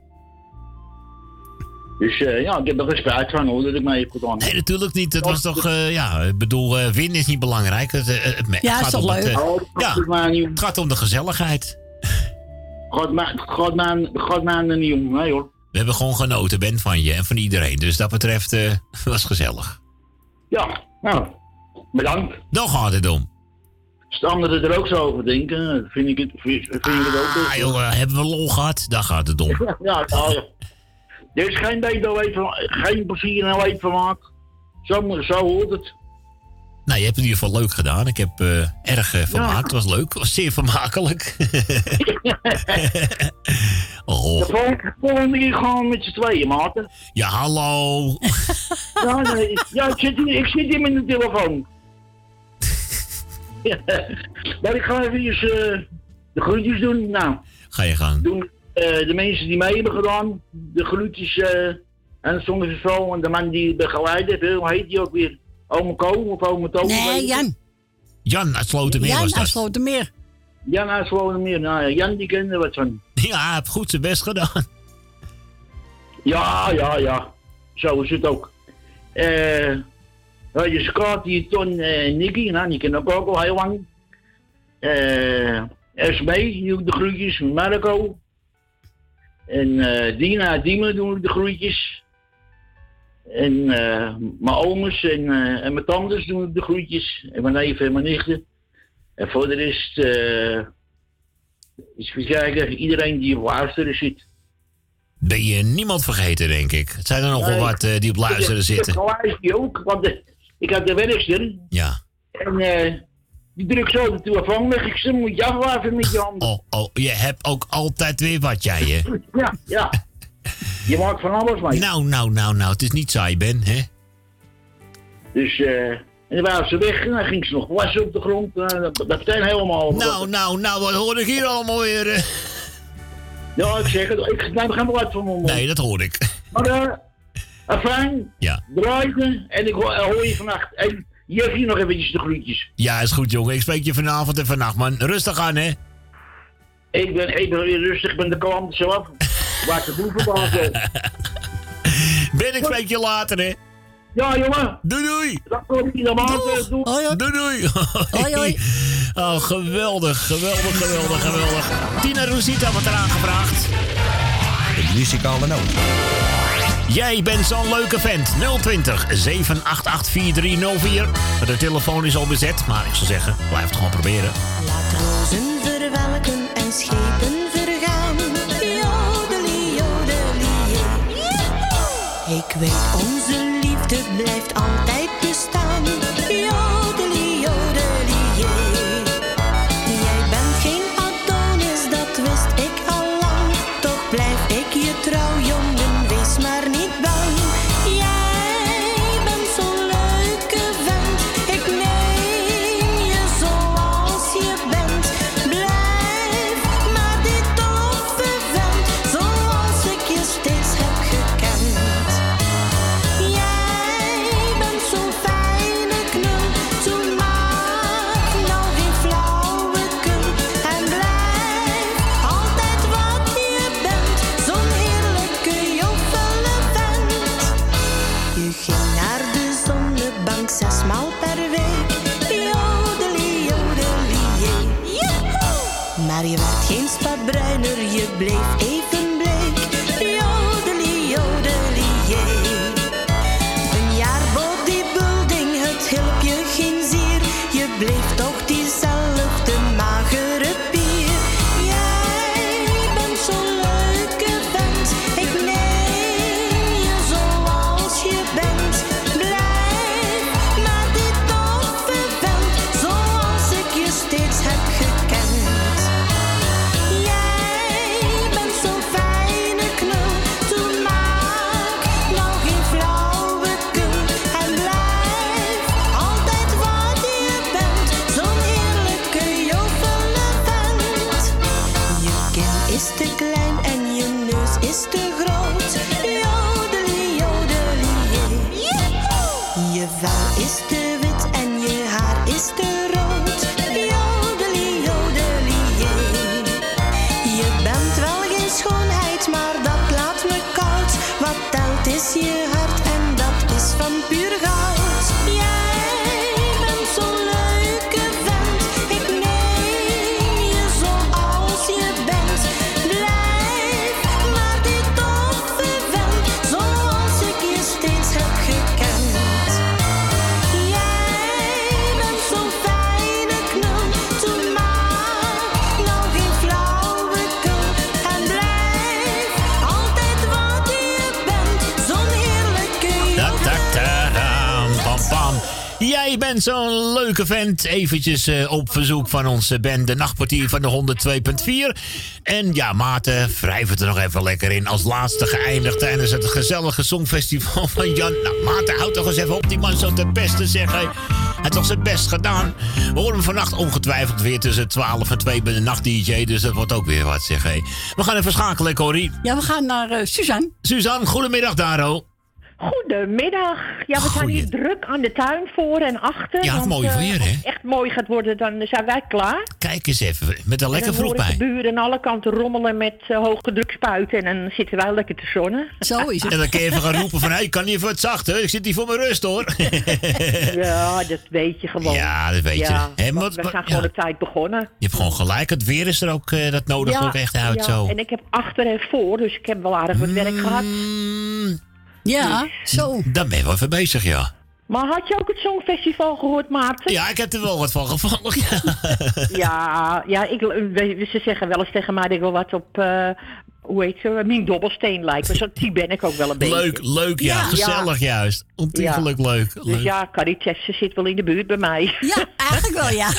Dus uh, ja, ik heb er respect van hoor, dat ik mee heb gedaan. Nee, natuurlijk niet. Het was toch, uh, ja, ik bedoel, uh, winnen is niet belangrijk. Het, uh, het, Ja, het is gaat toch om leuk? Het, uh, Oh, dat ja, is maar niet. het gaat om de gezelligheid. Gaat mij, gaat mij, gaat mij er niet om, nee hoor. We hebben gewoon genoten, Ben, van je en van iedereen. Dus dat betreft uh, was gezellig. Ja, nou, bedankt. Dan gaat het om. Als de anderen er ook zo over denken, vind ik het, vind, vind ik het ook. Ah, joh, hebben we lol gehad? Daar gaat het om. Ja, ja, ja. Er is geen beter van, geen plezier en weet van maak. Zo, zo hoort het. Nou, je hebt het in ieder geval leuk gedaan. Ik heb uh, erg uh, vermaakt. Het was leuk. Het was zeer vermakelijk. oh. De volgende, volgende keer gewoon met z'n tweeën, maten. Ja, hallo. ja, nee, ja, ik zit hier, ik zit hier met de telefoon. ja, maar ik ga even eens, uh, de groetjes doen. Nou, ga je gaan. Doen uh, de mensen die mee hebben gedaan. De groetjes uh, aan het Songfestival. En de man die begeleid heeft. Hoe heet die ook weer? Ome Ko of Ome Toon? Nee, Jan. Jan uit Slotermeer Jan was dat. uit Slotermeer. Jan uit Slotermeer. Nou ja, Jan die kende wat van. Ja, hij heeft goed zijn best gedaan. Ja, ja, ja. Zo is het ook. Eh... Uh, je Scott, die Ton en Nicky, nou, die kennen ook al heel lang. Eh... Esmee, die doet de groetjes. Marco. En uh, Dina en Diemen doen de groetjes. En uh, mijn ooms en, uh, en mijn tantes doen de groetjes. En mijn neven en mijn nichten. En voor de rest, uh, eens even kijken, iedereen die op luisteren zit. Ben je niemand vergeten, denk ik. Het zijn er nog nee, wel wat uh, die op luisteren ik, zitten. Ik heb geluisterd ook, want de, ik had de werkster. Ja. En uh, die drukt zo de telefoon weg. Ik zeg, moet je afwaven met je handen. Oh, oh, je hebt ook altijd weer wat, jij, hè? Ja, ja. Je maakt van alles mee. Nou, nou, nou, nou. Het is niet saai, Ben, hè? Dus, eh... Uh, en dan waren ze weg en dan ging ze nog wassen op de grond. Uh, dat, dat meteen helemaal... Nou, nou, nou, wat hoor ik hier allemaal weer? Uh... Ja, ik zeg het. Ik neem geen blad van mijn mond. Nee, dat hoor ik. Maar, uh, afijn. Ja. Draaien. En ik hoor, hoor je vannacht. En hier heb je nog eventjes de groetjes. Ja, is goed, jongen. Ik spreek je vanavond en vannacht, man. Rustig aan, hè? Ik ben, ik ben weer rustig. Ik ben de klant zelf. Waar de boeven waren. Ben, ik spreek je later, hè? Ja, jongen. Doei, doei. Dat kom ik naar maand. Doei. Doei, doei. Hoi, hoi. Oh, geweldig, geweldig, geweldig, geweldig. Tina Rosita wordt eraan gevraagd. De muzikale noot. Jij bent zo'n leuke vent. nul twintig, zeven acht acht, vier drie nul vier. De telefoon is al bezet, maar ik zou zeggen, blijf het gewoon proberen. Laat rozen verwelken en schepen vergaan. Jodelie, jodelie. Ik weet, onze liefde blijft altijd bestaan. Jodelie, jodelie. Jij bent geen Adonis, dat wist ik al lang. Toch blijf ik je trouw, jongen, wees maar niet bang. Jij bent zo'n leuke vent. Ik neem je zoals je bent. Blijf maar die toffe vent, zoals ik je steeds heb gekend. Jij bent zo'n fijne knul, zo maak nou geen flauwekul. En blijf altijd wat je bent, zo'n heerlijke joffele vent. Je ging naar de zonnebank zesmaal per week. Jodelie, jodelie. Maar je werd geen spatbruiner, je bleef even bleek. bleef toch diezelfde magere pier. Jij bent zo'n leuke vent, ik neem je zoals je bent. Blijf maar dit toffe vent, zoals ik je steeds heb gekend. Jij bent zo'n fijne knul, toen maak nou geen flauwekul. En blijf altijd wat je bent, zo'n heerlijke jovele vent. Je kin is te klein en je neus is te groot. Jodelie, jodelie, je vel is te wit en je haar is te rood. Jodelie, jodelie, je bent wel geen schoonheid, maar dat laat me koud. Wat telt is je hart en dat is van puur goud. Jij bent zo'n leuke vent, ik neem je zoals je bent. Blijf maar dit toffe vent, zoals ik je steeds heb gekend. Jij bent zo'n fijne knul, toen maak nou geen flauwekul. En blijf altijd wat je bent, zo'n heerlijke Da, da, da, da, bam, bam. Jij bent zo'n leuke vent. Eventjes eh, op verzoek van onze band De Nachtportier van de honderd twee punt vier. En ja, Maarten, wrijf het er nog even lekker in. Als laatste geëindigd tijdens het gezellige songfestival van Jan. Nou, Maarten, houd toch eens even op die man zo te pesten, zeg. Hij Hij heeft toch zijn best gedaan. We horen hem vannacht ongetwijfeld weer tussen twaalf en twee bij de nacht-D J. Dus dat wordt ook weer wat, zeg. Hé. We gaan even schakelen, Corrie. Ja, we gaan naar uh, Suzanne. Suzanne, goedemiddag, Daro. Goedemiddag. Ja, we zijn hier druk aan de tuin voor en achter. Ja, het want, mooi eh, weer, hè? Als het echt mooi gaat worden, dan zijn wij klaar. Kijk eens even, met een lekker En dan vroeg hoor ik bij. de buren aan alle kanten rommelen met uh, hoge druk spuiten. En dan zitten wij lekker te zonnen. Zo is En dan kun je even gaan roepen van, hé, hey, kan niet even wat zachter? Ik zit hier voor mijn rust, hoor. Ja, dat weet je gewoon. Ja, dat weet je. Ja, Hè, want maar- we zijn ja. gewoon op tijd begonnen. Je hebt gewoon gelijk. Het weer is er ook, eh, dat nodig ook echt uit ja, zo. en ik heb achter en voor, dus ik heb wel aardig wat werk gehad. Ja, zo. Dan ben je wel even bezig, ja. Maar had je ook het Songfestival gehoord, Maarten? Ja, ik heb er wel wat van gevallen. Ja. Ja, ja ik, we- ze zeggen wel eens tegen mij dat ik wel wat op, uh, hoe heet ze, Mien Dobbelsteen lijkt. Maar zo, die ben ik ook wel een beetje. Leuk, leuk, ja. Ja. Gezellig juist. Ontiegelijk leuk. Dus leuk. ja, Carrie Tesse zit wel in de buurt bij mij. Ja, eigenlijk wel, ja.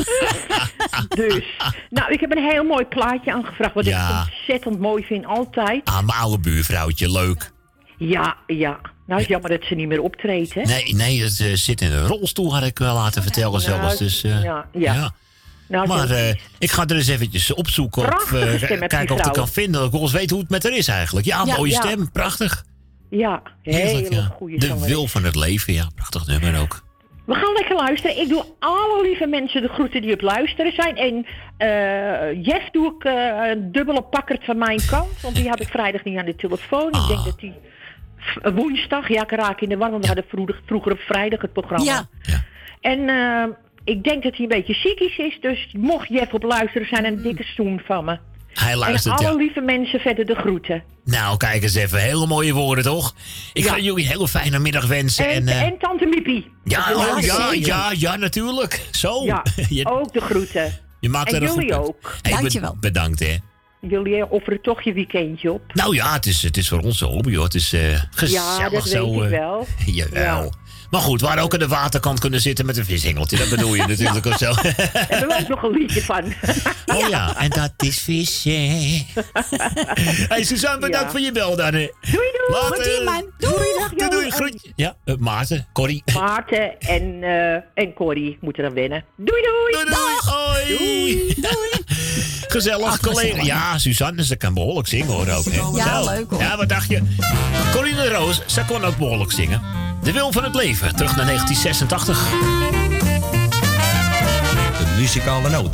Dus, nou, ik heb een heel mooi plaatje aangevraagd, wat Ja. ik ontzettend mooi vind, altijd. Ah, mijn oude buurvrouwtje, leuk. Ja, ja. Nou, is jammer dat ze niet meer optreedt, hè? Nee, nee, het eh, zit in een rolstoel, had ik wel laten vertellen Nou, zelfs. Dus, eh, ja, ja. Nou, maar zo- eh, ik ga er eens eventjes opzoeken. Of, Prachtige eh, stem heb die kijken of ik vrouw. kan vinden. Dat ik wel eens weet hoe het met haar is eigenlijk. Ja, Ja, mooie ja. stem. Prachtig. Ja, Heerlijk, hele ja. goede De zangeres. wil van het leven, ja. Prachtig nummer ook. We gaan lekker luisteren. Ik doe alle lieve mensen de groeten die op luisteren zijn. En eh Jeff doe ik eh, een dubbele pakkerd van mijn kant. Want die had ik vrijdag niet aan de telefoon. Ah. Ik denk dat die v- woensdag, ja, ik raak in de war. Want we hadden vroeger, vroeger op vrijdag het programma. Ja. En eh, ik denk dat hij een beetje ziekies is. Dus mocht Jeff op luisteren zijn, een dikke zoen van me. Hij En luistert, alle ja. lieve mensen verder de groeten. Nou, kijk eens even. Hele mooie woorden, toch? Ik Ja. ga jullie een hele fijne middag wensen. En, En, eh, en tante Miepie. ja, Dat wil oh, ik ja, zeggen. ja, ja, natuurlijk. Zo. Ja, je, ook de groeten. je maakt en er een goed jullie punt. ook. Hey, be- Dankjewel. Bedankt, hè. Jullie offeren toch je weekendje op. Nou ja, het is, het is voor ons een hobby, hoor. Het is eh, gezellig Ja, dat zo. weet ik eh, wel. Jawel. Ja. Maar goed, we hadden ook aan de waterkant kunnen zitten met een vishengeltje. Dat bedoel je natuurlijk of zo. Daar hebben we ook nog een liedje van. Oh ja, en dat is vissen. Hey Suzanne, bedankt Ja. voor je bel dan. hè. Doei doei. Later. Doei man. Doei. Doei, doei. Groet. Ja, uh, Maarten, Corrie. Maarten en, uh, en Corrie moeten er winnen. Doei doei. Doei doei. Hoi. Doei. Gezellig, collega. Ja, Suzanne, ze kan behoorlijk zingen hoor ook. Hè. Ja, Zo. leuk, hoor. Ja, wat dacht je? Corine Roos, ze kon ook behoorlijk zingen. De wil van het leven, terug naar negentien zesentachtig. De muzikale noot.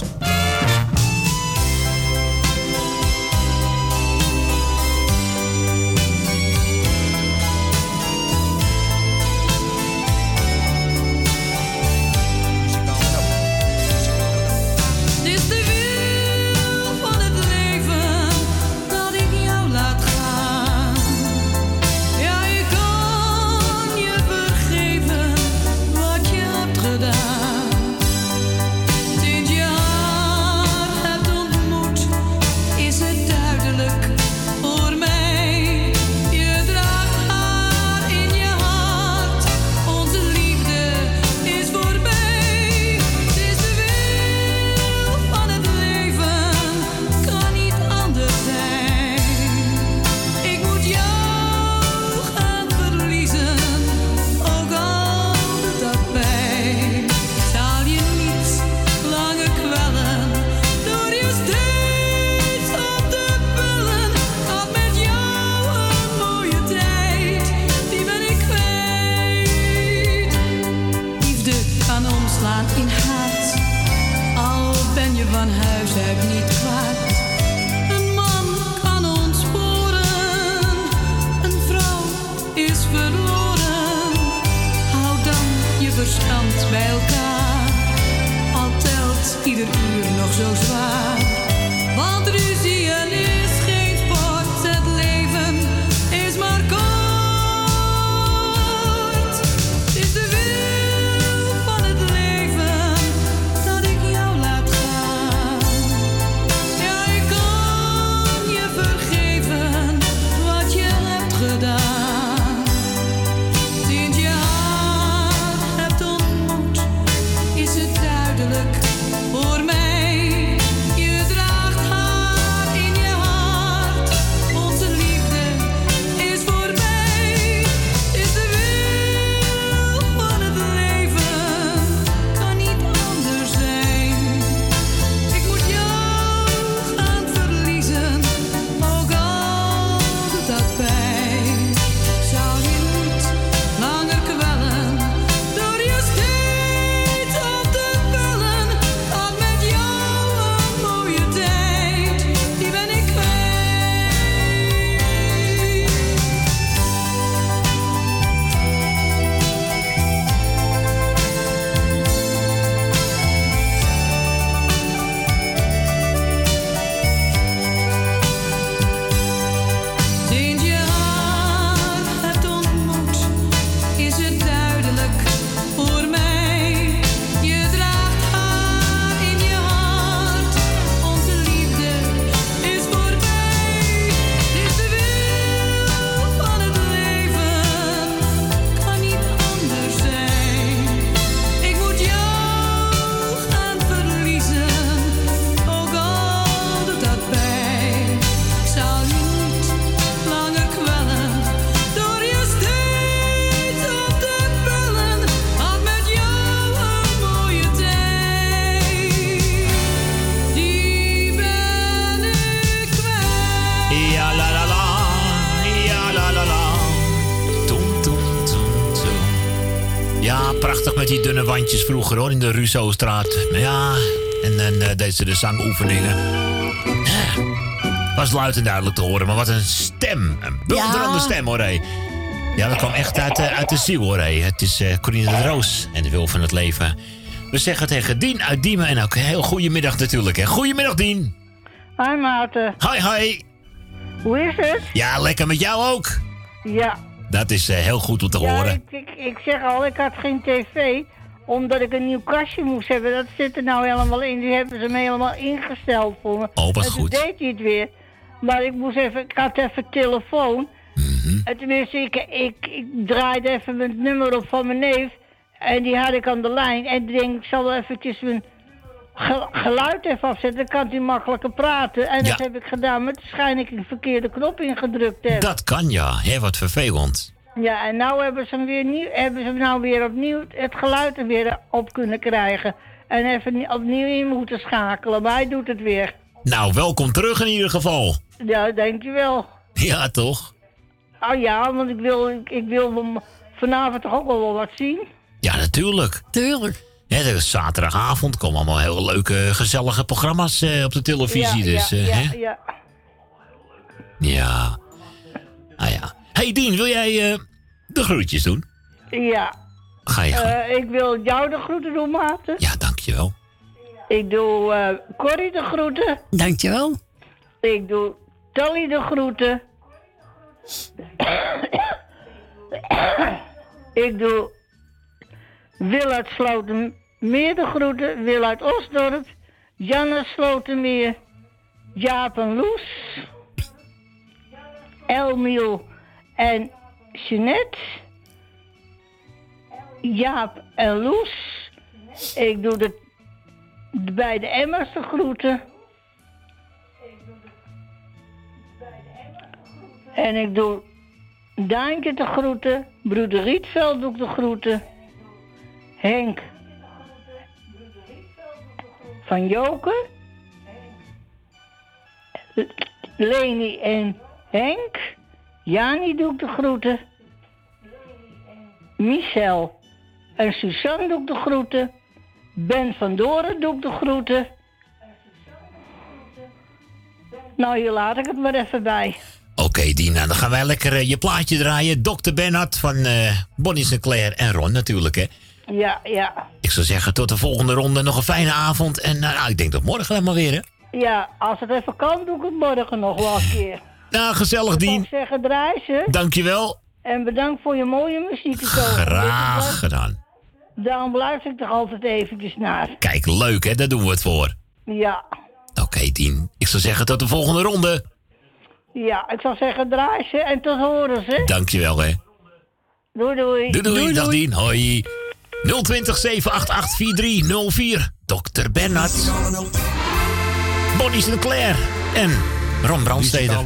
Het is de wil van het leven dat ik jou laat gaan. Ja, je kan je vergeven wat je hebt gedaan. van huis uit niet kwaad. Een man kan ontsporen, een vrouw is verloren. Hou dan je verstand bij elkaar, al telt ieder uur nog zo zwaar. Want ruzieën is geen sport, het leven is maar kort. Het is de wil van het leven dat ik jou laat gaan. Ja, ik kan je vergeven wat je hebt gedaan. Sinds je haar hebt ontmoet, is het duidelijk voor mij. Je draagt haar in je hart, onze liefde is voorbij. Het is de wil van het leven, kan niet anders zijn. Ik moet jou gaan verliezen, ook al doet dat pijn. Zou je niet langer kwellen door je steeds op te bellen? Had met jou een mooie tijd, die ben ik kwijt. Sinds je haar hebt ontmoet, is het duidelijk voor mij. Je draagt haar in je hart, onze liefde is voorbij. Het is de wil van het leven, kan niet anders zijn. Ik moet jou gaan verliezen, ook al doet dat pijn. Ik zal je niet langer kwellen door je steeds op te bellen. Had met jou een mooie tijd, die ben ik kwijt. Ja la la la, ja la la la. Toem, toem, toem, toem. Ja, prachtig met die dunne wandjes vroeger hoor, in de Rousseaustraat. Ja, en dan eh, deed ze de zangoefeningen. Eh, Was luid en duidelijk te horen, maar wat een stem. Een bulderende Ja. stem hoor, hé. Ja, dat kwam echt uit, de- uit de ziel hoor, hé. Het is eh Corine de Roos en de wil van het leven. We zeggen tegen Dien uit Diemen en ook heel goedemiddag natuurlijk, hè. Goedemiddag, Dien. Hi Maarten, Hoi, hoi. hoe is het? Ja, lekker met jou ook. Ja. Dat is eh, heel goed om te Ja, horen. ik, ik, ik zeg al, ik had geen tv, omdat ik een nieuw kastje moest hebben. Dat zit er nou helemaal in, die hebben ze me helemaal ingesteld voor me. Oh, wat en goed. toen deed hij het weer. Maar ik moest even, ik had even telefoon. Mhm. En tenminste, ik, ik, ik draaide even mijn nummer op van mijn neef. En die had ik aan de lijn. En ik denk, ik zal wel eventjes mijn ge- geluid even afzetten. Dan kan hij makkelijker praten. En dat Ja. heb ik gedaan, maar waarschijnlijk een verkeerde knop ingedrukt heb. Dat kan ja, hè, wat vervelend. Ja, en nou hebben ze hem weer nieuw, hebben ze hem nou weer opnieuw het geluid er weer op kunnen krijgen. En even ni- opnieuw in moeten schakelen, maar hij doet het weer. Nou, welkom terug in ieder geval. Ja, dankjewel. Ja, toch? Oh ja, want ik wil, ik, ik wil hem vanavond toch ook wel wel wat zien. Ja, natuurlijk. Tuurlijk. Ja, het is zaterdagavond komen allemaal heel leuke, gezellige programma's eh, op de televisie. ja, dus, ja, eh, ja, hè? ja. Ja. Ah ja. Hey Dien, wil jij eh, de groetjes doen? Ja. Ga je gang. Eh, ik wil jou de groeten doen, Maarten. Ja, dankjewel. Ik doe eh Corrie de groeten. Dankjewel. Ik doe Tally de groeten. Ik doe Wil uit Slotermeer de groeten. Wil uit Osdorp. Janne Slotermeer. Jaap en Loes. Elmiel en Jeanette. Jaap en Loes. Ik doe de, de beide Emmers de groeten. En ik doe Daantje de groeten. Broeder Rietveld doe ik de groeten. Henk van Joken. Leni en Henk. Jani doe ik de groeten. Michel en Suzanne doe ik de groeten. Ben van Doren doe ik de groeten. Nou, hier laat ik het maar even bij. Oké, okay, Dina, dan gaan wij lekker uh, je plaatje draaien. dokter Bernhard van uh, Bonnie Sinclair en Ron natuurlijk, hè? Ja, ja. Ik zou zeggen, tot de volgende ronde. Nog een fijne avond. En uh, nou, ik denk tot morgen dan maar weer, hè? Ja, als het even kan, doe ik het morgen nog wel een keer. Nou, gezellig, Dien. Ik zou zeggen, draai ze. Dankjewel. En bedankt voor je mooie muziek. Graag blijf, gedaan. Daarom blijf ik toch altijd eventjes naar. Kijk, leuk, hè? Daar doen we het voor. Ja. Oké, okay, Dien. Ik zou zeggen, tot de volgende ronde. Ja, ik zou zeggen, draai ze en tot horen ze. Dankjewel, hè. Doei, doei. Doei, doei. doei Dag, Dien. Hoi. nul twintig, zeven acht acht, vier drie nul vier. dokter Bernhard. Bonnie Sinclair. En Ron Brandsteder.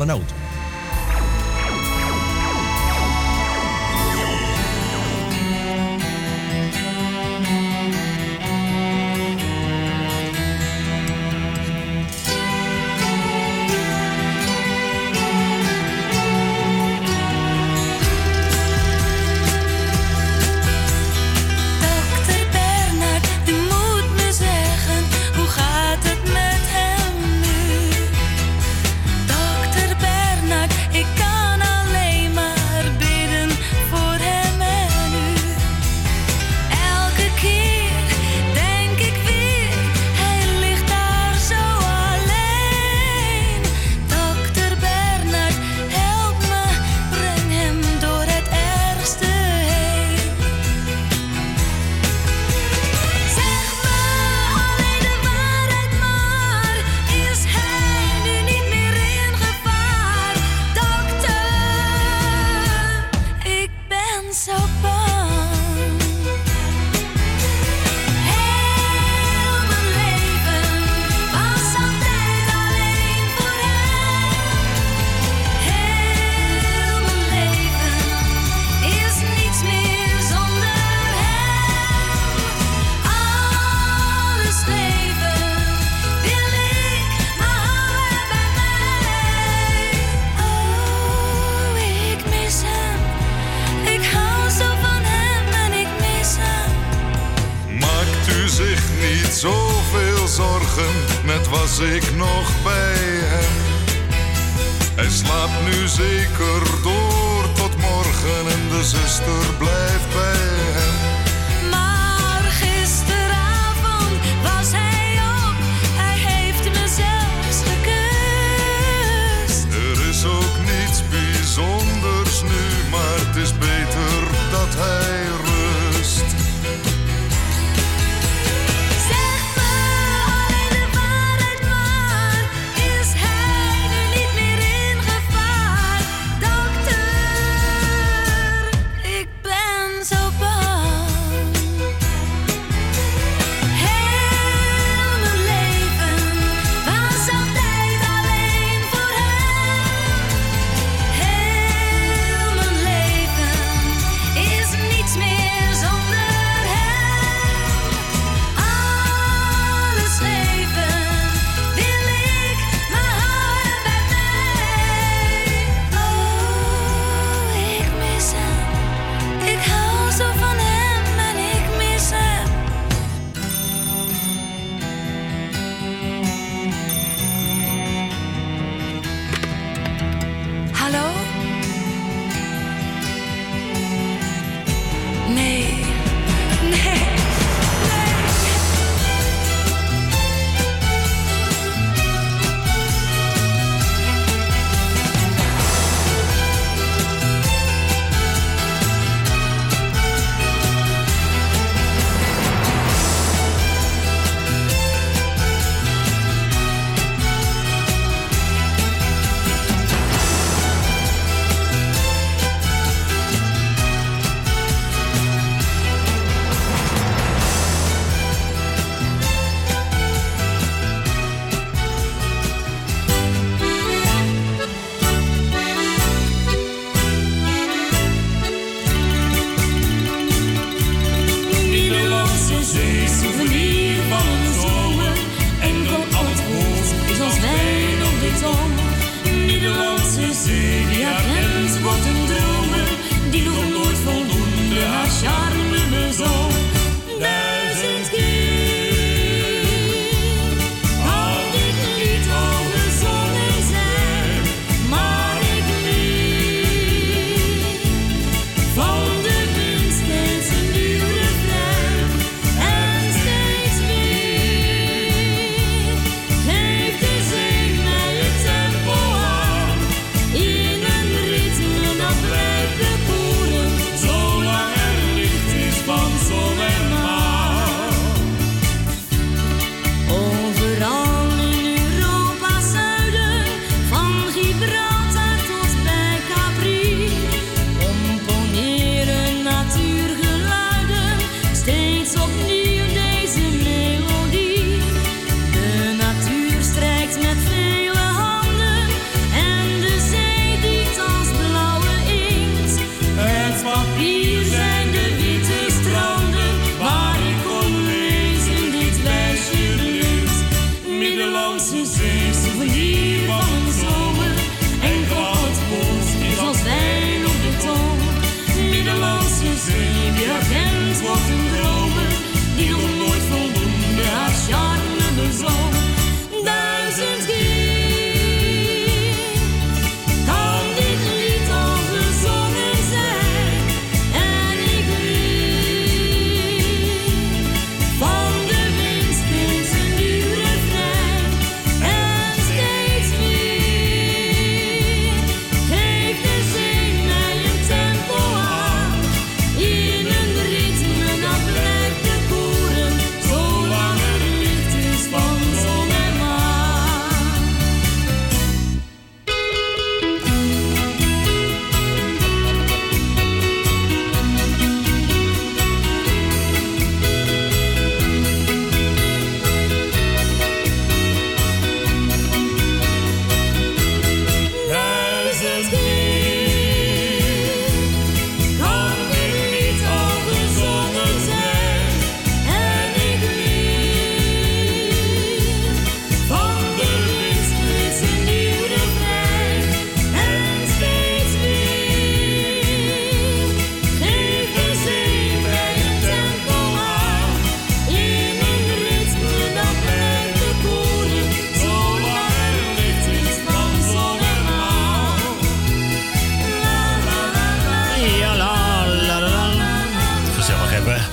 Zoveel zorgen, net was ik nog bij hem. Hij slaapt nu zeker door tot morgen en de zuster blijft bij hem. Maar gisteravond was hij op, hij heeft me zelfs gekust. Er is ook niets bijzonders nu, maar het is beter dat hij rust. Zo bang. Overal in Europa's zuiden, van Gibraltar tot bij Capri, componeren natuurgeluiden, steeds opnieuw deze melodie. De natuur strijkt met vele handen en de zee dient als blauwe inkt. Het papier zijn de witte stranden waar ik kon lezen dit lijstje blinkt. Middellandse Zee, souvenir van een zomer, enkel het bos is als wijn op de tong. Middellandse Zee, die herkend wordt een dromer, die nog nooit voldoende haar charme bezong. Duizend keer kan dit lied al gezongen zijn en ik weet van de wind steeds een nieuw refrein en steeds weer geeft de zee mij een tempo aan in een ritme dat blijft te koeren zolang er licht is van zon en maan. Duizend keer kan dit lied al gezongen zijn en ik weet van de wind steeds een nieuw refrein en steeds weer geeft de zee mij een tempo aan in een ritme dat blijft te koeren zolang er licht is van zon en maan. Ja, la, la, la, la. Gezellig hebben.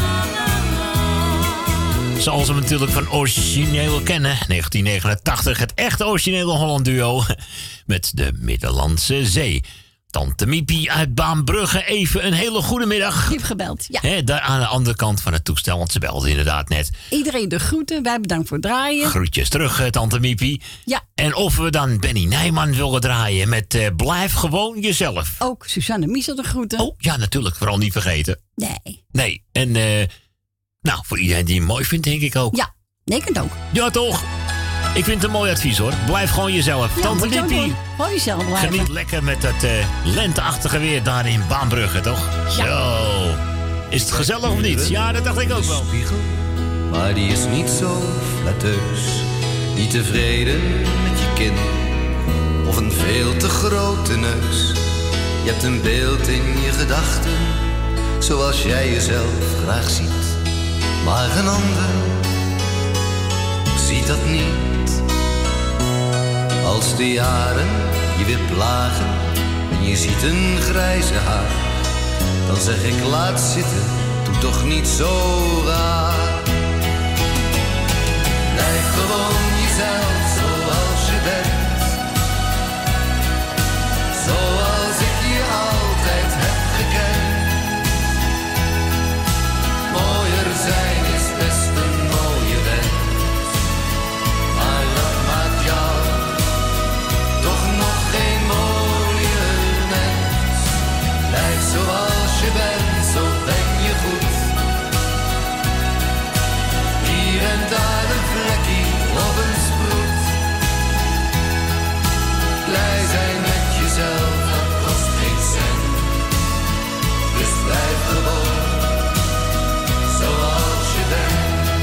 Zoals we hem natuurlijk van origineel kennen. negentien negenentachtig, het echte originele Holland duo met de Middellandse Zee. Tante Miepie uit Baanbrugge, even een hele goede middag. Je hebt gebeld, ja. Hè, daar aan de andere kant van het toestel, want ze belde inderdaad net. Iedereen de groeten, wij bedankt voor het draaien. Groetjes terug, eh, Tante Miepie. Ja. En of we dan Benny Nijman willen draaien met eh, Blijf gewoon jezelf. Ook Suzanne Miesel de groeten. Oh, ja, natuurlijk. Vooral niet vergeten. Nee. Nee. En, eh, nou, voor iedereen die hem mooi vindt, denk ik ook. Ja, nee, ik het ook. Ja, toch? Ik vind het een mooi advies, hoor. Blijf gewoon jezelf. Ja, Tante moet je ook Miepie. doen. Gewoon jezelf blijven. Geniet lekker met dat eh, lenteachtige weer daar in Baanbrugge, toch? Ja. Zo. Is het gezellig of niet? Ja, dat dacht ik ook wel. Maar die is niet zo flatteus. Niet tevreden met je kin. Of een veel te grote neus. Je hebt een beeld in je gedachten. Zoals jij jezelf graag ziet. Maar een ander ziet dat niet. Als de jaren je weer plagen. En je ziet een grijze haar. Dan zeg ik laat zitten. Doe toch niet zo raar. Blijf gewoon jezelf zoals je bent. Zoals ik je altijd heb gekend. Mooier zijn is best een mooie wens. Maar dat maakt jou toch nog geen mooie mens. Blijf zoals je bent, zo ben je goed. Hier en daar een vlekje op een sproet. Blij zijn met jezelf, dat kost geen cent. Dus blijf gewoon zoals je bent.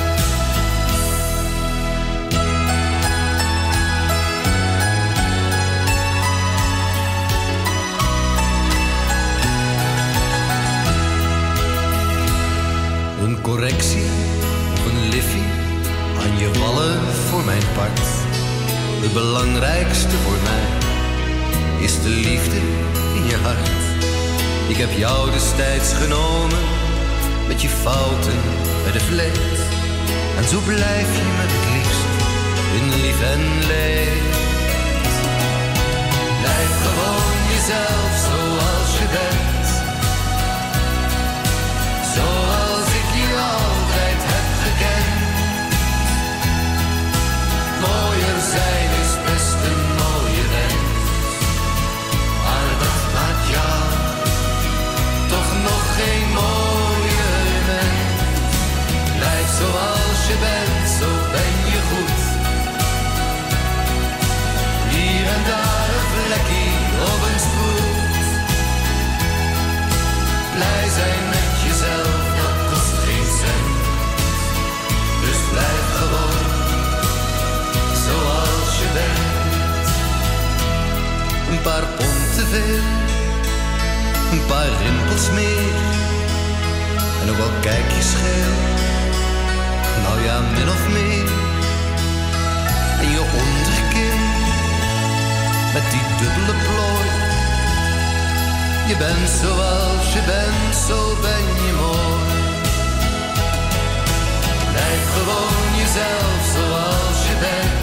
Een correctie of een liffie aan je wallen voor mijn part. Het belangrijkste voor mij is de liefde in je hart. Ik heb jou destijds genomen met je fouten bij de vleet. En zo blijf je me het liefst in lief en leed. Blijf gewoon jezelf zoals je bent. Zoals ik je altijd heb gekend. veel. Een paar rimpels meer. En ook al kijk je scheel. Nou ja, min of meer. En je onderkin. Met die dubbele plooi. Je bent zoals je bent, zo ben je mooi. Blijf gewoon jezelf zoals je bent.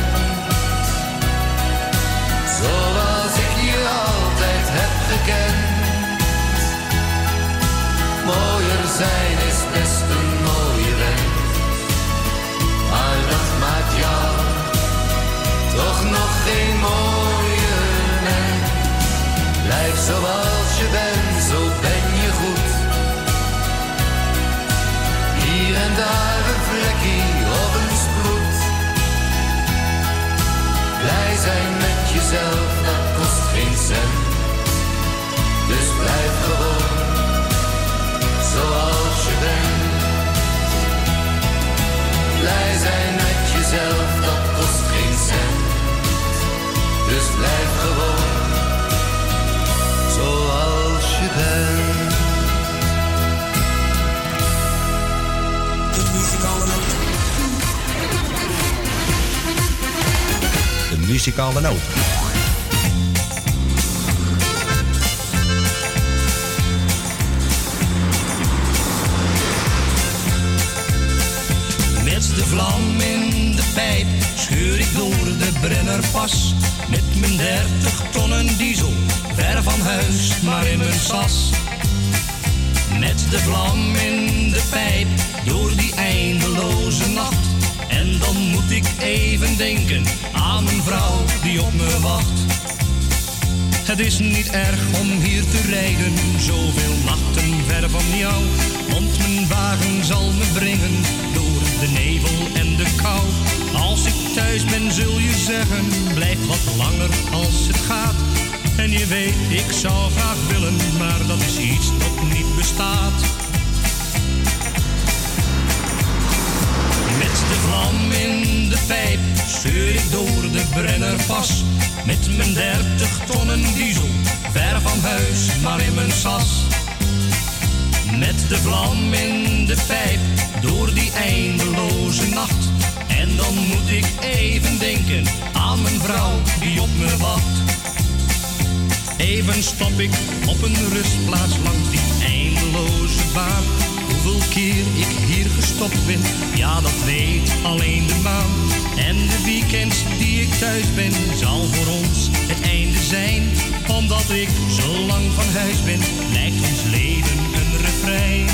Zoals ik je altijd heb gekend. Mooier zijn is best een mooie wens. Maar dat maakt jou toch nog geen mooie mens. Blijf zoals je bent, zo ben je goed. Hier en daar een vlekje of een sproet. Blij zijn met jezelf, dat kost geen cent. Dus blijf gewoon zoals je bent. Blij zijn met jezelf, dat kost geen cent. Dus blijf gewoon zoals je bent. De muzikale noot. De muzikale noot. Met de vlam in de pijp scheur ik door de Brennerpas. Met mijn dertig tonnen diesel, ver van huis, maar in mijn sas. Met de vlam in de pijp, door die eindeloze nacht. En dan moet ik even denken aan mijn vrouw die op me wacht. Het is niet erg om hier te rijden, zoveel nachten ver van jou. Want mijn wagen zal me brengen door de nevel en de kou. Als ik thuis ben zul je zeggen, blijf wat langer als het gaat. En je weet, ik zou graag willen, maar dat is iets dat niet bestaat. Met de vlam in de pijp scheur ik door de Brennerpas. Met mijn dertig tonnen diesel, ver van huis, maar in mijn sas. Met de vlam in de pijp, door die eindeloze nacht. En dan moet ik even denken aan mijn vrouw die op me wacht. Even stop ik op een rustplaats langs die eindeloze baan. Hoeveel keer ik hier gestopt ben, ja dat weet alleen de maan. En de weekends die ik thuis ben, zal voor ons het einde zijn. Omdat ik zo lang van huis ben, lijkt ons leven een refrein.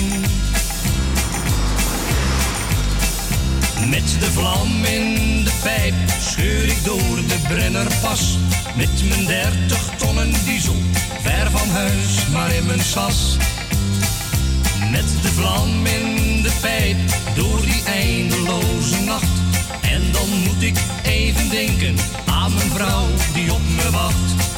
Met de vlam in de pijp scheur ik door de Brennerpas. Met mijn dertig tonnen diesel, ver van huis, maar in mijn sas. Met de vlam in de pijp, door die eindeloze nacht. En dan moet ik even denken aan mijn vrouw die op me wacht.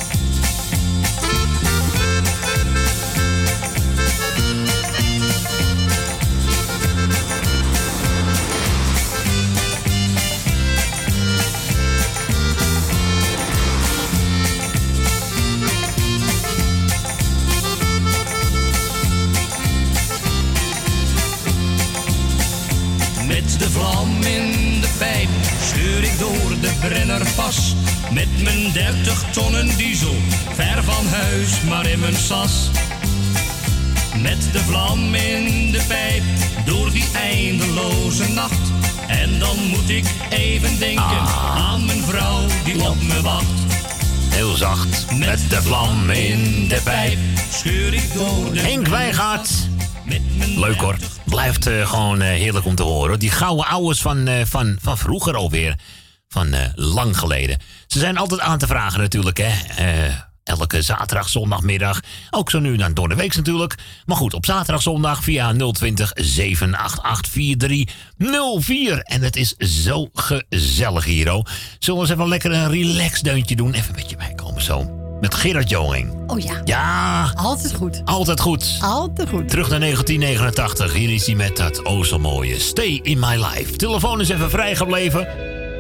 Met de vlam in de pijp scheur ik door de Brennerpas. Met mijn dertig tonnen diesel, ver van huis, maar in mijn sas. Met de vlam in de pijp, door die eindeloze nacht. En dan moet ik even denken ah. aan mijn vrouw die op me wacht. Heel zacht, met, met de vlam in de pijp scheur ik door de... Henk Wijngaard. Leuk hoor. Blijft uh, gewoon uh, heerlijk om te horen. Die gouden ouwers van, uh, van, van vroeger alweer. Van uh, lang geleden. Ze zijn altijd aan te vragen natuurlijk, hè. Uh, elke zaterdag, zondagmiddag. Ook zo nu en dan door de week natuurlijk. Maar goed, op zaterdag, zondag via nul twintig, zeven acht acht, vier drie nul vier. En het is zo gezellig hier, oh. Zullen we eens even lekker een relaxdeuntje doen? Even een beetje bijkomen zo. Met Gerard Joling. Oh ja. Ja. Altijd goed. Altijd goed. Altijd goed. Terug naar negentien negenentachtig. Hier is hij met dat o zo mooie Stay in My Life. Telefoon is even vrijgebleven.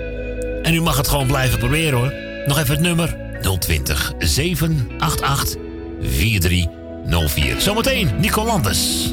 En u mag het gewoon blijven proberen hoor. Nog even het nummer. nul twintig, zeven acht acht, vier drie nul vier. Zometeen Nico Landes.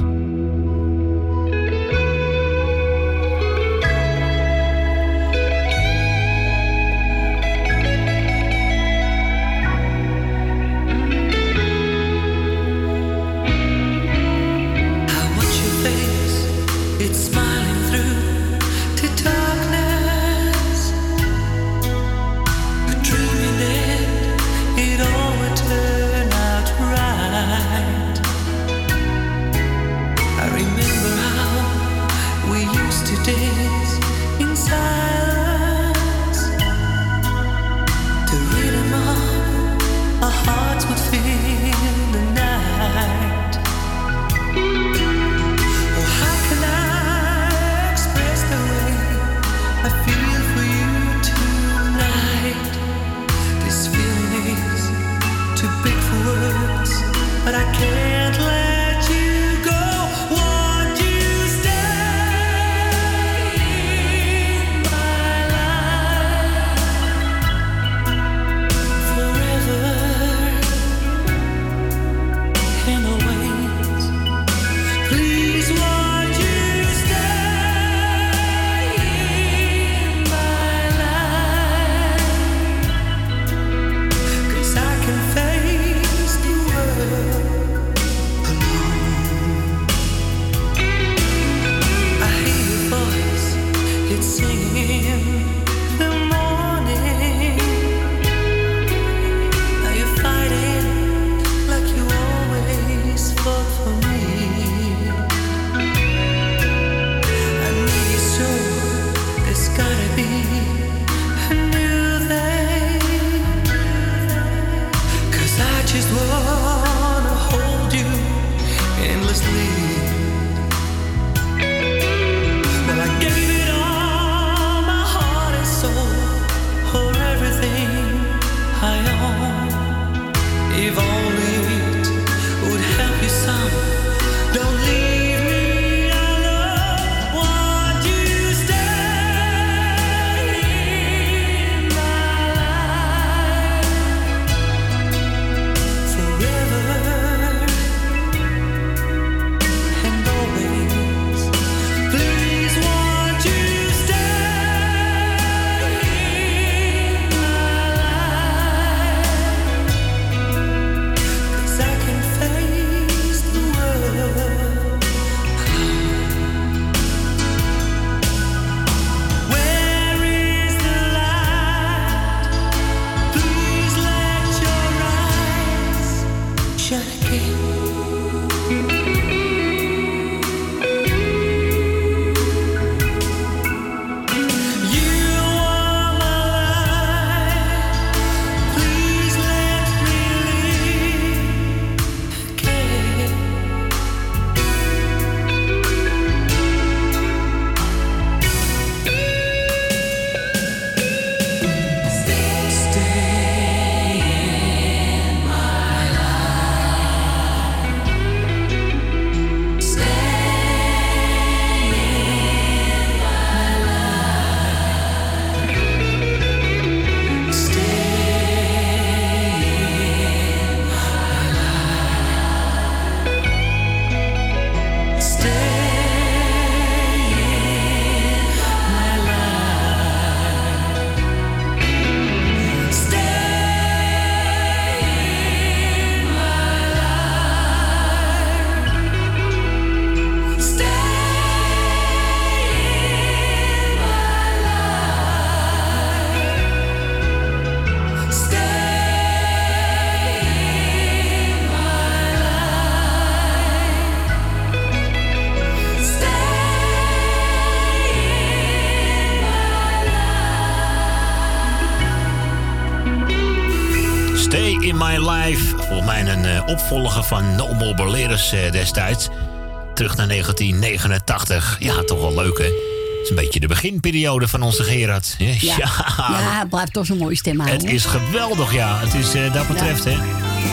In My Life. Volgens mij een uh, opvolger van No More Boleros uh, destijds. Terug naar negentien negenentachtig. Ja, toch wel leuk, hè? Het is een beetje de beginperiode van onze Gerard. Ja, ja. ja het blijft toch zo'n mooie stem aan. Het is geweldig, ja. Het is uh, dat betreft, ja. Hè?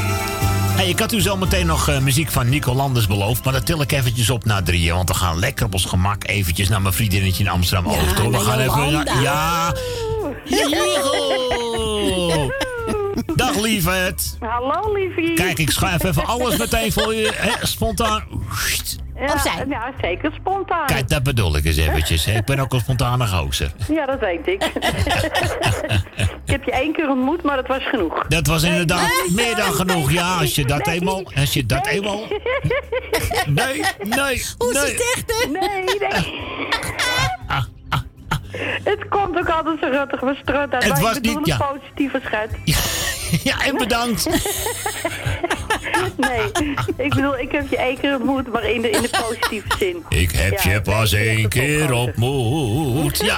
Hey, ik had u zo meteen nog uh, muziek van Nico Landes beloofd. Maar dat til ik eventjes op naar drieën. Want we gaan lekker op ons gemak eventjes naar mijn vriendinnetje in Amsterdam. Ja, over, we gaan even naar... Ja! Ja! Dag lieverd. Hallo liefie. Kijk, ik schuif even alles meteen voor je. Hè, spontaan. Ja, Opzij. ja, zeker spontaan. Kijk, dat bedoel ik eens eventjes. Hè. Ik ben ook een spontane gozer. Ja, dat weet ik. Ik heb je één keer ontmoet, maar dat was genoeg. Dat was inderdaad Nee, meer dan nee, genoeg. Ja, als je dat nee, eenmaal... Als je dat nee. eenmaal... Nee, nee, Hoe is nee. het echt, hè? Nee, nee. Het komt ook altijd zo ruttig van strut uit. Het maar was ik bedoel niet- het ja. positieve schat. Ja, en bedankt. Nee, ik bedoel, ik heb je één keer ontmoet, maar in de, in de positieve zin. Ik heb Ja, je pas nee, één dat is keer ook ontmoet. Ja.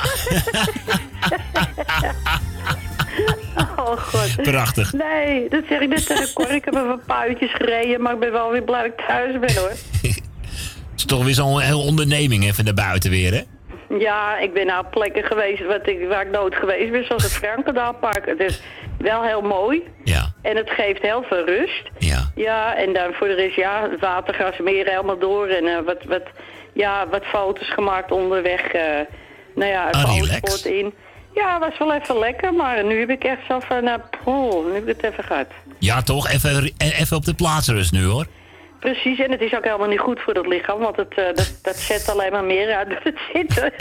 Oh god. Prachtig. Nee, dat zeg ik net tegen Cor. Ik heb even een paar uurtjes gereden, maar ik ben wel weer blij dat ik thuis ben hoor. Het is toch weer zo'n hele onderneming even naar buiten weer, hè? Ja, ik ben naar plekken geweest wat ik, waar ik nooit geweest ben, zoals het Frankendaalpark. Het is wel heel mooi. Ja. En het geeft heel veel rust. Ja. Ja, en dan voor de rest, ja, het watergasmeer helemaal door. En uh, wat, wat, ja, wat foto's gemaakt onderweg. Uh, nou ja, het Ah, autosport in. Ja, was wel even lekker, maar nu heb ik echt zo van, uh, poeh, nu heb ik het even gehad. Ja, toch? Even, even op de plaats rust nu, hoor. Precies, en het is ook helemaal niet goed voor het lichaam, want het, uh, dat, dat zet alleen maar meer uit dan het zitten.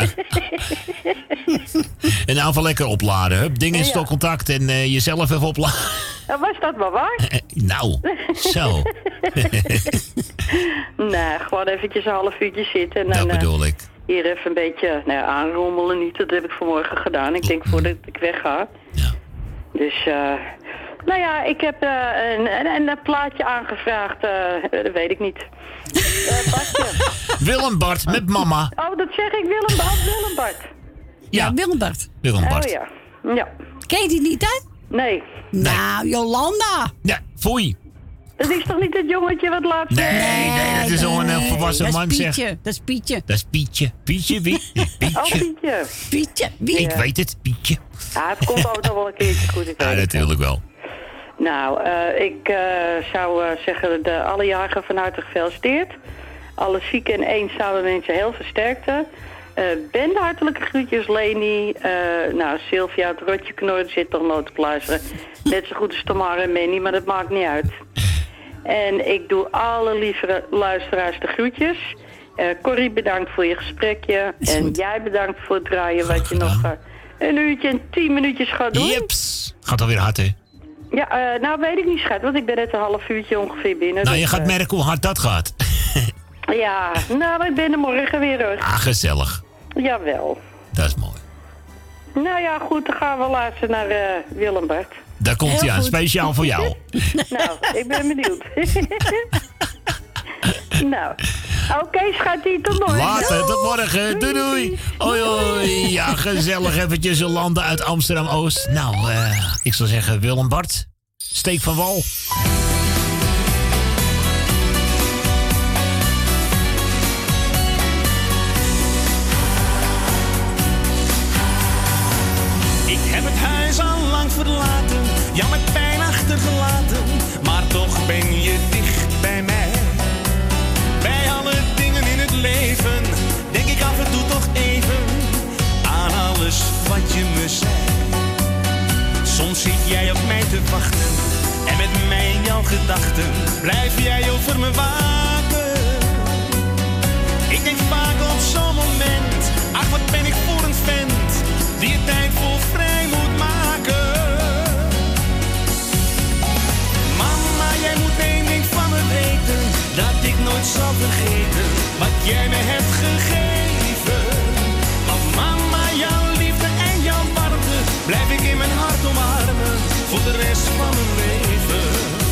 En nou even lekker opladen. Hup, ding in Ja. stopcontact en uh, jezelf even opladen. Uh, was dat maar waar? Nou, zo. Nee, gewoon eventjes een half uurtje zitten. En dan, Dat bedoel ik. Uh, hier even een beetje, nou ja, aanrommelen niet. Dat heb ik vanmorgen gedaan. Ik denk voordat ik wegga. Ja. Dus, eh... nou ja, ik heb uh, een, een, een plaatje aangevraagd. Uh, dat weet ik niet. Uh, Bartje. Willem Bart met mama. Oh, dat zeg ik. Willem Bart. Willem Bart. Ja, Willem Bart. Willem Bart. Oh ja. Ja. Ken je die niet uit? Nee. Nou, Jolanda. Ja, foei. Dat is toch niet het jongetje wat laatst... Nee, nee, dat is al een uh, volwassen dat is man, Pietje, zeg. Dat is Pietje. Dat is Pietje. Pietje, wie? Pietje. Oh, Pietje. Pietje, wie? Ik weet het, Pietje. Ja, het komt ook nog wel een keertje goed. Ik Ja, weet het. natuurlijk wel. Nou, uh, ik uh, zou uh, zeggen, de, alle jarigen van harte gefeliciteerd. Alle zieke en eenzame mensen heel versterkte. Uh, ben de hartelijke groetjes, Leni. Uh, nou, Sylvia, het rotje knor, zit toch nooit te luisteren. Net zo goed als Tamara en Manny, maar dat maakt niet uit. En ik doe alle lieve luisteraars de groetjes. Uh, Corrie, bedankt voor je gesprekje. En jij bedankt voor het draaien wat je nog uh, een uurtje en tien minuutjes gaat doen. Jeps. Gaat alweer hard, hè? Ja, uh, nou weet ik niet, schat, want ik ben net een half uurtje ongeveer binnen. Nou, je dus, gaat uh, merken hoe hard dat gaat. Ja, nou, ik ben er morgen weer hoor. Ah, gezellig. Jawel. Dat is mooi. Nou ja, goed, dan gaan we luisteren naar uh, Willem Bart. Daar komt hij Heel aan, goed. speciaal voor jou. Nou, ik ben benieuwd. Nou, oké, okay, schatje, tot morgen. Later, tot morgen. Doei, doei. Hoi, hoi. Ja, gezellig eventjes landen uit Amsterdam-Oost. Nou, uh, ik zou zeggen, Willem Bart, steek van wal. Ik heb het huis al lang verlaten, ja met pijn achtergelaten, maar toch ben je dicht bij mij. Bij alle dingen in het leven, denk ik af en toe toch even aan alles wat je me zei. Soms zit jij op mij te wachten, en met mij in jouw gedachten blijf jij over me waken. Ik denk vaak op zo'n moment, ach wat ben ik voor een vent, die je tijd vol vrij moet maken. Mama, jij moet één ding van me weten, dat ik nooit zal vergeten wat jij me hebt gegeven. Want mama, jouw liefde en jouw warmte blijf ik in mijn hart omarmen voor de rest van mijn leven.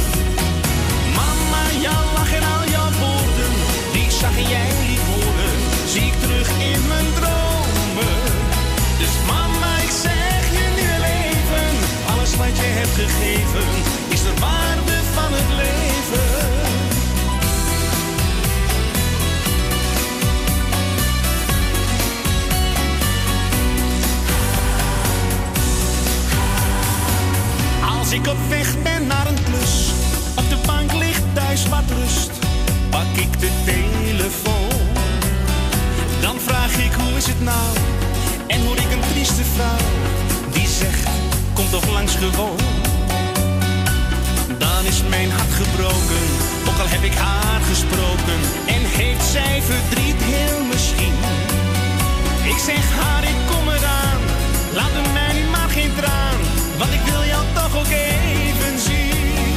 Mama, jouw lach en al jouw woorden, die ik zag en jij liet horen, zie ik terug in mijn dromen. Dus mama, ik zeg je nu heel even, alles wat je hebt gegeven is de waarde van het leven. Als ik op weg ben naar een klus, op de bank ligt thuis wat rust, pak ik de telefoon. Dan vraag ik hoe is het nou, en hoor ik een trieste vrouw die zegt, kom toch langs gewoon. ik haar gesproken en heeft zij verdriet heel misschien. Ik zeg haar, ik kom eraan, laat er mij nu maar geen traan, want ik wil jou toch ook even zien.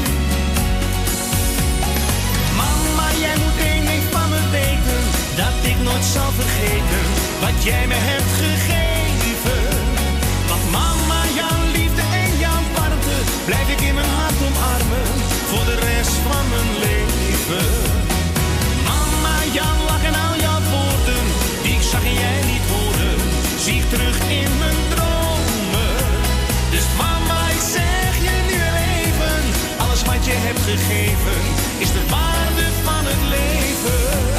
Mama, jij moet één ding van me weten, dat ik nooit zal vergeten wat jij me hebt gegeven. Want mama, jouw liefde en jouw warmte blijf ik in mijn hart omarmen voor de rest van mijn leven. Mama, jouw lach en al jouw woorden die ik zag en jij niet hoorde, zie ik terug in mijn dromen. Dus mama, ik zeg je nu even, alles wat je hebt gegeven is de waarde van het leven.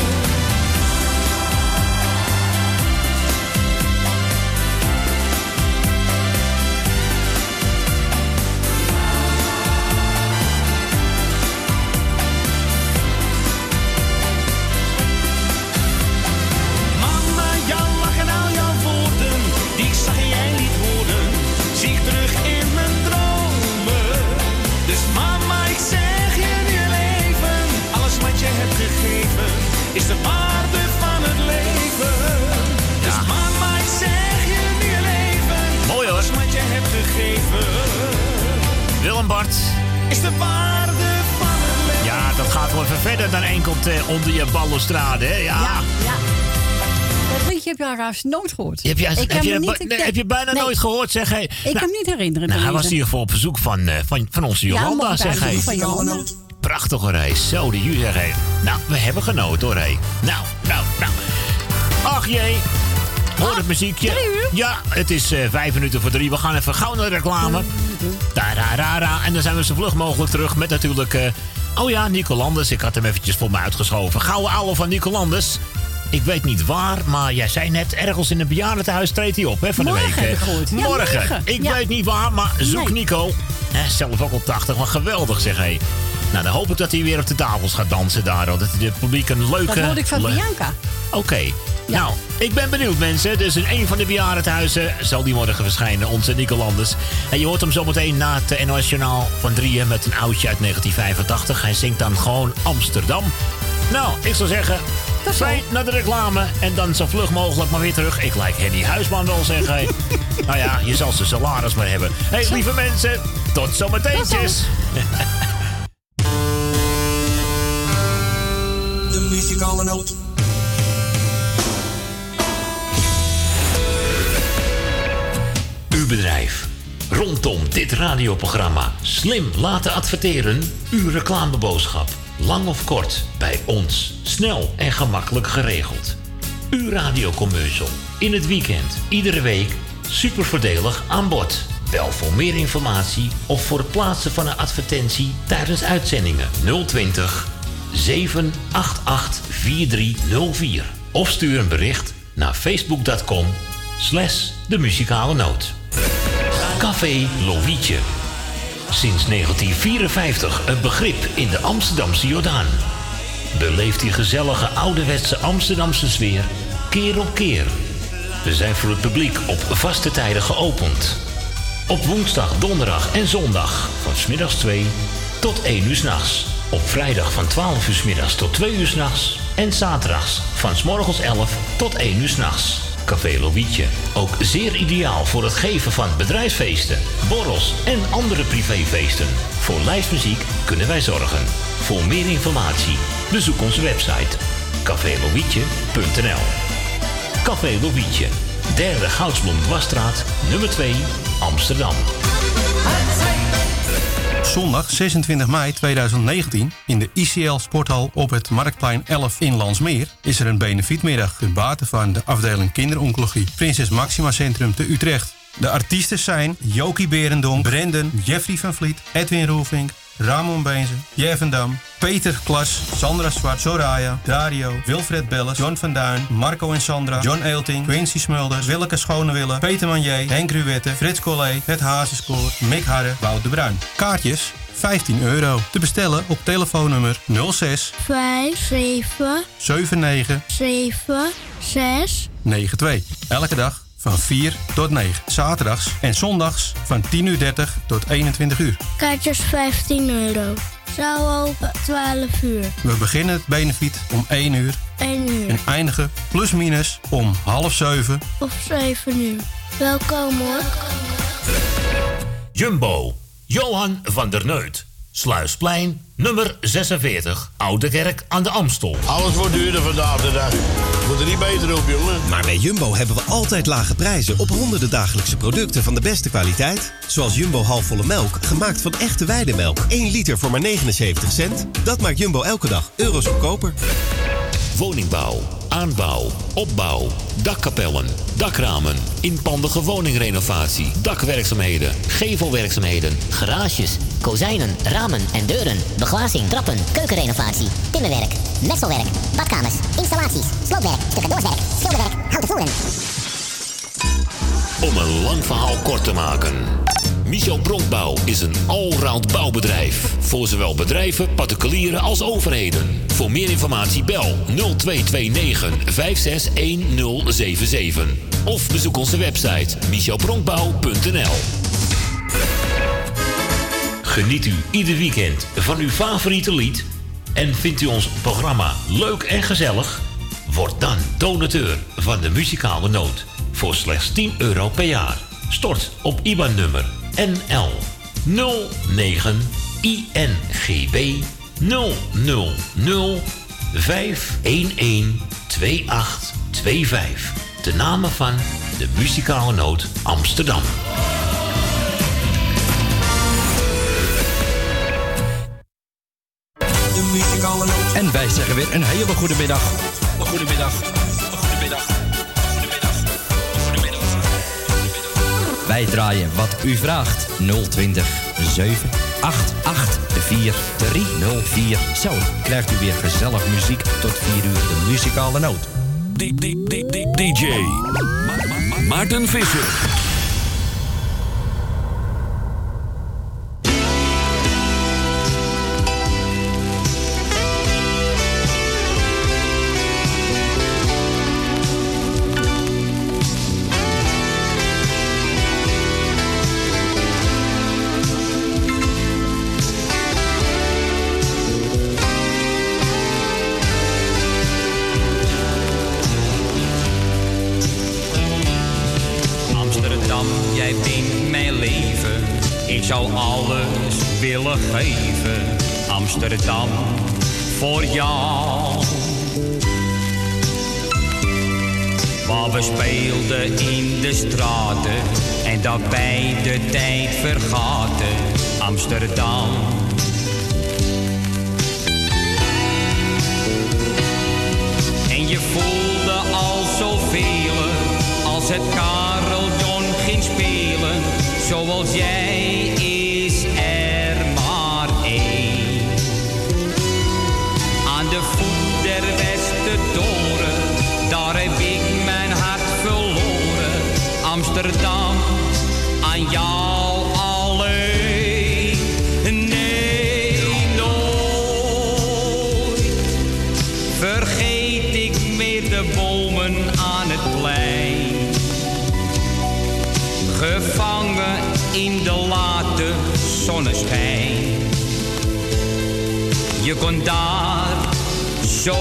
Is de waarde van het leven. Dus mama, ik zeg je nu leven. Mooi hoor. Alles wat je hebt gegeven. Willem Bart. Is de waarde van het leven. Ja, dat gaat wel even verder dan enkel te, onder je balustrade, hè? Ja. Ja, ja. Dat liedje heb je al haast nooit gehoord. Heb je, ik heb, heb, je, hem ba- niet, nee, heb je bijna nee. nooit gehoord, zeg hé. Ik Nou, kan me niet herinneren. Nou, hij was in deze. ieder geval op bezoek van, uh, van, van onze Jolanda, ja, zeg hé. van Jolanda. Prachtige reis. Zo, die u zeg hé. Nou, we hebben genoten hoor, hé. Nou, nou, nou. Ach jee. Hoor het muziekje. Drie uur? Ja, het is uh, vijf minuten voor drie. We gaan even gauw naar de reclame. Da-da-da-da. En dan zijn we zo vlug mogelijk terug met natuurlijk... Uh, oh ja, Nico Landers. Ik had hem eventjes voor me uitgeschoven. Gouden ouwe van Nico Landers. Ik weet niet waar, maar jij zei net... ergens in een bejaardentehuis treedt hij op, hè, van Morgen de week. heb ik gehoord. Ja, morgen. morgen. Ik Ja. weet niet waar, maar zoek Nee. Nico. Hè, zelf ook al tachtig, maar geweldig zeg hé. Nou, dan hoop ik dat hij weer op de tafels gaat dansen daar. Dat het publiek een leuke... Dat hoorde ik van le- Bianca. Oké. Okay. Nou, ik ben benieuwd mensen. Dus in een van de bejaardentehuizen zal die morgen verschijnen, onze Nico Landers. En je hoort hem zometeen na het N O S Journaal van drieën met een oudje uit negentien vijfentachtig. Hij zingt dan gewoon Amsterdam. Nou, ik zou zeggen, fijn naar de reclame en dan zo vlug mogelijk maar weer terug. Ik lijk Henny Huisman wel zeggen. Hey. Nou ja, je zal zijn salaris maar hebben. Hé, hey, lieve mensen, tot zometeentjes. De muzikale noot. Uw bedrijf. Rondom dit radioprogramma slim laten adverteren. Uw reclameboodschap. Lang of kort, bij ons. Snel en gemakkelijk geregeld. Uw radiocommercial. In het weekend, iedere week. Super voordelig aan bod. Bel voor meer informatie of voor het plaatsen van een advertentie tijdens uitzendingen nul twintig, zeven acht acht, vier drie nul vier. Of stuur een bericht naar facebook punt com slash de muzikale noot. Café Lovietje. Sinds negentien vierenvijftig een begrip in de Amsterdamse Jordaan. Beleeft die gezellige ouderwetse Amsterdamse sfeer keer op keer. We zijn voor het publiek op vaste tijden geopend. Op woensdag, donderdag en zondag van 's middags twee tot één uur 's nachts. Op vrijdag van twaalf uur 's middags tot twee uur 's nachts. En zaterdags van 's morgens elf tot één uur 's nachts. Café Lovietje. Ook zeer ideaal voor het geven van bedrijfsfeesten, borrels en andere privéfeesten. Voor lijstmuziek kunnen wij zorgen. Voor meer informatie bezoek onze website café lovietje punt n l. Café Lovietje. Derde Goudsblom-Dwarsstraat, nummer twee, Amsterdam. Zondag zesentwintig mei tweeduizend negentien in de I C L Sporthal op het Marktplein elf in Landsmeer is er een benefietmiddag ten bate van de afdeling kinderoncologie Prinses Maxima Centrum te Utrecht. De artiesten zijn Jokie Berendonk, Brendan, Jeffrey van Vliet, Edwin Roelvink, Ramon Beenzen, Jevendam, Peter Klas, Sandra Zwart, Soraya, Dario, Wilfred Belles, John van Duin, Marco en Sandra, John Eelting, Quincy Smulders, Willeke Schonewille, Peter Manier, Henk Ruwette, Frits Collé, Het Hazenskoor, Mick Harre, Wout de Bruin. Kaartjes vijftien euro. Te bestellen op telefoonnummer nul zes vijf zeven zeven negen zeven zes negen twee. Elke dag van vier tot negen. Zaterdags en zondags van tien uur dertig tot eenentwintig uur. Kaartjes vijftien euro. Zou open twaalf uur. We beginnen het benefiet om één uur één uur. en eindigen plus minus om half zeven. Of zeven uur. Welkom hoor. Jumbo, Johan van der Neut. Sluisplein, nummer zesenveertig, Oude Kerk aan de Amstel. Alles wordt duurder vandaag de dag. Moet er niet beter op, jongen. Maar bij Jumbo hebben we altijd lage prijzen op honderden dagelijkse producten van de beste kwaliteit. Zoals Jumbo halfvolle melk, gemaakt van echte weidemelk. één liter voor maar negenenzeventig cent. Dat maakt Jumbo elke dag euro's goedkoper. Woningbouw, aanbouw, opbouw, dakkapellen, dakramen, inpandige woningrenovatie, dakwerkzaamheden, Gevelwerkzaamheden, garages, kozijnen, ramen en deuren, beglazing, trappen, keukenrenovatie, timmerwerk, messelwerk, badkamers, installaties, sloopwerk, stucadoorswerk, schilderwerk, houten voeren. Om een lang verhaal kort te maken. Michel Bronkbouw is een allround bouwbedrijf. Voor zowel bedrijven, particulieren als overheden. Voor meer informatie bel nul twee twee negen vijf zes een nul zeven zeven. Of bezoek onze website michel bronkbouw punt n l. Geniet u ieder weekend van uw favoriete lied? En vindt u ons programma leuk en gezellig? Word dan donateur van de Muzikale Noot. Voor slechts tien euro per jaar. Stort op I B A N-nummer N L nul negen I N G B nul nul nul vijf een een twee acht twee vijf. De namen van de Muzikale Noot Amsterdam. De muzikale noot. En wij zeggen weer een hele goede middag. Goedemiddag. Goedemiddag. Wij draaien wat u vraagt. nul twintig zeven acht acht vier drie nul vier. Zo krijgt u weer gezellig muziek tot vier uur de Muzikale Noot. D J Maarten Visser. Jij bent mijn leven, ik zou alles willen geven. Amsterdam, voor jou. Waar we speelden in de straten en daarbij de tijd vergaten. Amsterdam. En je voelde al zoveel als het Karel John ging spelen. Zoals jij is er maar één. Aan de voet der Westertoren, daar heb ik mijn hart verloren. Amsterdam, aan jou alleen. Nee, nooit vergeet ik meer de bomen aan het plein. Gevangen in de late zonneschijn. Je kon daar zo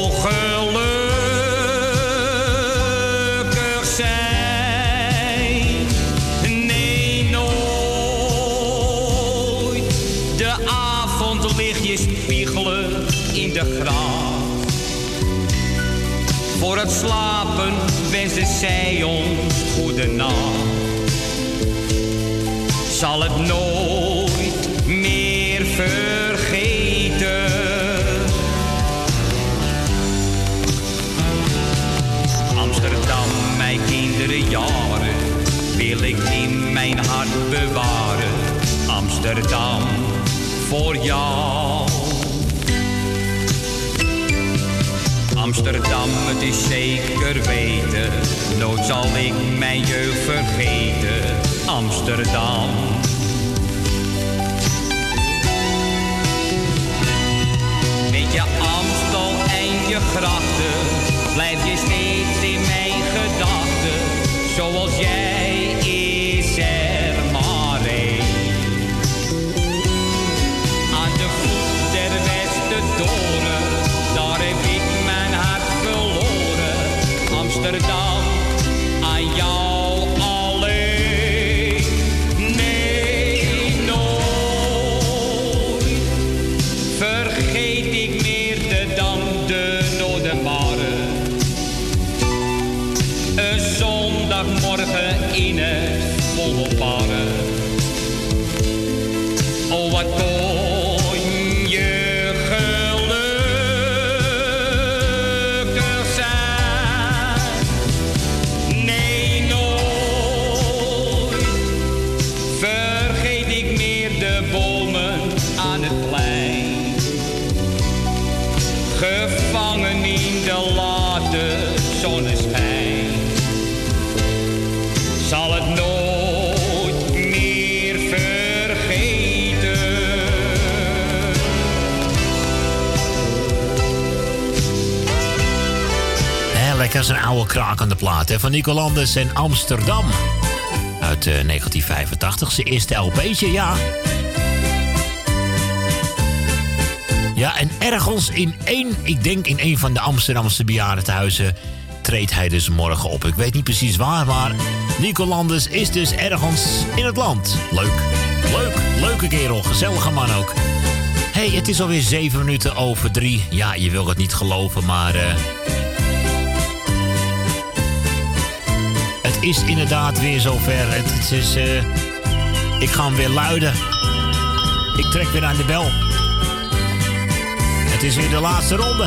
gelukkig zijn. Nee, nooit. De avondlichtjes spiegelen in de graaf. Voor het slapen wenste zij ons goedenacht. Zal het nooit meer vergeten. Amsterdam, mijn kinderjaren, wil ik in mijn hart bewaren. Amsterdam, voor jou. Amsterdam, het is zeker weten, nooit zal ik mijn jeugd vergeten. Amsterdam. Met je Amstel en je grachten blijf je steeds in mijn gedachten. Zoals jij is er maar één. Aan de voet Amsterdam aan jou alleen. Nee, nooit vergeet ik meer de Dam, de Noordermarkt. Een zondagmorgen in het Vondelpark. Oh, wat kon je gelukkig zijn. Nee, nooit vergeet ik meer de bomen aan het plein. Gevangen in de late zonneschijn. Zal het nooit meer vergeten. Hé, lekker, zo'n oude krakende plaat hè, van Nico Landers en Amsterdam. Uit uh, negentien vijfentachtig, zijn eerste L P'tje, ja. Ja, en ergens in één, ik denk in één van de Amsterdamse bejaardentehuizen treedt hij dus morgen op. Ik weet niet precies waar, maar Nico Landers is dus ergens in het land. Leuk, leuk, leuke kerel, gezellige man ook. Hé, hey, het is alweer zeven minuten over drie. Ja, je wil het niet geloven, maar Uh... het is inderdaad weer zover. Het, het is, uh... ik ga hem weer luiden. Ik trek weer aan de bel. Het is weer de laatste ronde.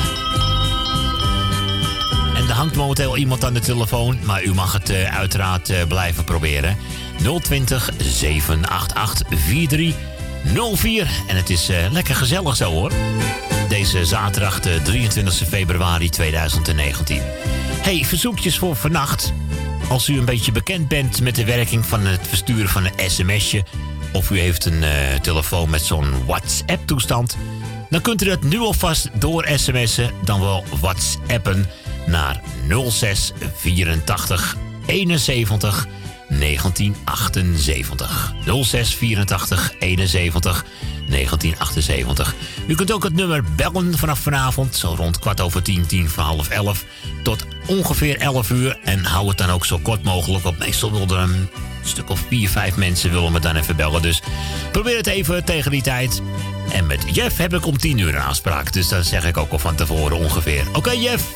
En er hangt momenteel iemand aan de telefoon, maar u mag het uh, uiteraard uh, blijven proberen. nul twintig, zeven acht acht, vier drie nul vier. En het is uh, lekker gezellig zo hoor. Deze zaterdag de drieëntwintigste februari tweeduizend negentien. Hey, verzoekjes voor vannacht. Als u een beetje bekend bent met de werking van het versturen van een sms'je, of u heeft een uh, telefoon met zo'n WhatsApp-toestand, dan kunt u dat nu alvast door sms'en, dan wel WhatsAppen naar nul zes vierentachtig eenenzeventig negentien achtenzeventig. nul zes vierentachtig eenenzeventig negentien achtenzeventig. U kunt ook het nummer bellen vanaf vanavond, zo rond kwart over tien, tien voor half elf, tot ongeveer elf uur. En hou het dan ook zo kort mogelijk, want meestal willen er een stuk of vier, vijf mensen willen me dan even bellen. Dus probeer het even tegen die tijd. En met Jeff heb ik om tien uur een afspraak, dus dan zeg ik ook al van tevoren ongeveer. Oké, okay, Jeff?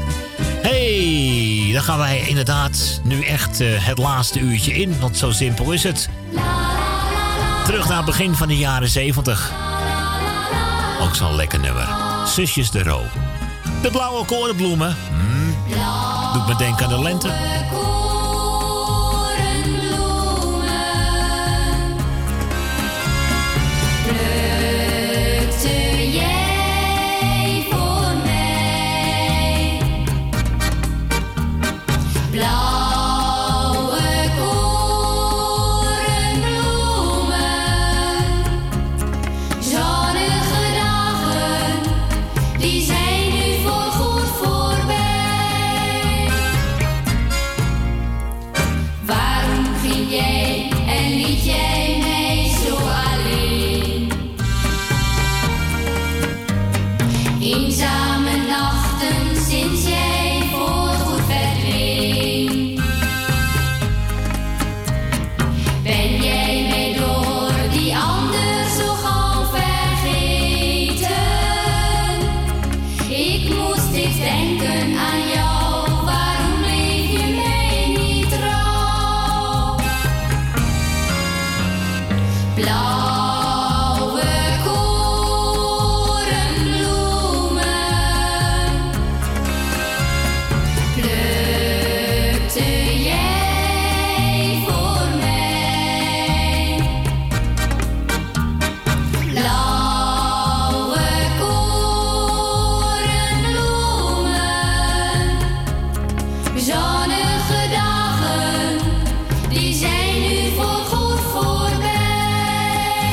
Hey, dan gaan wij inderdaad nu echt uh, het laatste uurtje in, want zo simpel is het. Terug naar het begin van de jaren zeventig. Ook zo'n lekker nummer. Zusjes de Roo. De blauwe korenbloemen. Hmm. Doet me denken aan de lente. Zonnige dagen, die zijn nu voorgoed voorbij.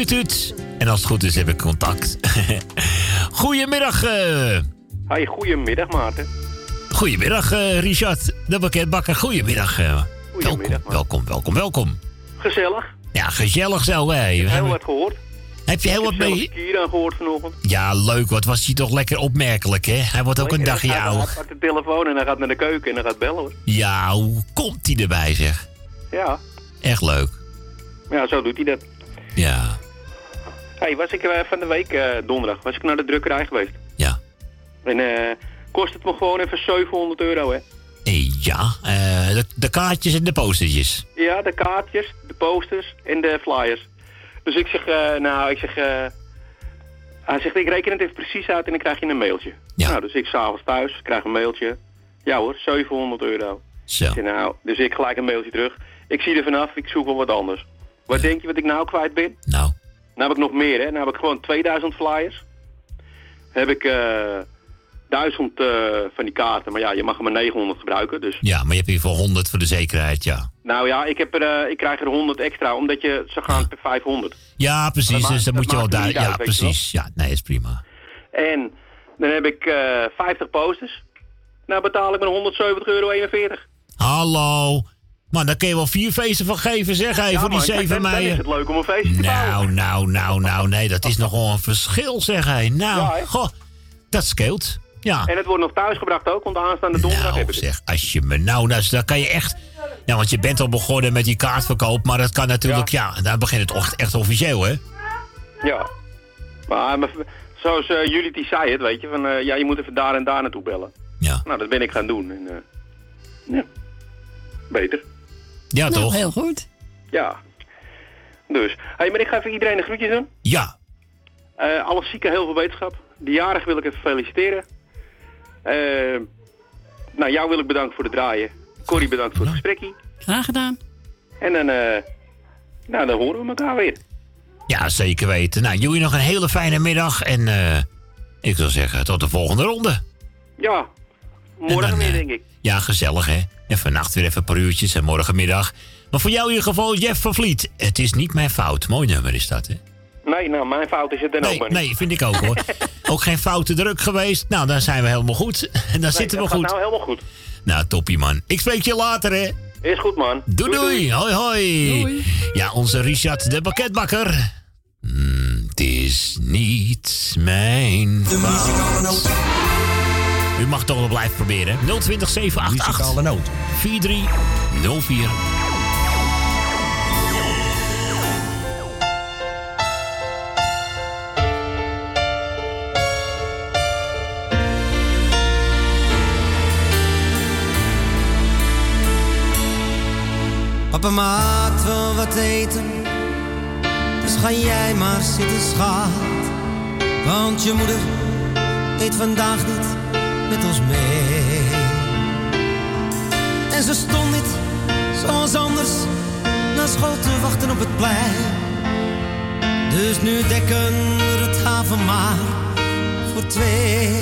tuut. En als het goed is, heb ik contact. Goedemiddag. Uh... Hoi, goedemiddag, Maarten. Goedemiddag, uh, Richard. De pakketbakker. Goedemiddag. Uh... Goedemiddag, welkom, welkom, welkom, welkom. Gezellig. Ja, gezellig zo, hè. Ik heb heel wat gehoord. Heb je heel wat mee? Ik heb Kier aan gehoord vanochtend. Ja, leuk. Wat was hij toch lekker opmerkelijk, hè? Hij wordt ook een dagje oud. Hij pakt de telefoon en hij gaat naar de keuken en hij gaat bellen, hoor. Ja, hoe komt hij erbij, zeg? Ja. Echt leuk. Ja, zo doet hij dat. Ja. Hey, was ik uh, van de week, uh, donderdag, was ik naar de drukkerij geweest. Ja. En uh, kost het me gewoon even zevenhonderd euro, hè? Ja, uh, de, de kaartjes en de postertjes. Ja, de kaartjes, de posters en de flyers. Dus ik zeg, uh, nou, ik zeg... Uh, hij zegt, ik reken het even precies uit en dan krijg je een mailtje. Ja. Nou, dus ik s'avonds thuis, krijg een mailtje. Ja hoor, zevenhonderd euro. Zo. Ik zeg, nou, dus ik gelijk een mailtje terug. Ik zie er vanaf, ik zoek wel wat anders. Wat denk je wat ik nou kwijt ben? Nou. Nou heb ik nog meer, hè. Nou heb ik gewoon tweeduizend flyers. Heb ik... Uh, duizend uh, van die kaarten, maar ja, je mag er maar negenhonderd gebruiken, dus... Ja, maar je hebt hier voor honderd voor de zekerheid, ja. Nou ja, ik, heb er, uh, ik krijg er honderd extra, omdat je ze gaan ja. per vijfhonderd. Ja, precies, dus dan moet je wel daar... Ja, precies, ja, nee, is prima. En dan heb ik uh, vijftig posters. Nou betaal ik maar honderdzeventig euro eenenveertig. Hallo, man, daar kun je wel vier feesten van geven, zeg hij, ja, voor die zeven mei. Dan is het leuk om een feestje te nou, bouwen. Nou, nou, nou, nee, dat is nogal een verschil, zeg hij. Nou, ja, goh, dat scheelt. Ja. En het wordt nog thuisgebracht ook, want de aanstaande donderdag nou, heb ik zeg, als je me nou, nou, dan kan je echt... Ja, want je bent al begonnen met die kaartverkoop, maar dat kan natuurlijk, ja, ja dan begint het echt officieel, hè? Ja. Maar, maar zoals uh, Julity zei het, weet je, van, uh, ja, je moet even daar en daar naartoe bellen. Ja. Nou, dat ben ik gaan doen. En, uh, ja, beter. Ja, nou, toch? Heel goed. Ja. Dus, hey, maar ik ga even iedereen de groetjes doen. Ja. Uh, alle zieken heel veel wetenschap. De jarige wil ik even feliciteren. Uh, nou, jou wil ik bedanken voor het draaien. Corrie bedankt voor het gesprekje. Graag gedaan. En dan, uh, nou, dan horen we elkaar weer. Ja, zeker weten. Nou, jullie nog een hele fijne middag. En uh, ik zou zeggen, tot de volgende ronde. Ja, morgen weer, uh, denk ik. Ja, gezellig, hè. En vannacht weer even een paar uurtjes en morgenmiddag. Maar voor jou in ieder geval, Jeff van Vliet. Het is niet mijn fout. Mooi nummer is dat, hè. Nee, nou, mijn fout is het dan nee, ook maar niet. Nee, vind ik ook, hoor. Ook geen foute druk geweest. Nou, dan zijn we helemaal goed. En dan nee, zitten we goed. nou helemaal goed. Nou, toppie, man. Ik spreek je later, hè. Is goed, man. Doei, doei. doei. Hoi, hoi. Doei. Ja, onze Richard de pakketbakker. Mm, het is niet mijn fout. U mag toch wel blijven proberen. nul twintig zeven acht acht vier drie nul vier. Papa maakt wel wat eten, dus ga jij maar zitten, schat. Want je moeder eet vandaag niet met ons mee. En ze stond niet, zoals anders, naar school te wachten op het plein. Dus nu dekken we het haven maar voor twee.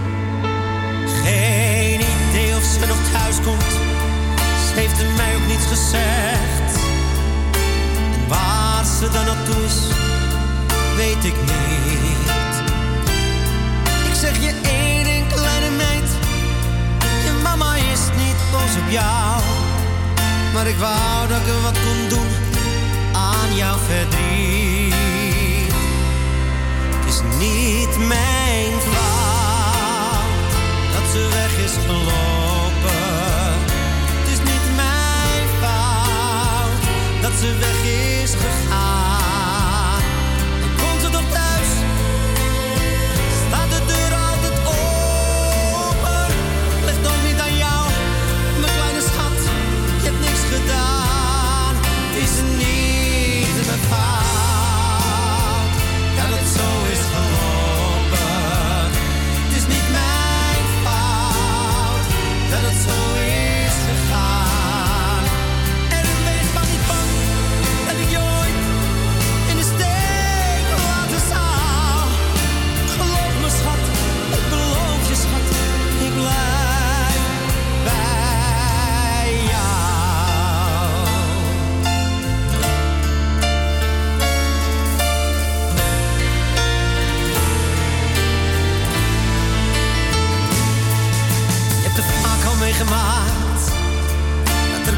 Geen idee of ze nog thuis komt, ze heeft er mij ook niets gezegd. En waar ze dan naartoe is, weet ik niet. Ik zeg je één ding, kleine meid, je mama is niet boos op jou. Maar ik wou dat ik er wat kon doen aan jouw verdriet. Het is niet mijn fout dat ze weg is gelopen. Het is niet mijn fout dat ze weg is gegaan. En komt ze toch thuis, staat de deur altijd open. Ligt toch niet aan jou, mijn kleine schat, je hebt niks gedaan. Het is niet mijn fout dat het zo is gelopen. Het is niet mijn fout dat het zo is gegaan. En wees maar niet bang dat ik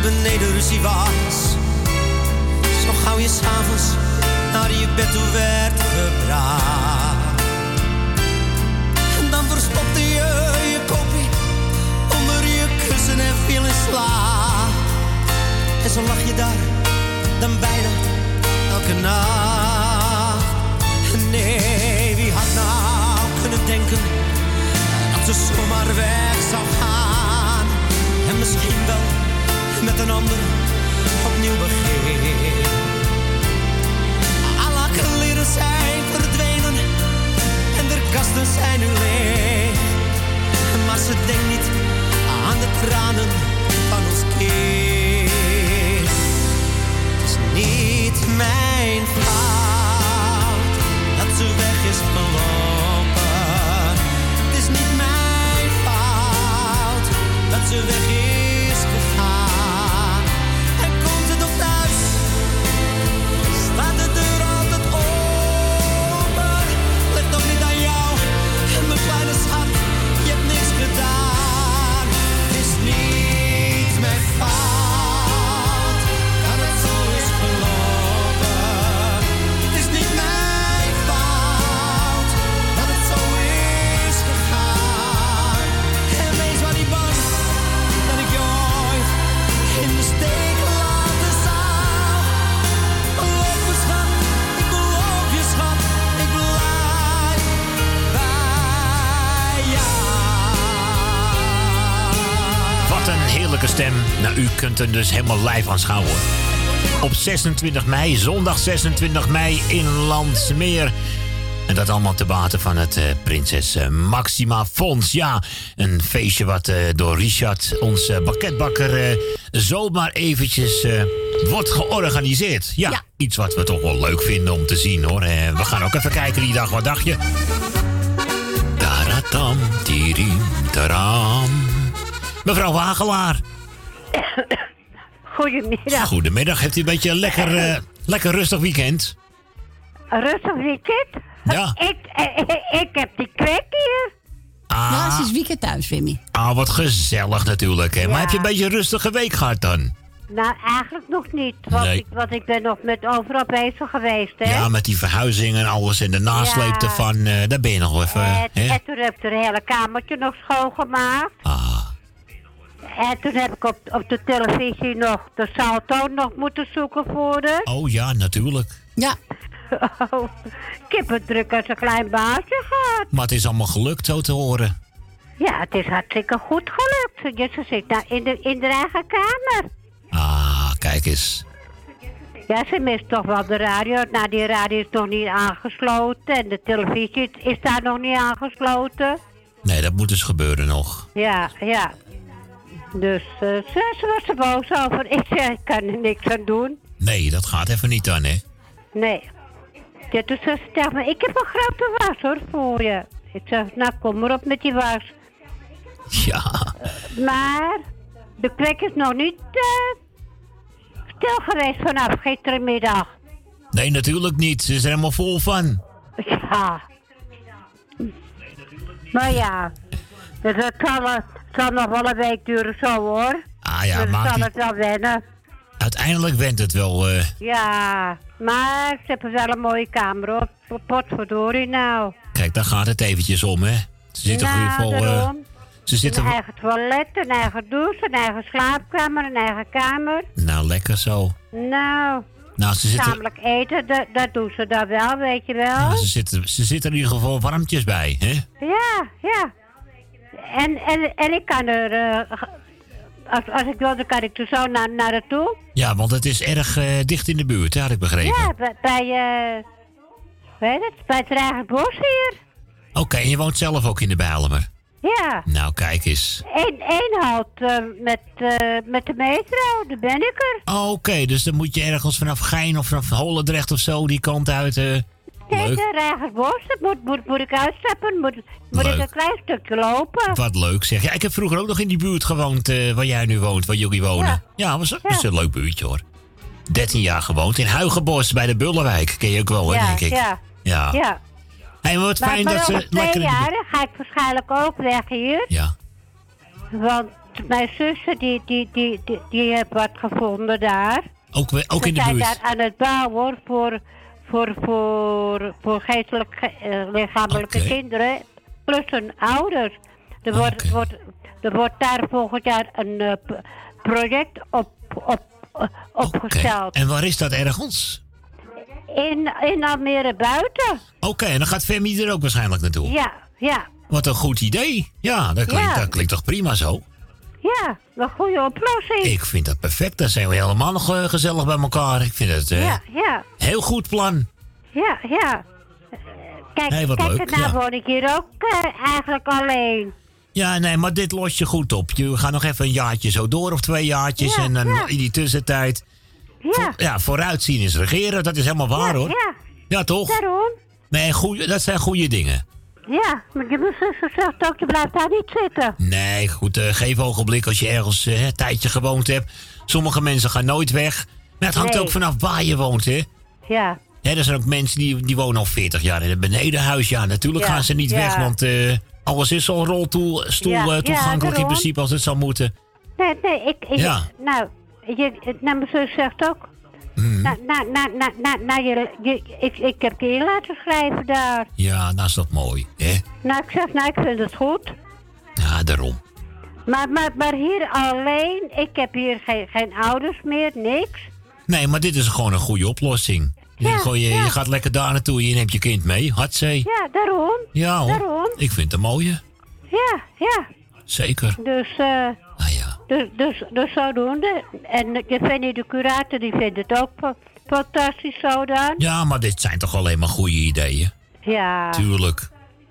beneden ruzie was. Zo gauw je s'avonds naar je bed toe werd gebracht. En dan verstopte je je kopje onder je kussen en viel in slaap. En zo lag je daar dan bijna elke nacht. Nee, wie had nou kunnen denken dat ze zomaar weg zou gaan. En misschien wel met een ander opnieuw begin. Alle kleren zijn verdwenen en de kasten zijn nu leeg. Maar ze denkt niet aan de tranen van ons kind. Het is niet mijn fout dat ze weg is gelopen. Het is niet mijn fout dat ze weg is gegaan. En komt ze nog thuis, staat de deur altijd open. Ligt nog niet aan jou, mijn kleine schat, je hebt niks gedaan. Het is niet mijn fout dat het zo is gelopen. Het is niet mijn fout dat het zo is gegaan. En wees maar niet bang dat ik je ooit in de steek laten zou. Beloof me schat, ik beloof je schat, ik blijf bij jou. Wat een heerlijke stem. Nou, u kunt hem dus helemaal live aanschouwen. Op zesentwintig mei, zondag zesentwintig mei in Landsmeer. En dat allemaal te baten van het uh, Prinses uh, Maxima Fonds. Ja, een feestje wat uh, door Richard, onze bakketbakker, uh, zomaar eventjes uh, wordt georganiseerd. Ja, ja, iets wat we toch wel leuk vinden om te zien, hoor. Uh, we gaan ook even kijken die dag. Wat dacht je? Taratam, tirim, taram. Mevrouw Wagelaar. Goedemiddag. Goedemiddag. Heeft u een beetje een lekker, uh, lekker rustig weekend? Een rustig weekend? Ja. Ik, ik, ik heb die kwek hier. Ah. Ja, ze is weekend thuis, Wimmy. Ah, wat gezellig natuurlijk, hè. Ja. Maar heb je een beetje een rustige week gehad dan? Nou, eigenlijk nog niet. Want, Nee. ik, want ik ben nog met overal bezig geweest, hè. Ja, met die verhuizing en alles en de nasleep Ja. ervan, uh, daar ben je nog wel even, En, hè? en toen heb ik het hele kamertje nog schoongemaakt. Ah. En toen heb ik op, op de televisie nog de salto nog moeten zoeken voor haar. Oh ja, natuurlijk. Ja. Oh, ik heb het druk als een klein baasje gehad. Maar het is allemaal gelukt, zo te horen. Ja, het is hartstikke goed gelukt. Ja, ze zit nou in de, in de eigen kamer. Ah, kijk eens. Ja, ze mist toch wel de radio. Nou, die radio is nog niet aangesloten. En de televisie is daar nog niet aangesloten. Nee, dat moet dus gebeuren nog. Ja, ja. Dus uh, ze, ze was er boos over. Ik zei, ik kan er niks aan doen. Nee, dat gaat even niet dan, hè? Nee. Ja, dus ze zegt me, ik heb een grote was hoor voor je. Ik zeg, nou kom maar op met die was. Ja. Uh, maar de kwek is nog niet uh, stil geweest vanaf gisterenmiddag. Nee, natuurlijk niet. Ze is er helemaal vol van. Ja. Maar ja, dus het zal, het zal nog wel een week duren zo hoor. Ah ja, dus maakt zal niet- het wel wennen. Uiteindelijk went het wel. eh Ja, maar ze hebben wel een mooie kamer op. Potverdorie nou. Kijk, daar gaat het eventjes om, hè? Ze zit toch in ieder geval. eh, daarom. ze zit Een er. eigen toilet, een eigen douche, een eigen slaapkamer, een eigen kamer. Nou, lekker zo. Nou, Nou, ze zit er, gezamenlijk eten, dat, dat doen ze dan wel, weet je wel. nou, ze, zit er, ze zit er in ieder geval warmtjes bij, hè? Ja, ja. En, en, en ik kan er, eh, ge- als, als ik wil, dan kan ik er zo naar, naar het toe. Ja, want het is erg eh, dicht in de buurt, hè, had ik begrepen. Ja, bij, bij, eh, weet het, bij het Rijgenbos hier. Oké, en je woont zelf ook in de Bijlmer. Ja. Nou, kijk eens. Eén één hout eh, met, eh, met de metro, daar ben ik er. Oh, Oké, dus dan moet je ergens vanaf Gein of vanaf Holendrecht of zo die kant uit. eh Nee, leuk. de Rijgenbos, dat moet, moet, moet ik uitstappen, moet, moet ik Leuk. een klein stukje lopen. Wat leuk zeg. Ja, ik heb vroeger ook nog in die buurt gewoond eh, waar jij nu woont, waar jullie wonen. Ja, Ja. was, was een leuk buurtje hoor. dertien jaar gewoond in Huigenbos bij de Bullenwijk. Ken je ook wel, hè, ja, denk ik. ja, Ja. ja. Hey, maar wat Maar fijn voor dat over ze twee lekker in de jaar buurt- dan ga ik waarschijnlijk ook weg hier. Ja. Want mijn zussen die, die, die, die, die heeft wat gevonden daar. Ook, we- ook in de Ze zijn buurt? daar aan het bouwen hoor, voor, voor, voor, voor geestelijk ge- uh, lichamelijke Oké. kinderen. Plus hun ouders. Er wordt, wordt, er wordt daar volgend jaar een uh, p- project op, op, uh, opgesteld. En waar is dat ergens? In, in Almere buiten. Oké, en dan gaat Femi er ook waarschijnlijk naartoe. Ja, ja, Wat een goed idee. Ja, dat klinkt, Ja. dat klinkt toch prima zo? ja. Een goede oplossing. Ik vind dat perfect. Dan zijn we helemaal nog eh, gezellig bij elkaar. Ik vind het eh Ja, ja, heel goed plan. ja, ja. Uh, Kijk, Hey, wat kijk leuk, nou ja. woon ik hier ook uh, eigenlijk alleen. Ja, nee, maar dit los je goed op. Je gaat nog even een jaartje zo door of twee jaartjes. Ja, en dan ja. in die tussentijd. Ja, Ja, vooruitzien is regeren. Dat is helemaal waar hoor. ja. Ja, toch? Daarom. Nee, goeie, dat zijn goede dingen. Ja, maar je mijn zuster zegt ook, je blijft daar niet zitten. Nee, goed, eh, geef ogenblik als je ergens eh, een tijdje gewoond hebt. Sommige mensen gaan nooit weg. Maar het hangt Nee. ook vanaf waar je woont, hè. Ja, Hè, er zijn ook mensen die, die wonen al veertig jaar in het benedenhuis. Ja, natuurlijk Ja, gaan ze niet ja. weg, want eh, alles is al rolstoel stoel, Ja, eh, ja, toegankelijk in daarom. principe als het zou moeten. nee, nee, ik, ik Ja. nou, je, nou, mijn zus zegt ook, Mhm. nou, nou, nou, nou, nou, nou, je, je, ik, ik heb je in laten schrijven daar. Ja, nou is dat mooi, hè. Nou, ik zeg, nou, ik vind het goed. Ja, daarom. Maar, maar, maar hier alleen, ik heb hier geen, geen ouders meer, niks. Nee, maar dit is gewoon een goede oplossing. Je, Ja, gooi je, ja. je gaat lekker daar naartoe, je neemt je kind mee. Hatzee. Ja, daarom. Ja hoor, Daarom. ik vind het een mooie. Ja, ja. Zeker. Dus, eh Ah ja. dus, dus, dus zodoende. En de Fanny de curator, die vindt het ook fa- fantastisch zo dan. Ja, maar dit zijn toch alleen maar goede ideeën? Ja. Tuurlijk.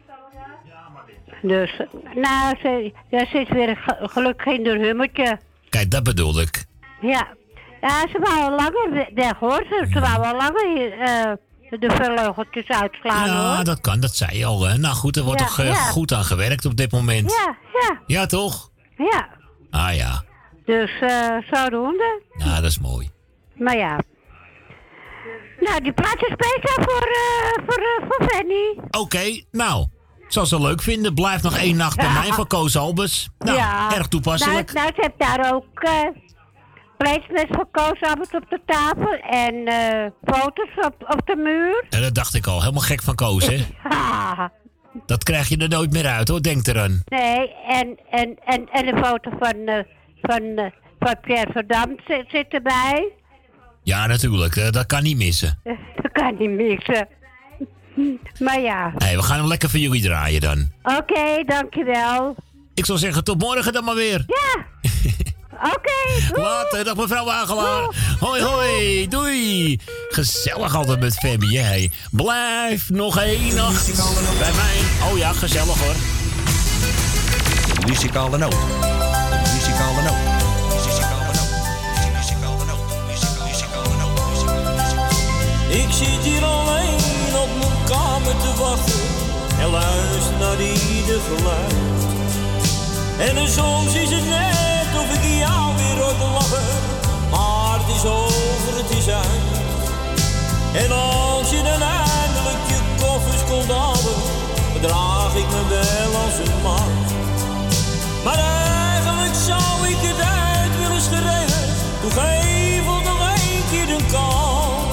Dus, nou, ze, daar zit weer ge- gelukkig in haar hummertje. Kijk, dat bedoel ik. Ja. Ja, ze wou al langer we- weg hoor. Ze, ze wou al langer hier, eh, de vleugeltjes uitslaan Ja, hoor. dat kan, dat zei je al. Hè. Nou goed, er wordt Ja, toch eh, ja. goed aan gewerkt op dit moment. Ja, ja, Ja, toch? ja. Ah ja, Dus, eh zodoende. nou dat is mooi. Maar ja. Nou, die plaats is speciaal voor, eh voor, eh, voor Fanny. Oké, nou. Zal ze leuk vinden. Blijf nog één nacht bij mij van Koos Albers. Nou, ja. erg toepasselijk. Nou, nou, ze heeft daar ook eh placements voor Koos Albert op de tafel. En eh foto's op, op de muur. Ja, dat dacht ik al. Helemaal gek van Koos, hè? Ha. Dat krijg je er nooit meer uit, hoor. Denk eraan. Nee, en, en, en, en een foto van, eh van, eh van Pierre Verdam zit, zit erbij. Ja, natuurlijk. eh, Dat kan niet missen. Dat kan niet missen. Maar ja. Hé, we gaan hem lekker voor jullie draaien dan. Oké, dankjewel. Ik zou zeggen, tot morgen dan maar weer. Ja. Oké. Later, dag mevrouw Wagelaar. Hoi, hoi, doei. Gezellig altijd met Femi, hè. Blijf nog één nacht bij mij. Oh ja, gezellig hoor. Muzikale noot. De muzikale noot. Muzikale noot. Muzikale noot. Muzikale noot. Ik zit hier alleen op mijn kamer te wachten en luister naar ieder geluid. En soms is het net of ik jou weer hoor te lachen, maar het is over, het is uit. En als je dan eindelijk je koffers komt halen, gedraag ik me wel als een man. Maar eigenlijk zou ik het uit willen schreeuwen, doe geef ons nog één keer een kans.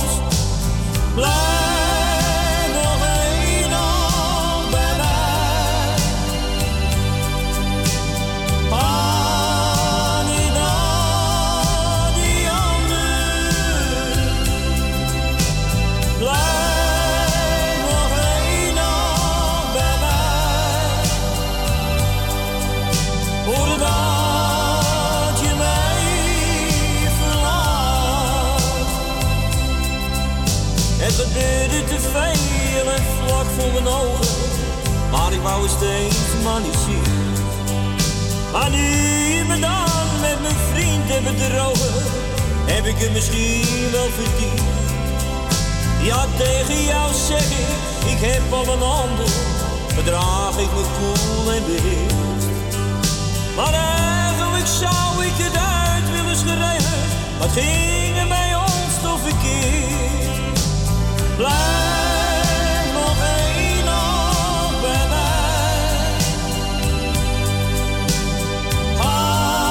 Blijf nog één nacht bij mij. Ga niet naar die ander. Blijf nog één nacht bij mij. Voordat je mij verlaat. Het gebeurde te veel en vlak voor mijn ogen, maar ik wou het steeds maar niet zien. Maar nu je me dan met mijn vriend heb bedrogen, heb ik het misschien wel verdiend. Ja, tegen jou zeg ik, ik heb al een ander, gedraag ik me koel en beheerst. Maar eigenlijk zou ik het uit willen schrijven, wat ging er bij ons toch verkeerd? Blijf nog één nacht bij mij. Ga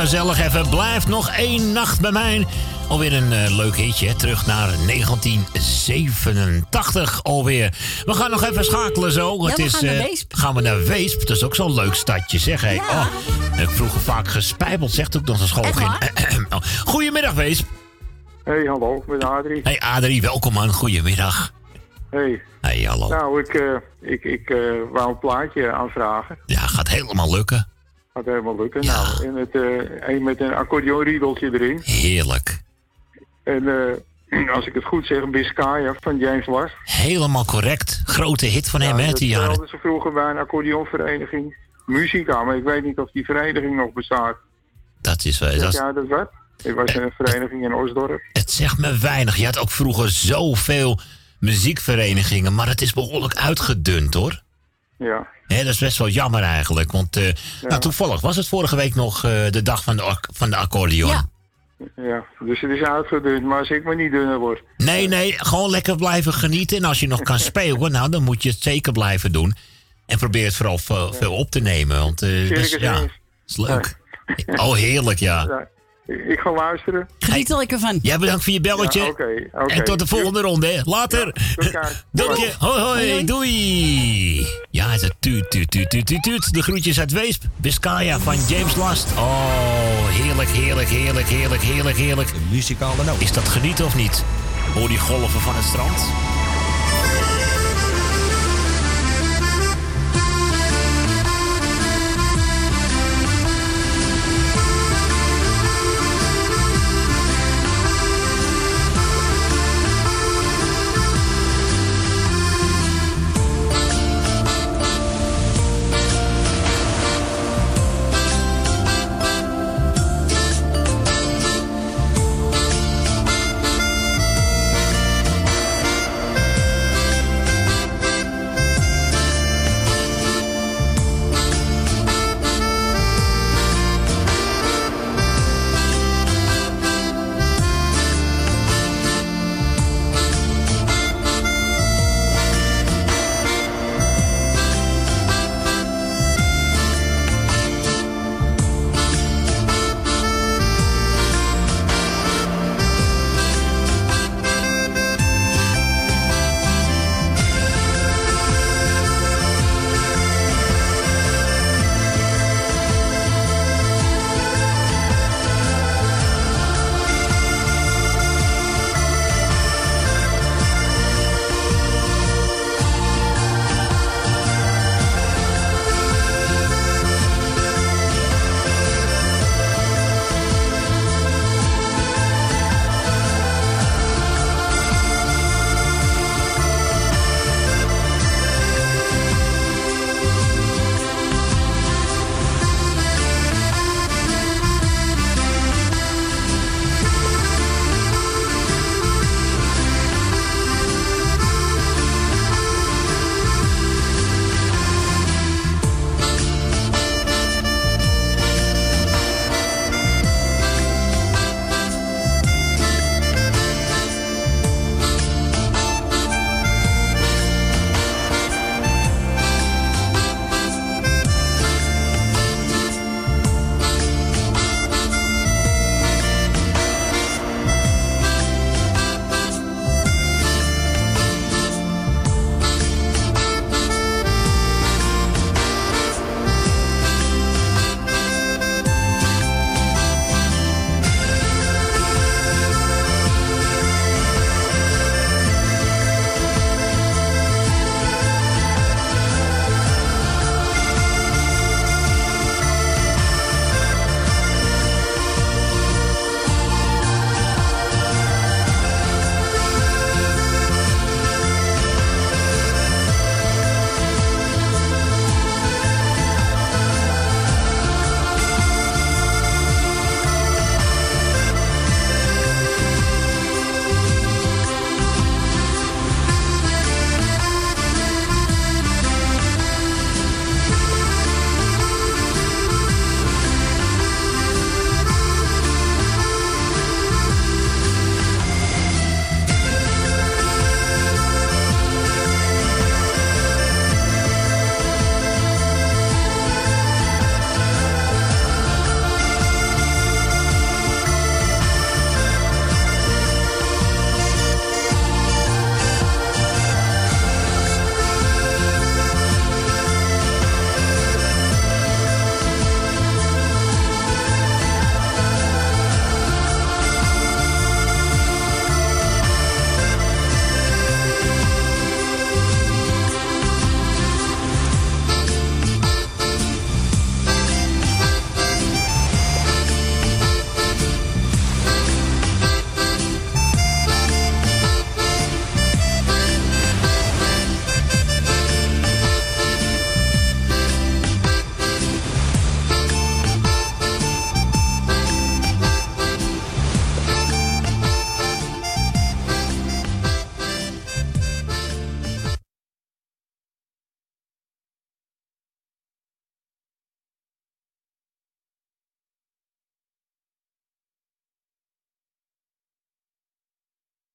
gezellig even. Blijf nog één nacht bij mij. Alweer een uh, leuk hitje, hè? Terug naar negentien zevenentachtig alweer. We gaan nog even schakelen zo. Ja, het we is, gaan naar uh, Weesp. Gaan we naar Weesp. Dat is ook zo'n leuk stadje, zeg. Hey. Ja. Oh, ik heb vroeger vaak gespijbeld, zegt ook nog een school. Goedemiddag, Weesp. Hey, hallo, met Adrie. Hey Adrie, welkom man. Goedemiddag. Hey. Hey, hallo. Nou, ik, uh, ik, ik uh, wou een plaatje aanvragen. Ja, gaat helemaal lukken. Gaat helemaal lukken. Ja. Nou, en het, uh, een met een accordeonriedeltje erin. Heerlijk. En uh, als ik het goed zeg, Biscaya van James Last. Helemaal correct. Grote hit van ja, hem, hè, die jaren. Dat ze vroeger bij een accordeonvereniging Muzika, maar ik weet niet of die vereniging nog bestaat. Dat is wel... Zeg dat is... jij dat wat? Ik was in een vereniging in Osdorp. Het zegt me weinig. Je had ook vroeger zoveel muziekverenigingen, maar het is behoorlijk uitgedund, hoor. Ja. Hè, dat is best wel jammer eigenlijk, want uh, ja. nou, toevallig was het vorige week nog uh, de dag van de, van de accordeon. Ja. Ja, dus het is uitgedund, maar als ik maar niet dunner word. Nee, nee, gewoon lekker blijven genieten. En als je nog kan spelen, nou, dan moet je het zeker blijven doen. En probeer het vooral veel, veel op te nemen, want uh, dus, ja, dat is leuk. Nee. Oh, heerlijk, ja. ja. Ik ga luisteren. Geniet er lekker van. Jij bedankt voor je belletje. Ja, okay, okay. En tot de volgende ronde, hè. Later. Ja, dank je. Hoi, hoi, hoi. Doei. Ja, het is tuut, tuut, tuut, tuut, tuut, tuut. De groetjes uit Weesp. Biscaya van James Last. Oh, heerlijk, heerlijk, heerlijk, heerlijk, heerlijk, heerlijk. De muzikale noot. Is dat genieten of niet? Hoor die golven van het strand?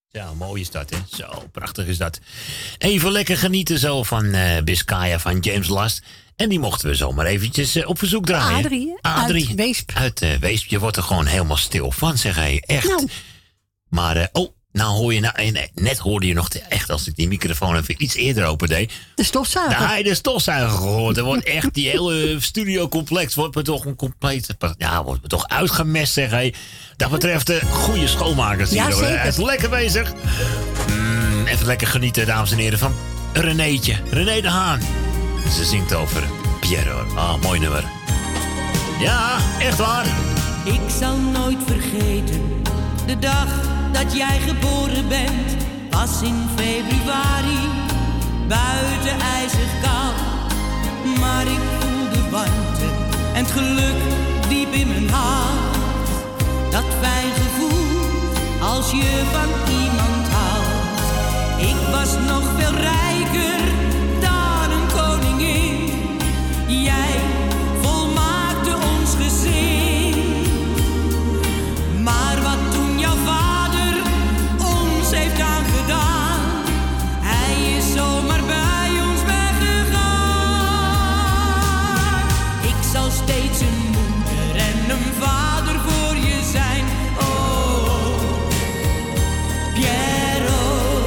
Zo, mooi is dat, hè? Zo, prachtig is dat. Even lekker genieten zo van uh, Biscaya van James Last. En die mochten we zomaar eventjes uh, op verzoek draaien. Adrie, hè? Adrie. Uit Weesp. Uit uh, Weesp. Je wordt er gewoon helemaal stil van, zeg hij. Echt. Nou. Maar, uh, oh, nou hoor je... Nou, nee, net hoorde je nog te, echt, als ik die microfoon even iets eerder open deed. De stofzuiger. Daar heb je de stofzuiger gehoord. Er wordt echt, die hele studiocomplex wordt me toch een compleet... Ja, wordt me toch uitgemest, zeg hij. Dat betreft uh, goede schoonmakers hier, ja, hoor. Hij is lekker bezig. Mm, even lekker genieten, dames en heren, van Renéetje. René de Haan. Ze zingt over Pierre. Ah, oh, mooi nummer. Ja, echt waar. Ik zal nooit vergeten de dag dat jij geboren bent. Was in februari, buiten ijzig koud. Maar ik voelde warmte en het geluk diep in mijn hart. Dat fijn gevoel als je van iemand houdt. Ik was nog veel rijker dan een koningin. Jij volmaakte ons gezin. Maar wat toen jouw vader ons heeft aangedaan, hij is zomaar bij ons weggegaan. Ik zal steeds een moeder en een vader voor je zijn. Oh, Piero.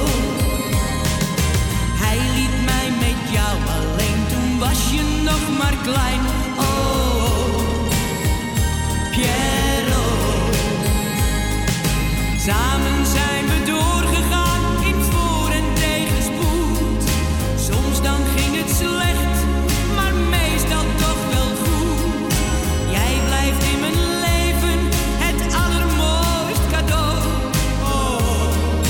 Hij liet mij met jou alleen, toen was je nog maar klein. Oh, Piero. Samen zijn we doorgegaan in voor- en tegenspoed. Soms dan ging het slecht, maar meestal toch wel goed. Jij blijft in mijn leven het allermooist cadeau. Oh,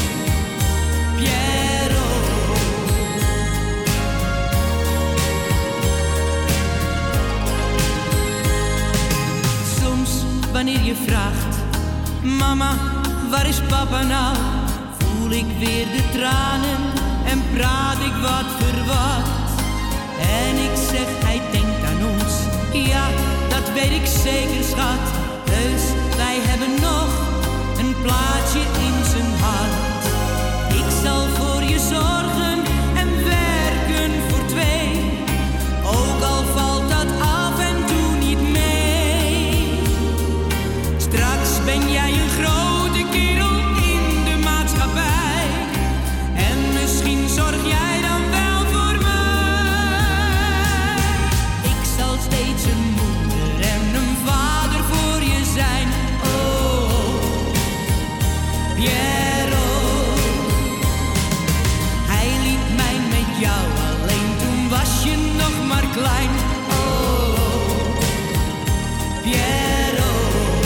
Piero. Soms wanneer je vraagt, mama, waar is papa nou? Voel ik weer de tranen en praat ik wat verward. En ik zeg, hij denkt aan ons. Ja, dat weet ik zeker, schat. Dus wij hebben nog een plaatsje in zijn hart. Ik zal voor je zorgen en werken voor twee. Ook al valt dat af en toe niet mee. Straks ben jij een grote kerel in de maatschappij. En misschien zorg jij dan wel voor mij. Ik zal steeds een moeder en een vader voor je zijn. Oh, Piero. Hij liet mij met jou alleen, toen was je nog maar klein. Oh, Piero.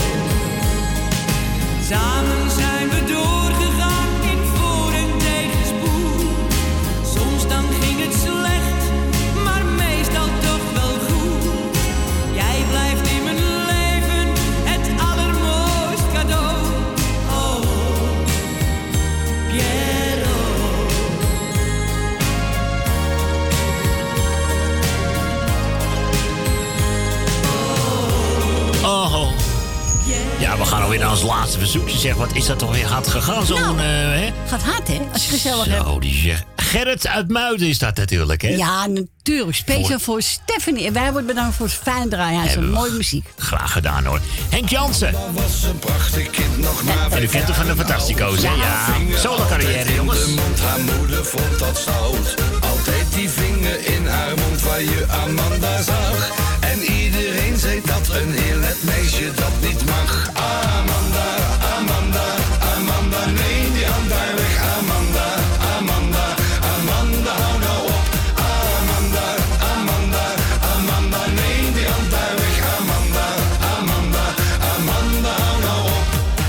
Samen zijn we doorgegaan in voor- en tegenspoed. Soms dan ging het slecht, maar meestal toch wel goed. Jij blijft in mijn leven het allermooist cadeau. Oh, Piero. Oh. Ja, we gaan alweer naar ons laatste verzoekje. Zeg, wat is dat toch weer hard gegaan? Zo'n, Nou, uh, hè? Gaat hard, hè? Als je gezellig hebt. Zo, die zeg. Gerrit uit Muiden is dat natuurlijk, hè? Ja, natuurlijk. Speciaal voor, voor Stephanie. En wij worden bedankt voor het fijn draaien. Hij is een mooie muziek. Graag gedaan, hoor. Henk Jansen. Was een prachtig kind nog maar. En u kent hem van de Fantastico's, hè? Ja. Solo carrière, jongens. In de mond, haar moeder vond dat zout. Altijd die vinger in haar mond waar je Amanda zag. En iedereen zei dat een heel net meisje dat niet mag. Amanda, Amanda, Amanda, neem die hand daar weg. Amanda, Amanda, Amanda, hou nou op. Amanda, Amanda, Amanda, neem die hand daar weg. Amanda, Amanda, Amanda, hou nou op.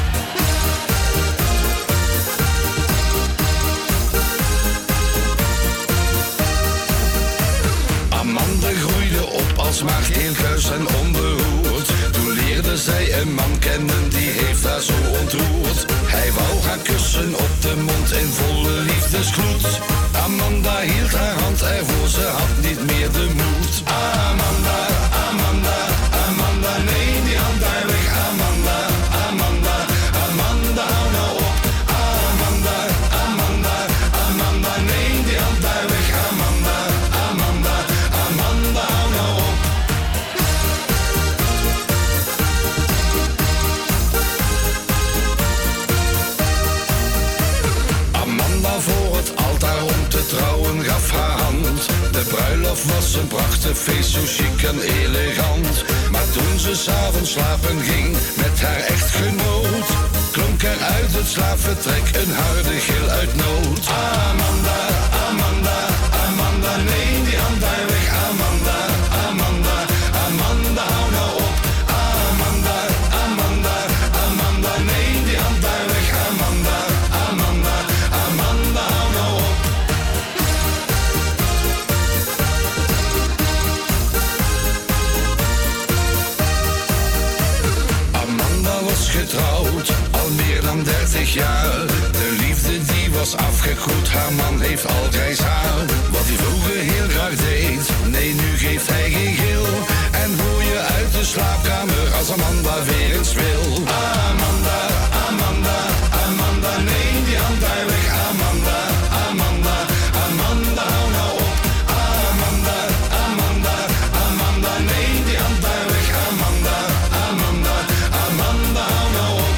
Amanda groeide op als maagd, heel kuis en onberoerd. Toen leerde zij een man kennen, die heeft haar zo ontroerd. Hij wou haar kussen op de mond in volle liefdesgloed. Amanda hield haar hand ervoor, ze had niet meer de moed. Amanda, Amanda, Amanda, neem die hand daar weg. Amanda, Amanda, Amanda, hou nou op. Amanda, voor het altaar om te trouwen gaf haar hand. De bruiloft was een prachtig feest, zo chic en elegant. Maar toen ze s'avonds slapen ging met haar echtgenoot, klonk er uit het slaapvertrek een harde gil uit nood. Amanda, Amanda, Amanda, neem die hand daar weg. Amanda, Amanda, Amanda, hou nou op. Amanda, Amanda, Amanda, neem die hand daar weg. Amanda, Amanda, Amanda, hou nou op. Amanda was getrouwd, al meer dan dertig jaar. De liefde die was afgekoeld, haar man heeft al grijs haar. Wat hij vroeger heel graag deed, nee nu geeft hij geen gil. En hoor je uit de slaapkamer als Amanda weer eens wil. Amanda, Amanda, Amanda, neem die hand daar weg. Amanda, Amanda, Amanda, hou nou op. Amanda, Amanda, Amanda, neem die hand daar weg. Amanda, Amanda, Amanda, hou nou op.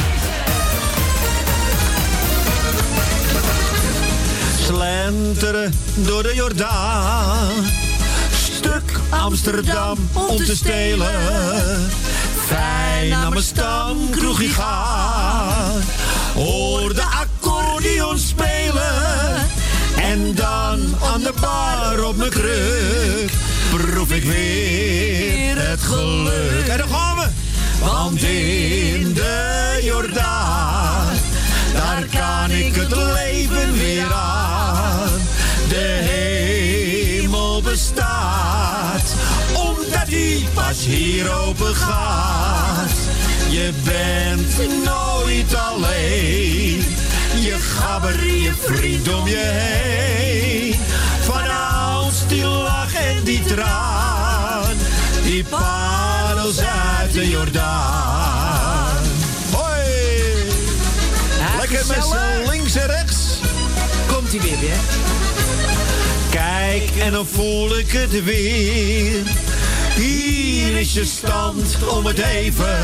Slenteren door de Jordaan, stuk Amsterdam om te stelen. Fijn aan mijn stamkroegie gaan, hoor de accordeon spelen. En dan aan de bar op mijn kruk, proef ik weer het geluk. En dan gaan we! Want in de Jordaan, daar kan ik het leven weer aan. De hemel bestaat, omdat die pas hier open gaat. Je bent nooit alleen, je gabber je vriend om je heen. Vanouds die lach en die traan, die parels uit de Jordaan. Hoi! Lekker met z'n links en rechts. Komt hij weer weer. Kijk, en dan voel ik het weer. Hier is je stand om het even.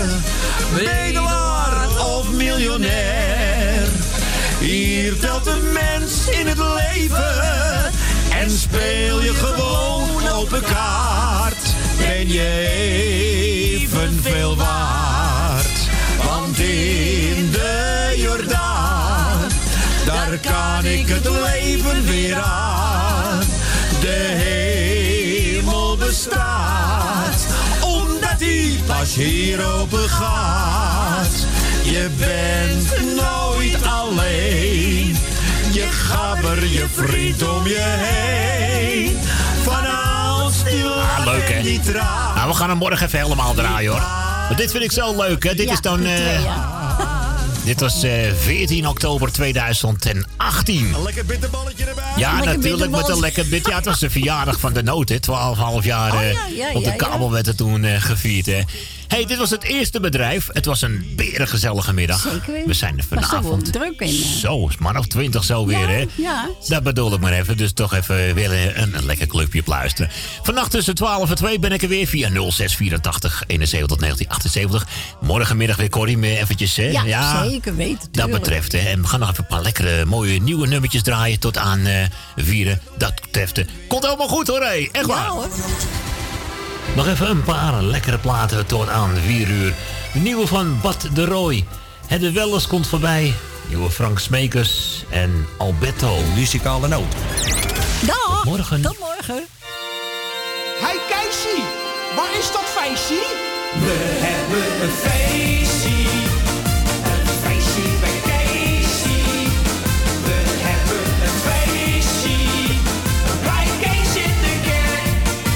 Bedelaar of miljonair. Hier telt een mens in het leven. En speel je gewoon open kaart, ben je evenveel waard. Want in de Jordaan, daar kan ik het leven weer aan. De hemel bestaat, omdat die pas hier open gaat. Je bent nooit alleen, je gabber je vriend om je heen. Vanouds die lach Ah, leuk, hè? en die traan. Nou, we gaan hem morgen even helemaal draaien, hoor. Maar dit vind ik zo leuk, hè. Dit Ja, is dan... die eh, twee, ja. Dit was eh, veertien oktober tweeduizend achttien. Een lekker bitterballetje erbij. Ja, Lekker natuurlijk met bitterballetje. een lekker bit. Ja, het was de verjaardag van de noot, hè. twaalf komma vijf jaar Oh, eh, ja, ja, op de ja, kabel ja. werd het toen eh, gevierd, hè. Hey, dit was het eerste bedrijf. Het was een berengezellige middag. Zeker weten. We zijn er Was toch wel vanavond. druk in, hè? Zo, man of twintig zo weer, hè. Ja. Dat bedoel ik maar even. Dus toch even weer een, een lekker clubje luisteren. Vannacht tussen twaalf en twee ben ik er weer via nul zes vierentachtig eenenzeventig negentien achtenzeventig. Morgenmiddag weer Corrie, me eventjes, hè. Ja, zeker weten. Dat tuurlijk. betreft, hè. En we gaan nog even een paar lekkere, mooie nieuwe nummertjes draaien tot aan eh, vieren. Dat betreft, hè. Komt helemaal goed, hoor, hé. Echt waar. Ja, hoor. Nog even een paar lekkere platen tot aan vier uur. De nieuwe van Bad de Roy. Het de Wellers komt voorbij. Nieuwe Frank Smekers en Alberto. Muzikale noot. Dag. Tot morgen. Tot morgen. Hey Keesie, waar is dat feestje? We hebben een feestje. Een feestje bij Keesie. We hebben een feestje. Bij Kees in de kerk.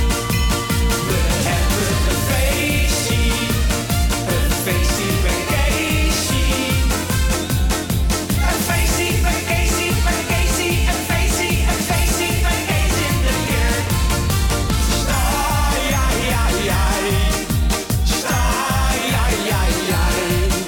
We hebben een feestje. Een feestje bij Keesie. Een feestje bij Keesie, bij Keesie. Een feestje, een feestje bij Kees in de kerk. Sta, ja, ja, ja. Sta, ja, ja, ja.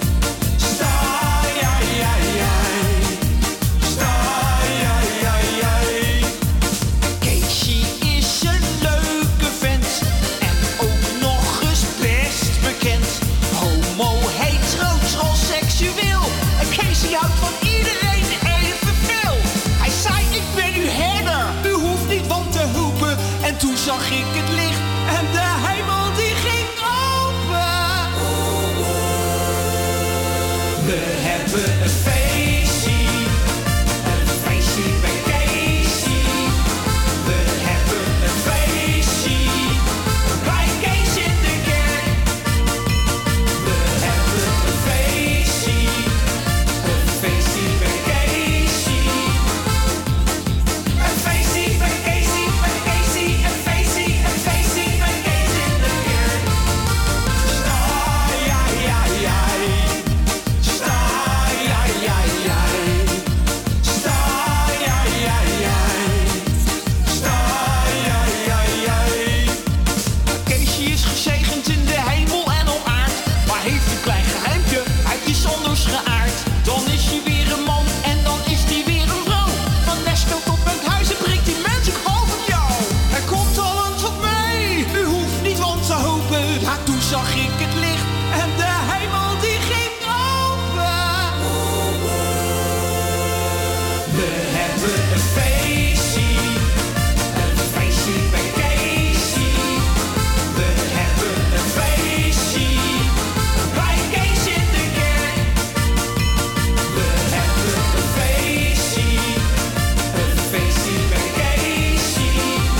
hebben een feestje. Een feestje bij Keesie. We hebben een feestje. Bij Kees in de kerk. We hebben een feestje. Een feestje bij Keesie.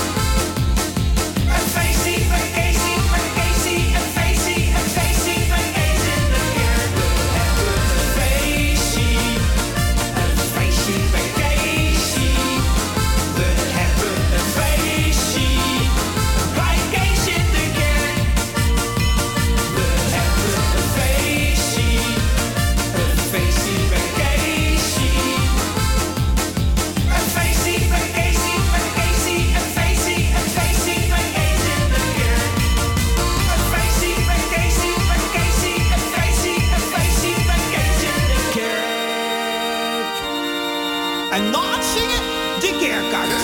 Een feestje bij Keesie, bij Keesie. Een feestje, een feestje bij Kees in de kerk. We hebben een feestje. Een feestje bij Keesie. We hebben een feestje. Bij Kees in de kerk. We hebben een feestje. Een feestje bij Keesie. Een feestje bij Keesie, bij Keesie. Een feestje, een feestje bij Kees in de kerk. Een feestje bij Keesie, bij Keesie. Een feestje, een feestje bij Kees in de kerk. En na het zingen, de kerkkart.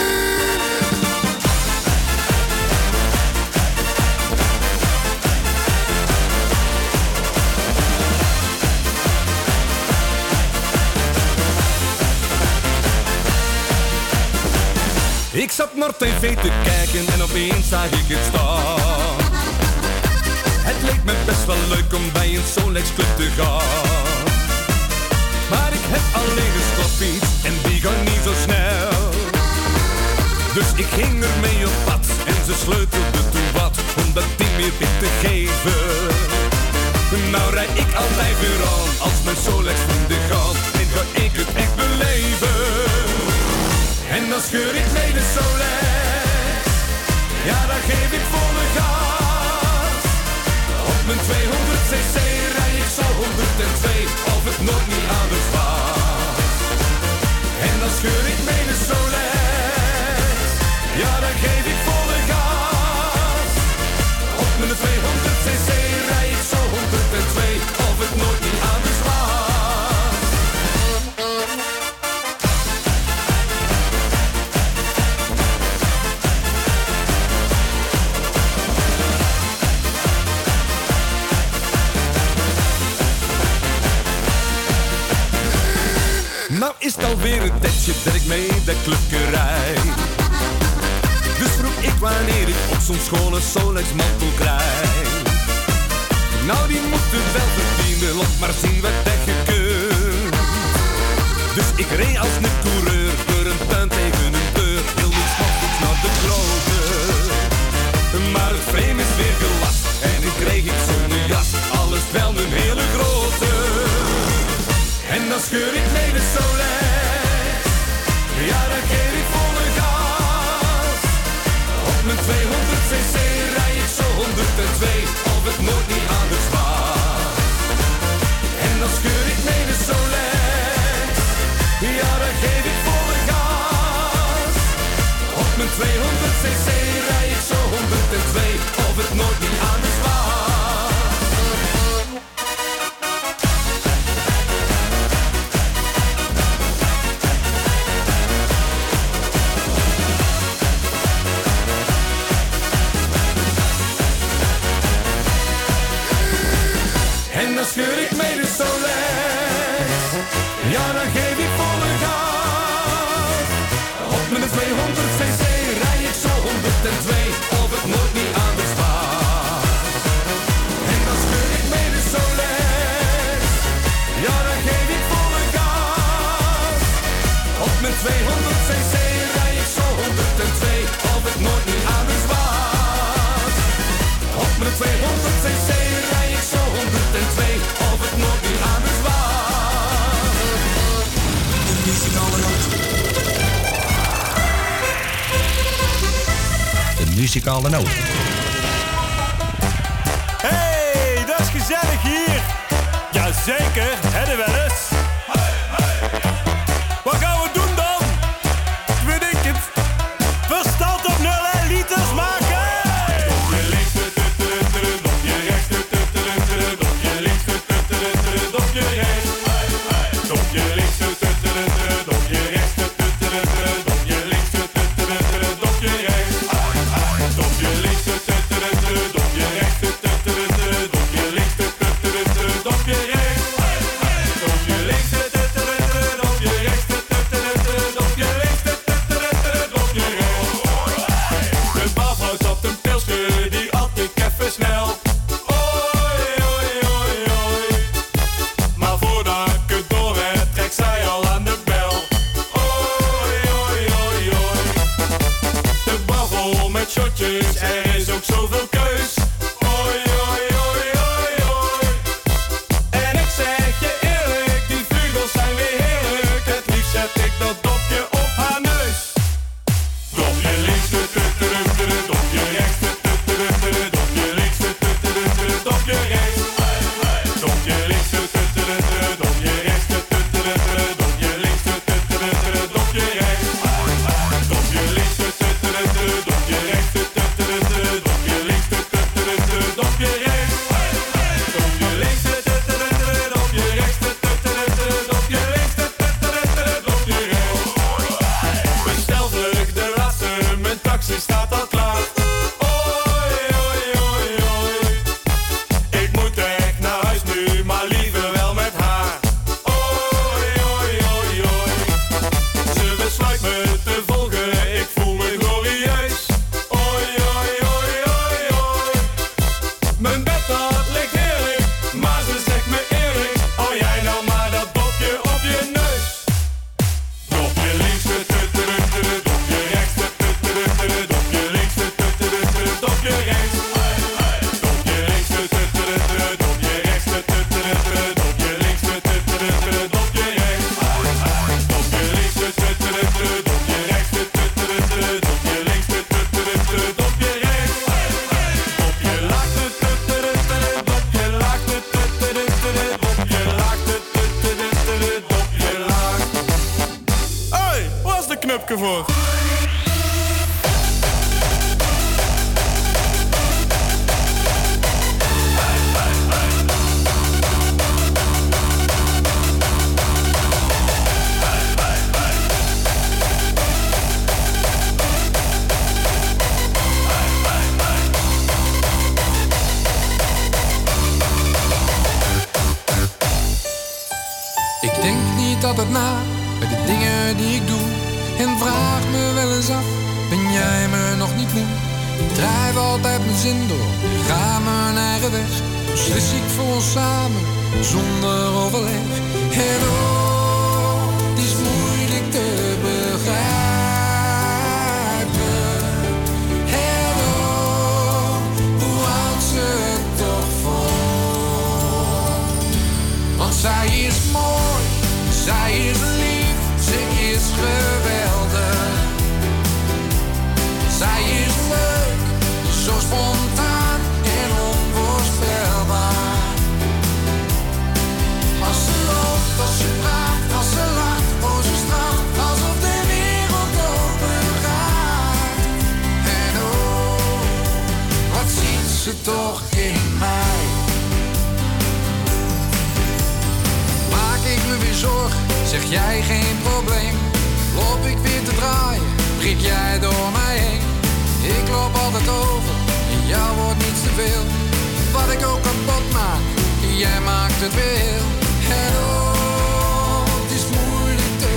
Ik zat naar tv te kijken en opeens zag ik het staan. Het leek me best wel leuk om bij een Solex club te gaan. Maar ik heb alleen een stopfiets en die gaat niet zo snel. Dus ik ging ermee op pad en ze sleutelde toen wat om dat ding meer in te geven. Nou rijd ik al vijf uur aan als mijn Solex vrienden gaan en ga ik het echt beleven. En dan scheur ik mee de Solex, ja dan geef ik volle gas. Op mijn tweehonderd cc rijd ik zo honderdtwee, of het nog niet anders was. En dan scheur ik mee de Solex, ja dan geef ik volle gas. Op mijn tweehonderd cc rijd ik zo honderdtwee, of het nog niet anders was. Nou is het alweer een tijdje dat ik mee dat clubje rijd. Dus vroeg ik wanneer ik op zo'n schone Solex mantel krijg. Nou die moet het wel verdienen, laat maar zien wat dat je kunt. Dus ik reed als een coureur door een tuin tegen een deur. Heel niet smakkelijk naar de klote. Maar het frame is weer gelast en nu kreeg ik zo'n jas. Alles wel een hele grote. En dan scheur ik mee de Solex, ja dan geef ik volle gas. Op mijn tweehonderd cc rijd ik zo honderdtwee, of het nooit niet anders was. En dan scheur ik mee de Solex, ja dan geef ik volle gas. Op mijn tweehonderd cc rijd ik zo honderdtwee, of het nooit niet anders was. En dan scheur ik mee de Solex, ja dan geef ik volle gas. Op mijn tweehonderd cc rijd ik zo honderdtwee, of het nooit niet anders was. En dan scheur ik mee de Solex, ja dan geef ik volle gas. Op mijn tweehonderd cc rijd ik zo honderdtwee, of het nooit niet anders was. Op mijn tweehonderd cc rijd ik zo honderdtwee, of het nooit niet anders was. De muzikale noot. De muzikale noot. Hey, dat is gezellig hier. Jazeker, hè wel eens. Wat gaan we doen dan? Weet ik het. Verstand op nul en liters maken. Dopje links, dopje rechts, dopje links, dopje rechts. Dopje links, dopje rechts, dopje links, dopje rechts. Dopje links, dopje rechts, dopje links, dopje rechts. knupke voor. Ik denk niet altijd na bij de dingen die ik doe. En vraag me wel eens af, ben jij me nog niet moe? Ik drijf altijd mijn zin door, ik ga mijn eigen weg. Beslis ik voor ons samen, zonder overleg. En oh, het is moeilijk te begrijpen. En oh, hoe houdt ze het toch vol? Want zij is mooi, zij is lief, ze is geweldig. Zij is leuk, zo spontaan en onvoorspelbaar. Als ze loopt, als ze praat, als ze lacht, oh ze straalt, alsof de wereld open gaat. En oh, wat ziet ze toch in mij? Maak ik me weer zorgen, zeg jij geen probleem. Loop ik weer te draaien, priet jij door mij heen. Ik loop altijd over, en jou wordt niets te veel. Wat ik ook kapot maak, jij maakt het weer heel. En oh, het is moeilijk te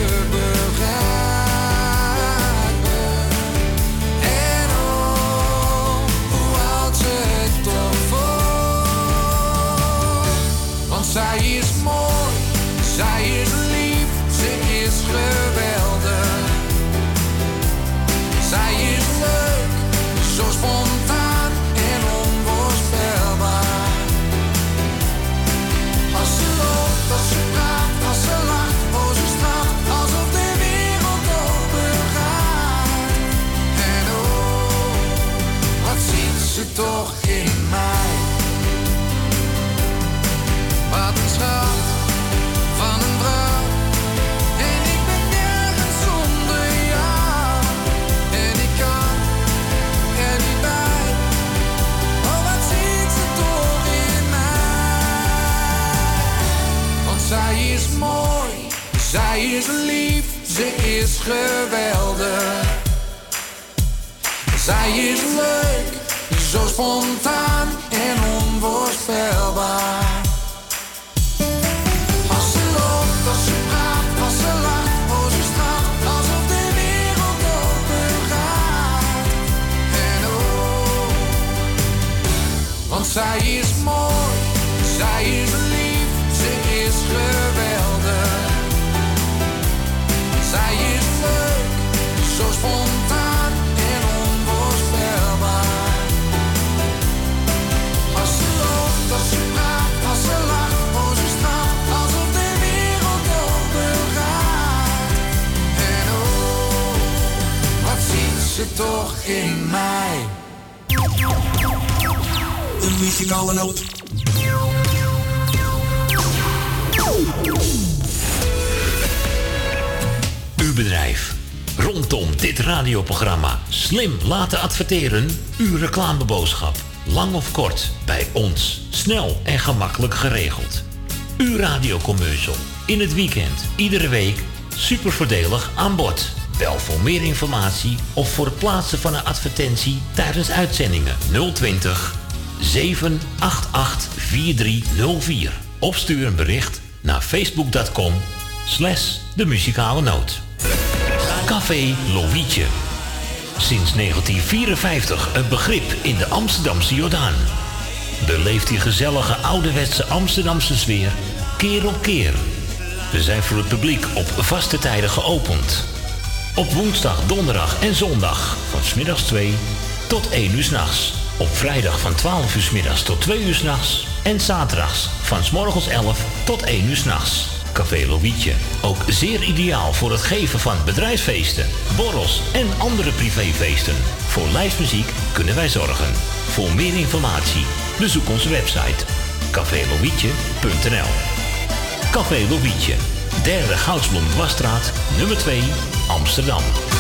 begrijpen. En oh, hoe houdt ze het toch vol? Want zij is mooi, zij is lief, ze is geweldig. Zij is leuk, zo spontaan en onvoorspelbaar. Als ze loopt, als ze praat, als ze lacht, oh ze straalt, alsof de wereld open gaat. En oh, wat ziet ze toch in mij? Wat een schat van een vrouw. En ik ben nergens zonder jou. En ik kan er niet bij. Oh, wat ziet ze toch in mij? Want zij is mooi, zij is lief, ze is geweldig. Zij is leuk, zo spontaan en onvoorspelbaar. Als ze loopt, als ze praat, als ze lacht, oh ze straalt, alsof de wereld open gaat. En oh, want zij is mooi, zij is lief, ze is geweldig. Zij is leuk, zo spontaan en onvoorspelbaar. Als ze loopt, als ze praat, als ze lacht, oh ze straalt, alsof de wereld open gaat. En oh, wat ziet ze toch in mij? De muzikale noot. Uw bedrijf. Rondom dit radioprogramma slim laten adverteren. Uw reclameboodschap. Lang of kort, bij ons. Snel en gemakkelijk geregeld. Uw radiocommercial. In het weekend, iedere week. Super voordelig aan bod. Bel voor meer informatie of voor het plaatsen van een advertentie tijdens uitzendingen nul twintig, zeven acht acht, vier drie nul vier. Of stuur een bericht naar facebook.com slash de muzikale noot. Café Lovietje. Sinds negentien vierenvijftig een begrip in de Amsterdamse Jordaan. Beleeft die gezellige ouderwetse Amsterdamse sfeer keer op keer. We zijn voor het publiek op vaste tijden geopend. Op woensdag, donderdag en zondag van 's middags twee tot één uur 's nachts. Op vrijdag van twaalf uur 's middags tot twee uur 's nachts. En zaterdags van 's morgens elf tot één uur 's nachts. Café Lovietje. Ook zeer ideaal voor het geven van bedrijfsfeesten, borrels en andere privéfeesten. Voor lijstmuziek kunnen wij zorgen. Voor meer informatie bezoek onze website café lovietje punt n l. Café Lovietje, derde Goudsblom Dwarsstraat, nummer twee, Amsterdam. Amsterdam.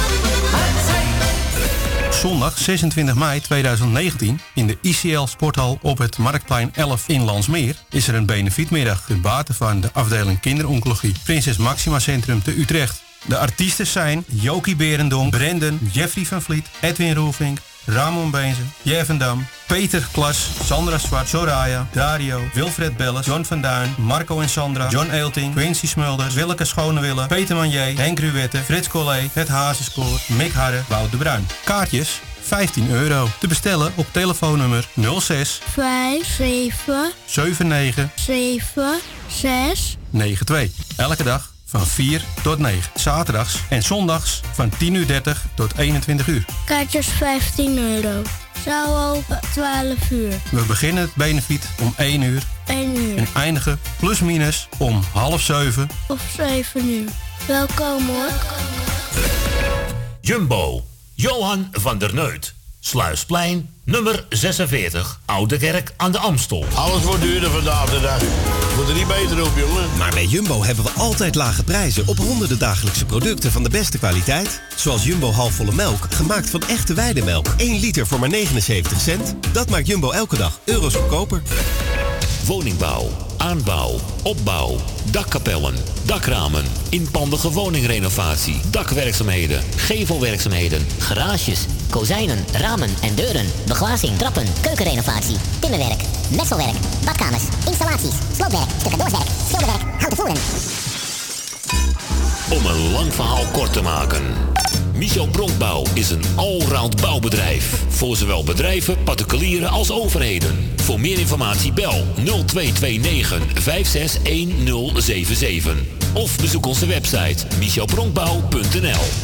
Zondag zesentwintig mei tweeduizend negentien in de I C L Sporthal op het Marktplein elf in Landsmeer is er een benefietmiddag ten bate van de afdeling kinderoncologie Prinses Maxima Centrum te Utrecht. De artiesten zijn Jokie Berendonk, Brendan, Jeffrey van Vliet, Edwin Roelvink, Ramon Beenzen, Jevendam, Peter Klas, Sandra Zwart, Soraya, Dario, Wilfred Belles, John van Duin, Marco en Sandra, John Eelting, Quincy Smulders, Willeke Schonewille, Peter Manier, Henk Ruwette, Frits Collé, Het Hazenspoor, Mick Harre, Wout de Bruin. Kaartjes vijftien euro. Te bestellen op telefoonnummer nul zes vijf zeven zeven negen zeven zes negen twee. Elke dag van vier tot negen. Zaterdags en zondags van tien uur dertig tot eenentwintig uur. Kaartjes vijftien euro. Zaal open twaalf uur. We beginnen het benefiet om één uur. één uur. En eindigen plus minus om half zeven. Of zeven uur. Welkom hoor. Jumbo, Johan van der Neut. Sluisplein, nummer zesenveertig, Oude Kerk aan de Amstel. Alles wordt duurder vandaag de dag. Moet er niet beter op, jongen. Maar bij Jumbo hebben we altijd lage prijzen op honderden dagelijkse producten van de beste kwaliteit. Zoals Jumbo halfvolle melk, gemaakt van echte weidemelk. één liter voor maar negenenzeventig cent. Dat maakt Jumbo elke dag euro's goedkoper. Woningbouw, aanbouw, opbouw, dakkapellen, dakramen, inpandige woningrenovatie, dakwerkzaamheden, gevelwerkzaamheden, Garages, kozijnen, ramen en deuren, beglazing, trappen, keukenrenovatie, timmerwerk, messelwerk, badkamers, installaties, sloopwerk, stucadoorswerk, schilderwerk, houten voeren. Om een lang verhaal kort te maken. Michel Bronkbouw is een allround bouwbedrijf. Voor zowel bedrijven, particulieren als overheden. Voor meer informatie bel nul twee twee negen vijf zes een nul zeven zeven. Of bezoek onze website michel bronkbouw punt n l.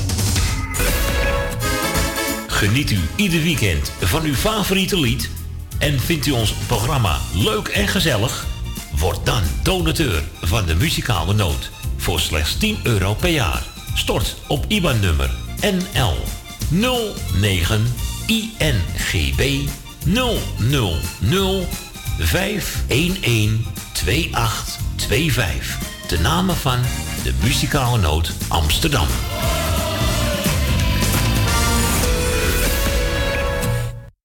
Geniet u ieder weekend van uw favoriete lied? En vindt u ons programma leuk en gezellig? Word dan donateur van de Muzikale Noot. Voor slechts tien euro per jaar. Stort op I B A N-nummer N L nul negen I N G B nul nul nul vijf een een twee acht twee vijf. De namen van de Muzikale Noot Amsterdam.